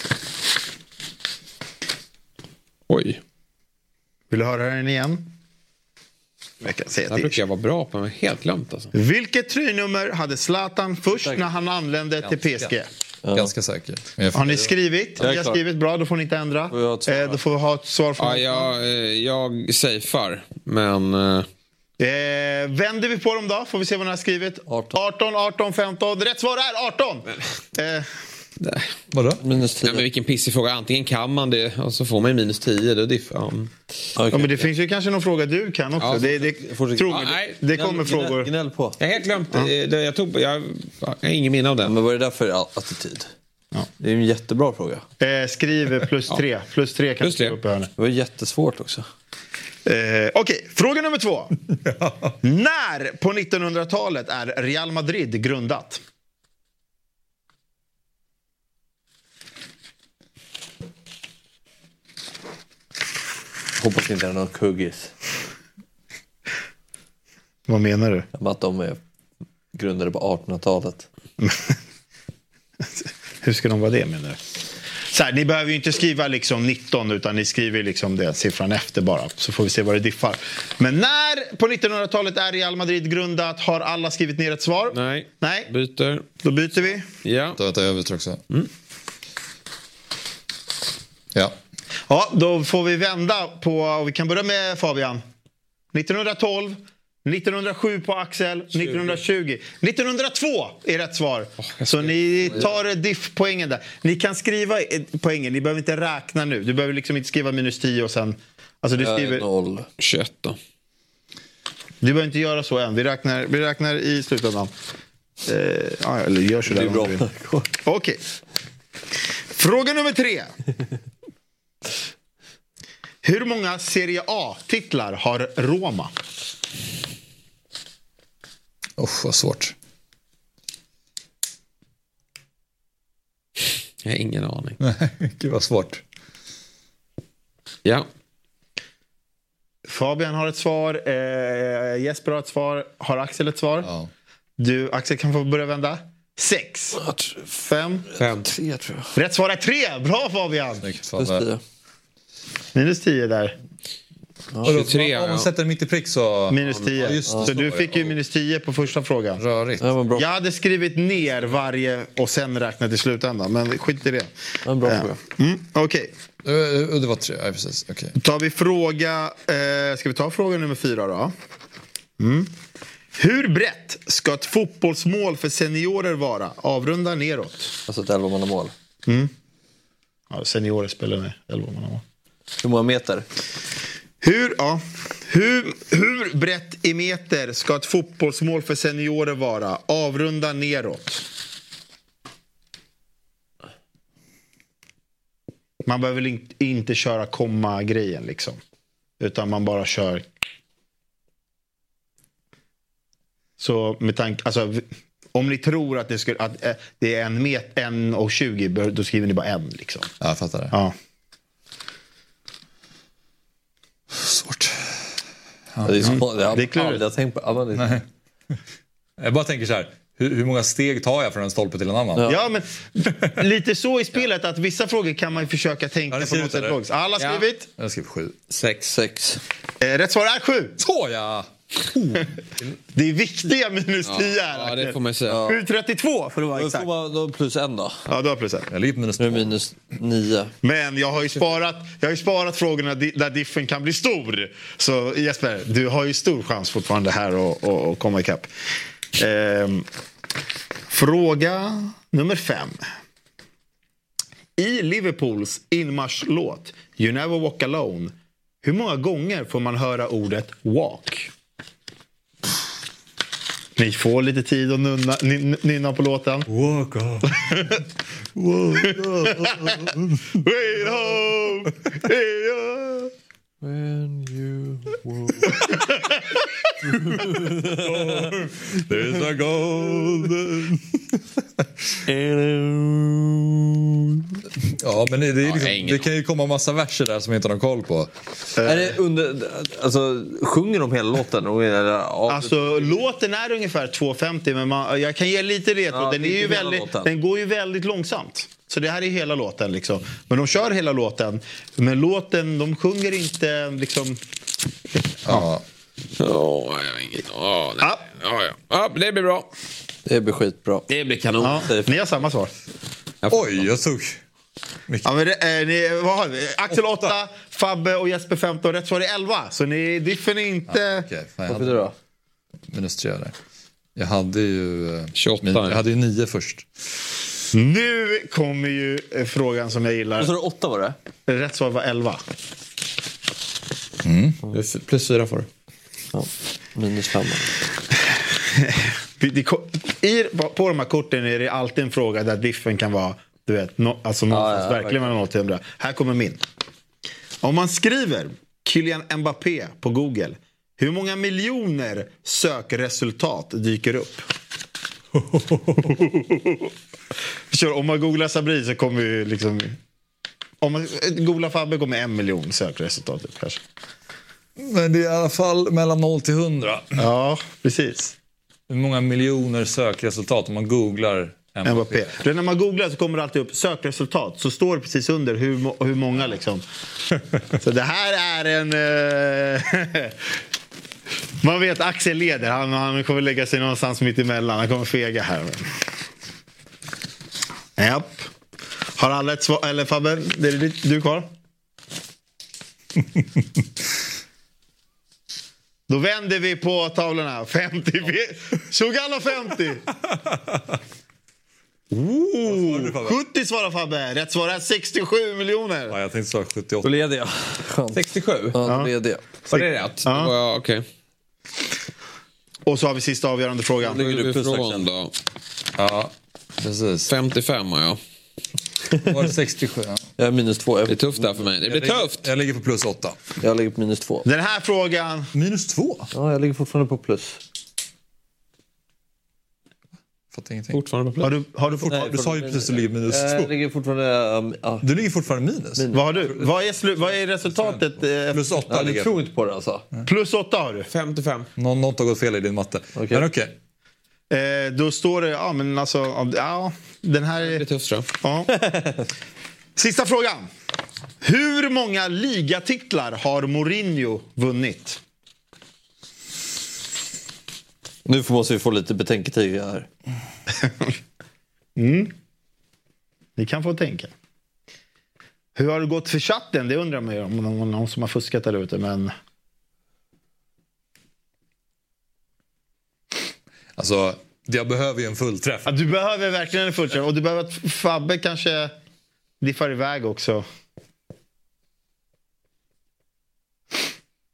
Oj. Vill du höra den igen? Jag kan säga det brukar jag vara bra på, men helt glömt alltså. Vilket tröjnummer hade Zlatan först när han anlände till P S G? Ja. Ganska säker. Har ni skrivit? Om ni har skrivit bra, då får ni inte ändra. Eh, då får vi ha ett svar från ja, jag, jag safear, men... Eh, vänder vi på dem då, får vi se vad ni har skrivit. arton, arton, femton. Rätt svar är arton. Eh, Vadå? Minus tio. Ja, men vilken pissig fråga. Antingen kan man det och så får man minus tio. Då diff- ja. Okay. Ja, men det finns ju kanske någon fråga du kan också. Ja, det, det, det, tro, ja, nej, det kommer gnäll, frågor. Gnäll på. Jag har helt glömt ja. det. Jag, tog, jag, jag har ingen minne av det. Men vad är det där för attityd? Ja. Det är en jättebra fråga. Eh, skriv plus tre. Ja. Plus tre kan plus tre. Upp här. Det var jättesvårt också. Eh, Okej, okay. Fråga nummer två. När på nittonhundratalet är Real Madrid grundat? Hoppas inte är någon kuggis. Vad menar du? Att de är grundade på artonhundratalet. Hur ska de vara det, menar du? Så här, ni behöver ju inte skriva liksom nitton, utan ni skriver liksom den siffran efter bara. Så får vi se vad det diffar. Men när på nittonhundratalet är Real Madrid grundat? Har alla skrivit ner ett svar? Nej. Nej. Byter. Då byter vi. Ja. Då tar jag över också. Mm. Ja. Ja, då får vi vända på, och vi kan börja med Fabian. nittonhundratolv, nittonhundrasju på Axel, nittonhundratjugo. nittonhundratvå är rätt svar. Oh, så ni tar diff-poängen där. Ni kan skriva poängen, ni behöver inte räkna nu. Du behöver liksom inte skriva minus tio och sen... Alltså du skriver... noll tjugoett då. Du behöver inte göra så än. Vi räknar, vi räknar i slutändan. Eh, ja, eller gör så där. Det är bra. Okej. Okay. Fråga nummer tre. Hur många Serie A-titlar har Roma? Oh, vad svårt. Jag har ingen aning. Nej, gud vad svårt. Ja. Fabian har ett svar. Eh, Jesper har ett svar. Har Axel ett svar? Ja. Du, Axel, kan få börja vända. Sex. Fem. Fem. Tre, tror jag. Rätt svar är tre. Bra, Fabian. Minus tio. Minus tio där. Ja, tjugotre, om man sätter mitt i prick så... Minus tio. Ja, så du fick ju minus tio på första frågan. Rörigt. Ja, bra. Jag hade skrivit ner varje och sen räknat i slutändan. Men skit i det. Ja, bra fråga. Mm, Okej. Okay. Det var tre, ja, precis. Okay. Då tar vi fråga... Eh, ska vi ta fråga nummer fyra då? Mm. Hur brett ska ett fotbollsmål för seniorer vara? Avrunda neråt. Alltså ett elva-mannamål. Mm. Ja, seniorer spelar med elva-mannamål. Hur många meter? Hur, ja, hur, hur brett i meter ska ett fotbollsmål för seniorer vara? Avrunda neråt. Man behöver väl in, inte köra komma-grejen liksom. Utan man bara kör. Så med tanke, alltså, om ni tror att det, skulle, att, äh, det är en met, en och tjugo, då skriver ni bara en liksom. Ja, jag fattar det. Ja. Svårt. Ja, det är svårt. Mm. Jag det är klart. Jag tänkt på. Ja, det... Nej. Jag bara tänker så här. Hur, hur många steg tar jag från en stolpe till en annan? Ja, ja men lite så i spelet att vissa frågor kan man ju försöka tänka på något sätt också. Alla har skrivit? Jag har skrivit sju. Sex. Sex. Eh, rätt svar är sju. Så ja! Oh. Det är viktiga minus tio här. Ja, det får man säga. sju trettiotvå för att vara Då exakt. får man då plus en då. Ja, du har plus en. Jag ligger på minus två. minus nio. Men jag har ju sparat, jag har ju sparat frågorna där diffen kan bli stor. Så Jesper, du har ju stor chans fortfarande här att, att komma ikapp. Ehm, fråga nummer fem. I Liverpools inmarschlåt You Never Walk Alone, hur många gånger får man höra ordet walk? Ni får lite tid att nunna, nynna på låten. Walk on. Walk on. Wait home. Hey, uh. When you walk. There's a golden. Ja, men det, det, är liksom, ja, det kan ju komma massa verser där som jag inte har koll på. Är det under, alltså, sjunger de hela låten? Alltså, låten är ungefär två femtio, men man, jag kan ge lite retro. Ja, den, är ju väldigt, den går ju väldigt långsamt. Så det här är hela låten liksom. Men de kör hela låten. Men låten, de sjunger inte liksom. Ja. Ja, jag har inget. Ja, nej. Ja. Ja, ja. Ja, det blir bra. Det blir skitbra. Det blir kanon. Ja, ni har samma svar. Oj, jag tog. Ja, men det, eh, ni, vad har vi? Axel åtta, Fabbe och Jesper femton. Rätt svar är elva. Så ni diffen är inte. Ja, okay. Vad hade du då? Minus tre där. Jag hade ju tjugoåtta. Jag hade ju nio först. Nu kommer ju frågan som jag gillar. Så det åtta var det? Rätt svar var elva. Mm. Plus fyra får du. Ja, minus fem. I, på de här korten är det alltid en fråga där diffen kan vara, du vet, no, alltså någonstans ja, ja, verkligen mellan noll till hundra. Här kommer min. Om man skriver Kylian Mbappé på Google, hur många miljoner sökresultat dyker upp? Kör, om man googlar Sabri så kommer ju liksom. Om man googlar Fabbe kommer en miljon sökresultat upp kanske. Men det är i alla fall mellan noll till hundra. Ja, precis. Hur många miljoner sökresultat om man googlar Mbappé? Mbappé. När man googlar så kommer det alltid upp sökresultat. Så står det precis under hur, hur många liksom. Så det här är en. Eh, man vet Axel leder. Han, han kommer lägga sig någonstans mitt emellan. Han kommer fega här. Japp. Har alla ett svar? Eller Fabbe, det är det du kvar? Då vänder vi på tavlorna. femtio. Såg alla femtio? Oh, sjuttio svarar Fabbe. Rätt svar är sextiosju miljoner. Ja, jag tänkte så sjuttioåtta. Då leder jag. sextiosju? Ja, då leder jag. Var det rätt? Ja. Ja, okej. Okay. Och så har vi sista avgörande frågan. Ligger du från då? Ja, precis. femtiofem har jag. Var det sextiosju? Ja. Jag är minus två. Det är tufft där för mig. Det blir jag tufft. Ligger, jag ligger på plus åtta. Jag ligger på minus två. Den här frågan. Minus två? Ja, jag ligger fortfarande på plus. Fattar ingenting. Fortfarande på plus. Har du, har du fortfarande? Nej, du sa ju precis att du ligger minus två. Jag ligger fortfarande. Um, ja. Du ligger fortfarande minus. minus. Vad har du? Vad är, slu, vad är resultatet? Plus åtta. Ja, du tror inte på det alltså. Plus åtta har du. femtiofem. Nå, något har gått fel i din matte. Okay. Men okej. Okay. Eh, då står det, ja men alltså, ja, den här är... Det är tufft tror jag. Ja. Sista frågan. Hur många ligatitlar har Mourinho vunnit? Nu måste vi få lite betänketid här. mm. Ni kan få tänka. Hur har det gått för chatten? Det undrar man ju om någon, någon som har fuskat där ute, men... Alltså, jag behöver ju en fullträff. Ja, du behöver verkligen en fullträff. Och du behöver att Fabbe kanske diffar iväg också.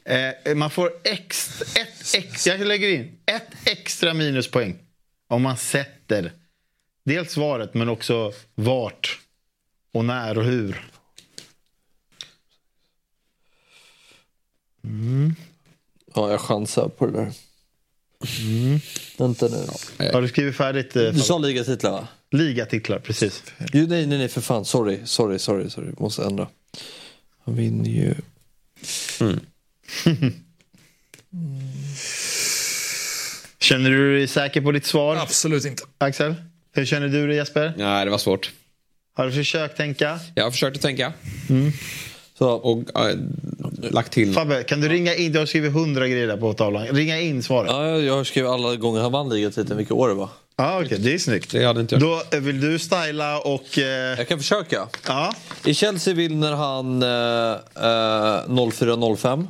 Eh, man får ex, ett ex, jag lägger in ett extra minuspoäng om man sätter dels svaret men också vart och när och hur. Mm. Ja, jag chansar på det där. Mm. Vänta nu. Har du skrivit färdigt? Eh, du sa ligatitlar, va? Ligatitlar, precis. Jo, nej, nej, nej, för fan. Sorry, sorry, sorry, sorry. Måste ändra. Han vinner ju... Mm. mm. Känner du dig säker på ditt svar? Absolut inte. Axel, hur känner du dig, Jesper? Nej, det var svårt. Har du försökt tänka? Jag har försökt att tänka. Mm. Så, och äh, lagt till. Fabbe, kan du ringa in? Du har skrivit hundra grejer där på tavlan. Ringa in svaret. Ja, jag har skrivit alla gånger han vann ligatiteln, vilka år det var. Ja, ah, okej. Okay. Det är snyggt. Det hade inte jag. Då vill du styla och... Eh... Jag kan försöka. Ja. I Chelsea vinner han eh, eh, noll fyra noll fem.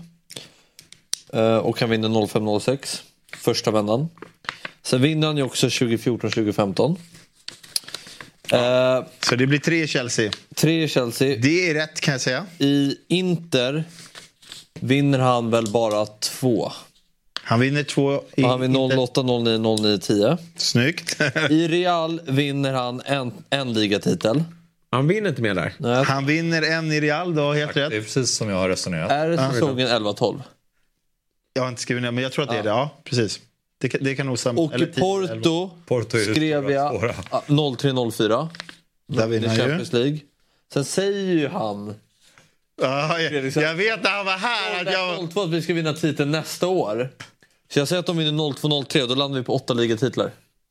Eh, och han vinner noll fem noll sex. Första vändan. Sen vinner han ju också tjugo fjorton tjugo femton. Ja. Eh, Så det blir tre i Chelsea. Tre i Chelsea. Det är rätt, kan jag säga. I Inter vinner han väl bara två. Han vinner två i han vinner noll åtta noll nio noll nio tio. Snyggt. I Real vinner han en, en ligatitel. Han vinner inte mer där. Nej. Han vinner en i Real då, helt Tack, rätt. det är precis som jag har resonerat. Är det säsongen elva tolv? Jag har inte skrivit ner, men jag tror att det är det. Ja, precis. Det, det kan nog stämma. Och i Porto, Porto skrev jag noll tre noll fyra. Där vinner han Champions League. Sen säger ju han... Ja, jag, jag vet när han var här att jag... noll två att vi ska vinna titeln nästa år. Så jag säger att de vinner noll två noll tre och då landar vi på åtta ligatitlar.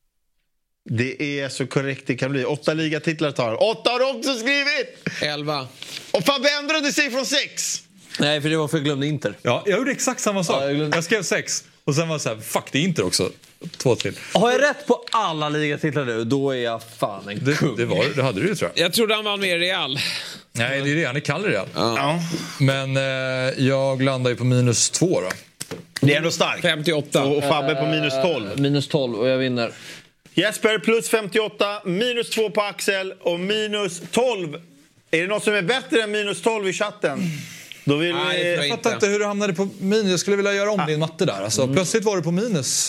Det är så korrekt det kan bli. Åtta ligatitlar tar. Åtta har du också skrivit! Elva. Och fan, ändrade sig från sex? Nej, för det var för jag glömde Inter. Ja, jag gjorde exakt samma sak. Ja, jag, glömde... jag skrev sex. Och sen var det så här, fuck, det är Inter också. Två till. Har jag rätt på alla ligatitlar nu, då är jag fan en kung. Det, det, var, det hade du ju, tror jag. Jag trodde han vann med Real. Nej, det är det. Han är kall Real. Ja. Men eh, jag landar ju på minus två då. Det är ändå starkt. femtioåtta. Och, och Fabbe på minus tolv. Uh, minus tolv och jag vinner. Jesper plus femtioåtta, minus två på Axel och minus tolv. Är det något som är bättre än minus tolv i chatten? Då vill Nej, vi... jag fattar inte hur du hamnade på minus. Jag skulle vilja göra om ah. din matte där. Alltså, mm. Plötsligt var du på minus.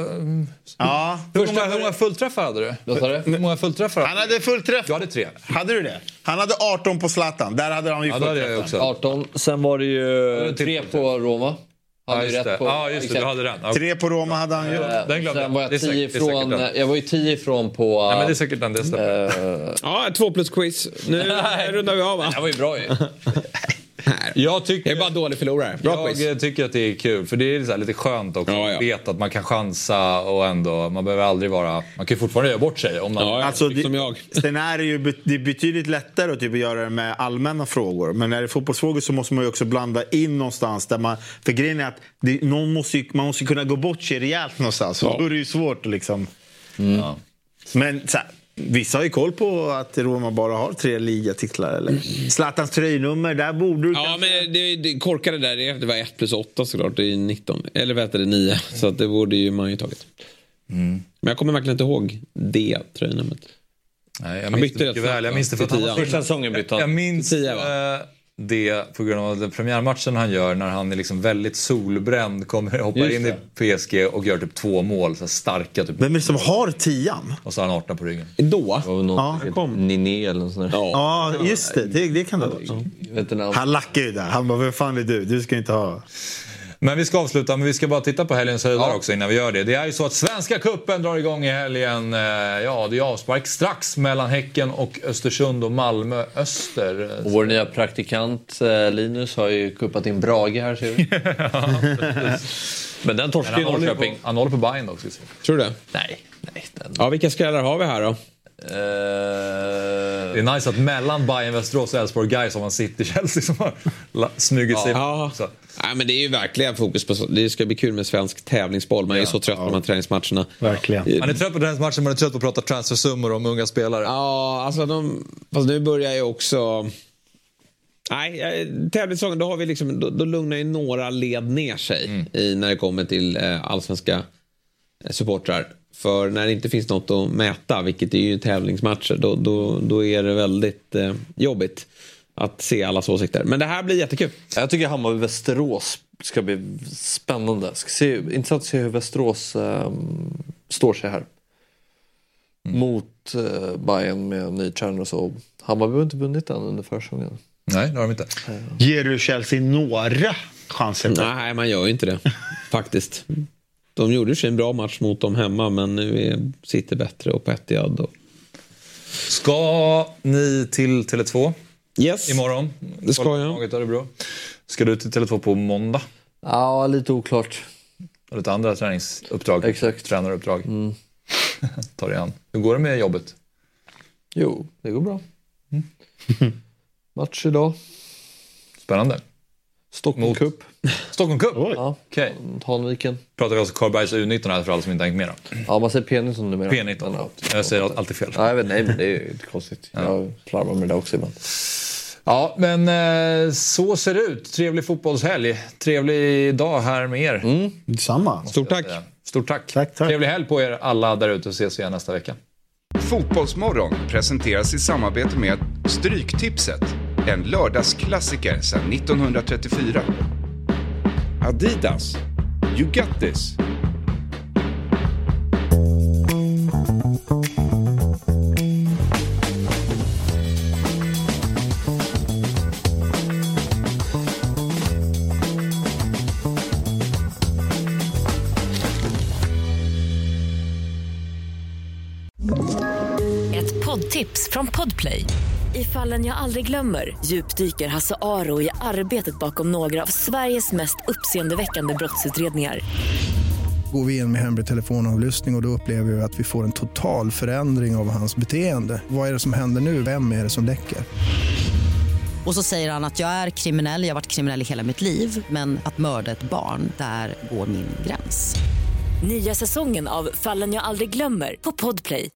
Ja. Hur många, hur många fullträffar hade du? Vad sa du? Hur många fullträffar? Han hade fullträff. Du hade tre. Hade du det? Han hade arton på Zlatan. Där hade han ju ja, fullträff. Också. arton. Sen var det ju tre på Roma. Ja, just det. På, ja, just det. Du hade den. Okay. Tre på Roma hade han ju. Uh, den glömde sen var jag tio ifrån. Jag var ju tio ifrån på... Uh, Nej, men det är säkert den. Det uh, ja, två plus quiz. Nu rundar vi av, va? Det var ju bra ju. Jag, tycker, jag är bara dålig förlorare. Bra jag quiz. tycker att det är kul. För det är så här lite skönt också. Ja, ja. Man vet att man kan chansa och ändå... Man behöver aldrig vara... Man kan ju fortfarande göra bort sig. Om man, ja, alltså, det, som jag. Sen är det ju det är betydligt lättare att typ göra det med allmänna frågor. Men när det är fotbollsfrågor så måste man ju också blanda in någonstans. Där man, för grejen är att det, någon måste ju, man måste kunna gå bort sig rejält någonstans. Så ja. Då är det ju svårt att liksom... Mm. Ja. Men så här, vissa har ju koll på att Roma bara har tre ligatitlar. Eller Zlatans tröjnummer, där borde du... Ja, kanske... men det, det korkade där. Det var ett plus åtta såklart. Det är nitton. Eller vet det, nio. Så att det borde ju man ju tagit. Mm. Men jag kommer verkligen inte ihåg det tröjnumret. Nej, jag minns det mycket väl. Jag minns det för att han var första säsongen bytte. Jag minns tio, det på grund av den premiärmatchen han gör när han är liksom väldigt solbränd, kommer hoppar in i P S G och gör typ två mål, så starka typ. Vem är det som har tian? Och så har han arton på ryggen. Då? Ja, kom. Niné eller något sånt där. Ja, ja just det. Det, det kan det vara. Han lackar ju där. Han bara, vem fan är du? Du ska inte ha... Men vi ska avsluta, men vi ska bara titta på helgens höjdare ja. också innan vi gör det. Det är ju så att Svenska cupen drar igång i helgen. Ja, det är avspark strax mellan Häcken och Östersund och Malmö Öster. Och vår nya praktikant Linus har ju kuppat in Brage här, ser vi. Ja, men den torskar ju Norrköping. Han håller på Bayern också. Tror du det? Nej. nej den... Ja, vilka skrällar har vi här då? Uh... Det är nice att mellan Bayern, Västerås och Elfsborg Guys har man City Chelsea som har smugit sig. Ja. Så. Nej, men det är ju verkligen fokus på så. Det ska bli kul med svensk tävlingsboll. Man är ja, så trött ja. på de här träningsmatcherna. Verkligen. Man är trött på träningsmatchen, man är trött på att prata transfersummor om unga spelare. Ja, alltså de... Fast nu börjar ju också... Nej, tävlingssäsongen, då har vi liksom... Då, då lugnar ju några led ner sig mm. i, när det kommer till eh, allsvenska supportrar. För när det inte finns något att mäta, vilket är ju tävlingsmatcher, då, då, då är det väldigt eh, jobbigt att se allas åsikter. Men det här blir jättekul. Jag tycker Hammarby Västerås Det ska bli spännande. Ska se, intressant att se hur Västerås eh, står sig här. Mm. Mot eh, Bayern med ny tränare och så. Hammarby har inte vunnit än under försäsongen. Nej, det har de inte. Ger du Chelsea några chanser? Nej, man gör ju inte det. Faktiskt. De gjorde sig en bra match mot dem hemma, men nu är City bättre och på Etihad. Och... Ska ni till Tele två? Yes. Imorgon? Det ska jag. Ska du till Tele två på måndag? Ja, lite oklart. Och lite andra träningsuppdrag. Exakt. Tränaruppdrag. Mm. Tar det an. Hur går det med jobbet? Jo, det går bra. Mm. Match idag. Spännande. Stockholm Mot... Cup. Stockholm Cup? Ja, okej. Hanviken. Pratar vi alltså Karlbergs U nitton här för alla som inte har hängt med då? Ja, man säger P nitton numera. P nitton, ja. Jag säger alltid fel. Ja, jag vet, nej, men det är ju inte konstigt. Ja. Jag slarvar med det också ibland. Ja, men eh, så ser det ut. Trevlig fotbollshelg. Trevlig dag här med er. Mm, detsamma. Stort tack. Stort tack. tack, tack. Trevlig helg på er alla där ute och ses igen nästa vecka. Fotbollsmorgon presenteras i samarbete med Stryktipset. En lördagsklassiker sedan nittonhundratrettiofyra. Adidas. You got this. Ett poddtips från Podplay. I Fallen jag aldrig glömmer djupdyker Hasse Aro i arbetet bakom några av Sveriges mest uppseendeväckande brottsutredningar. Går vi in med hemlig telefonavlyssning och, och då upplever vi att vi får en total förändring av hans beteende. Vad är det som händer nu? Vem är det som läcker? Och så säger han att jag är kriminell, jag har varit kriminell i hela mitt liv. Men att mörda ett barn, där går min gräns. Nya säsongen av Fallen jag aldrig glömmer på Podplay.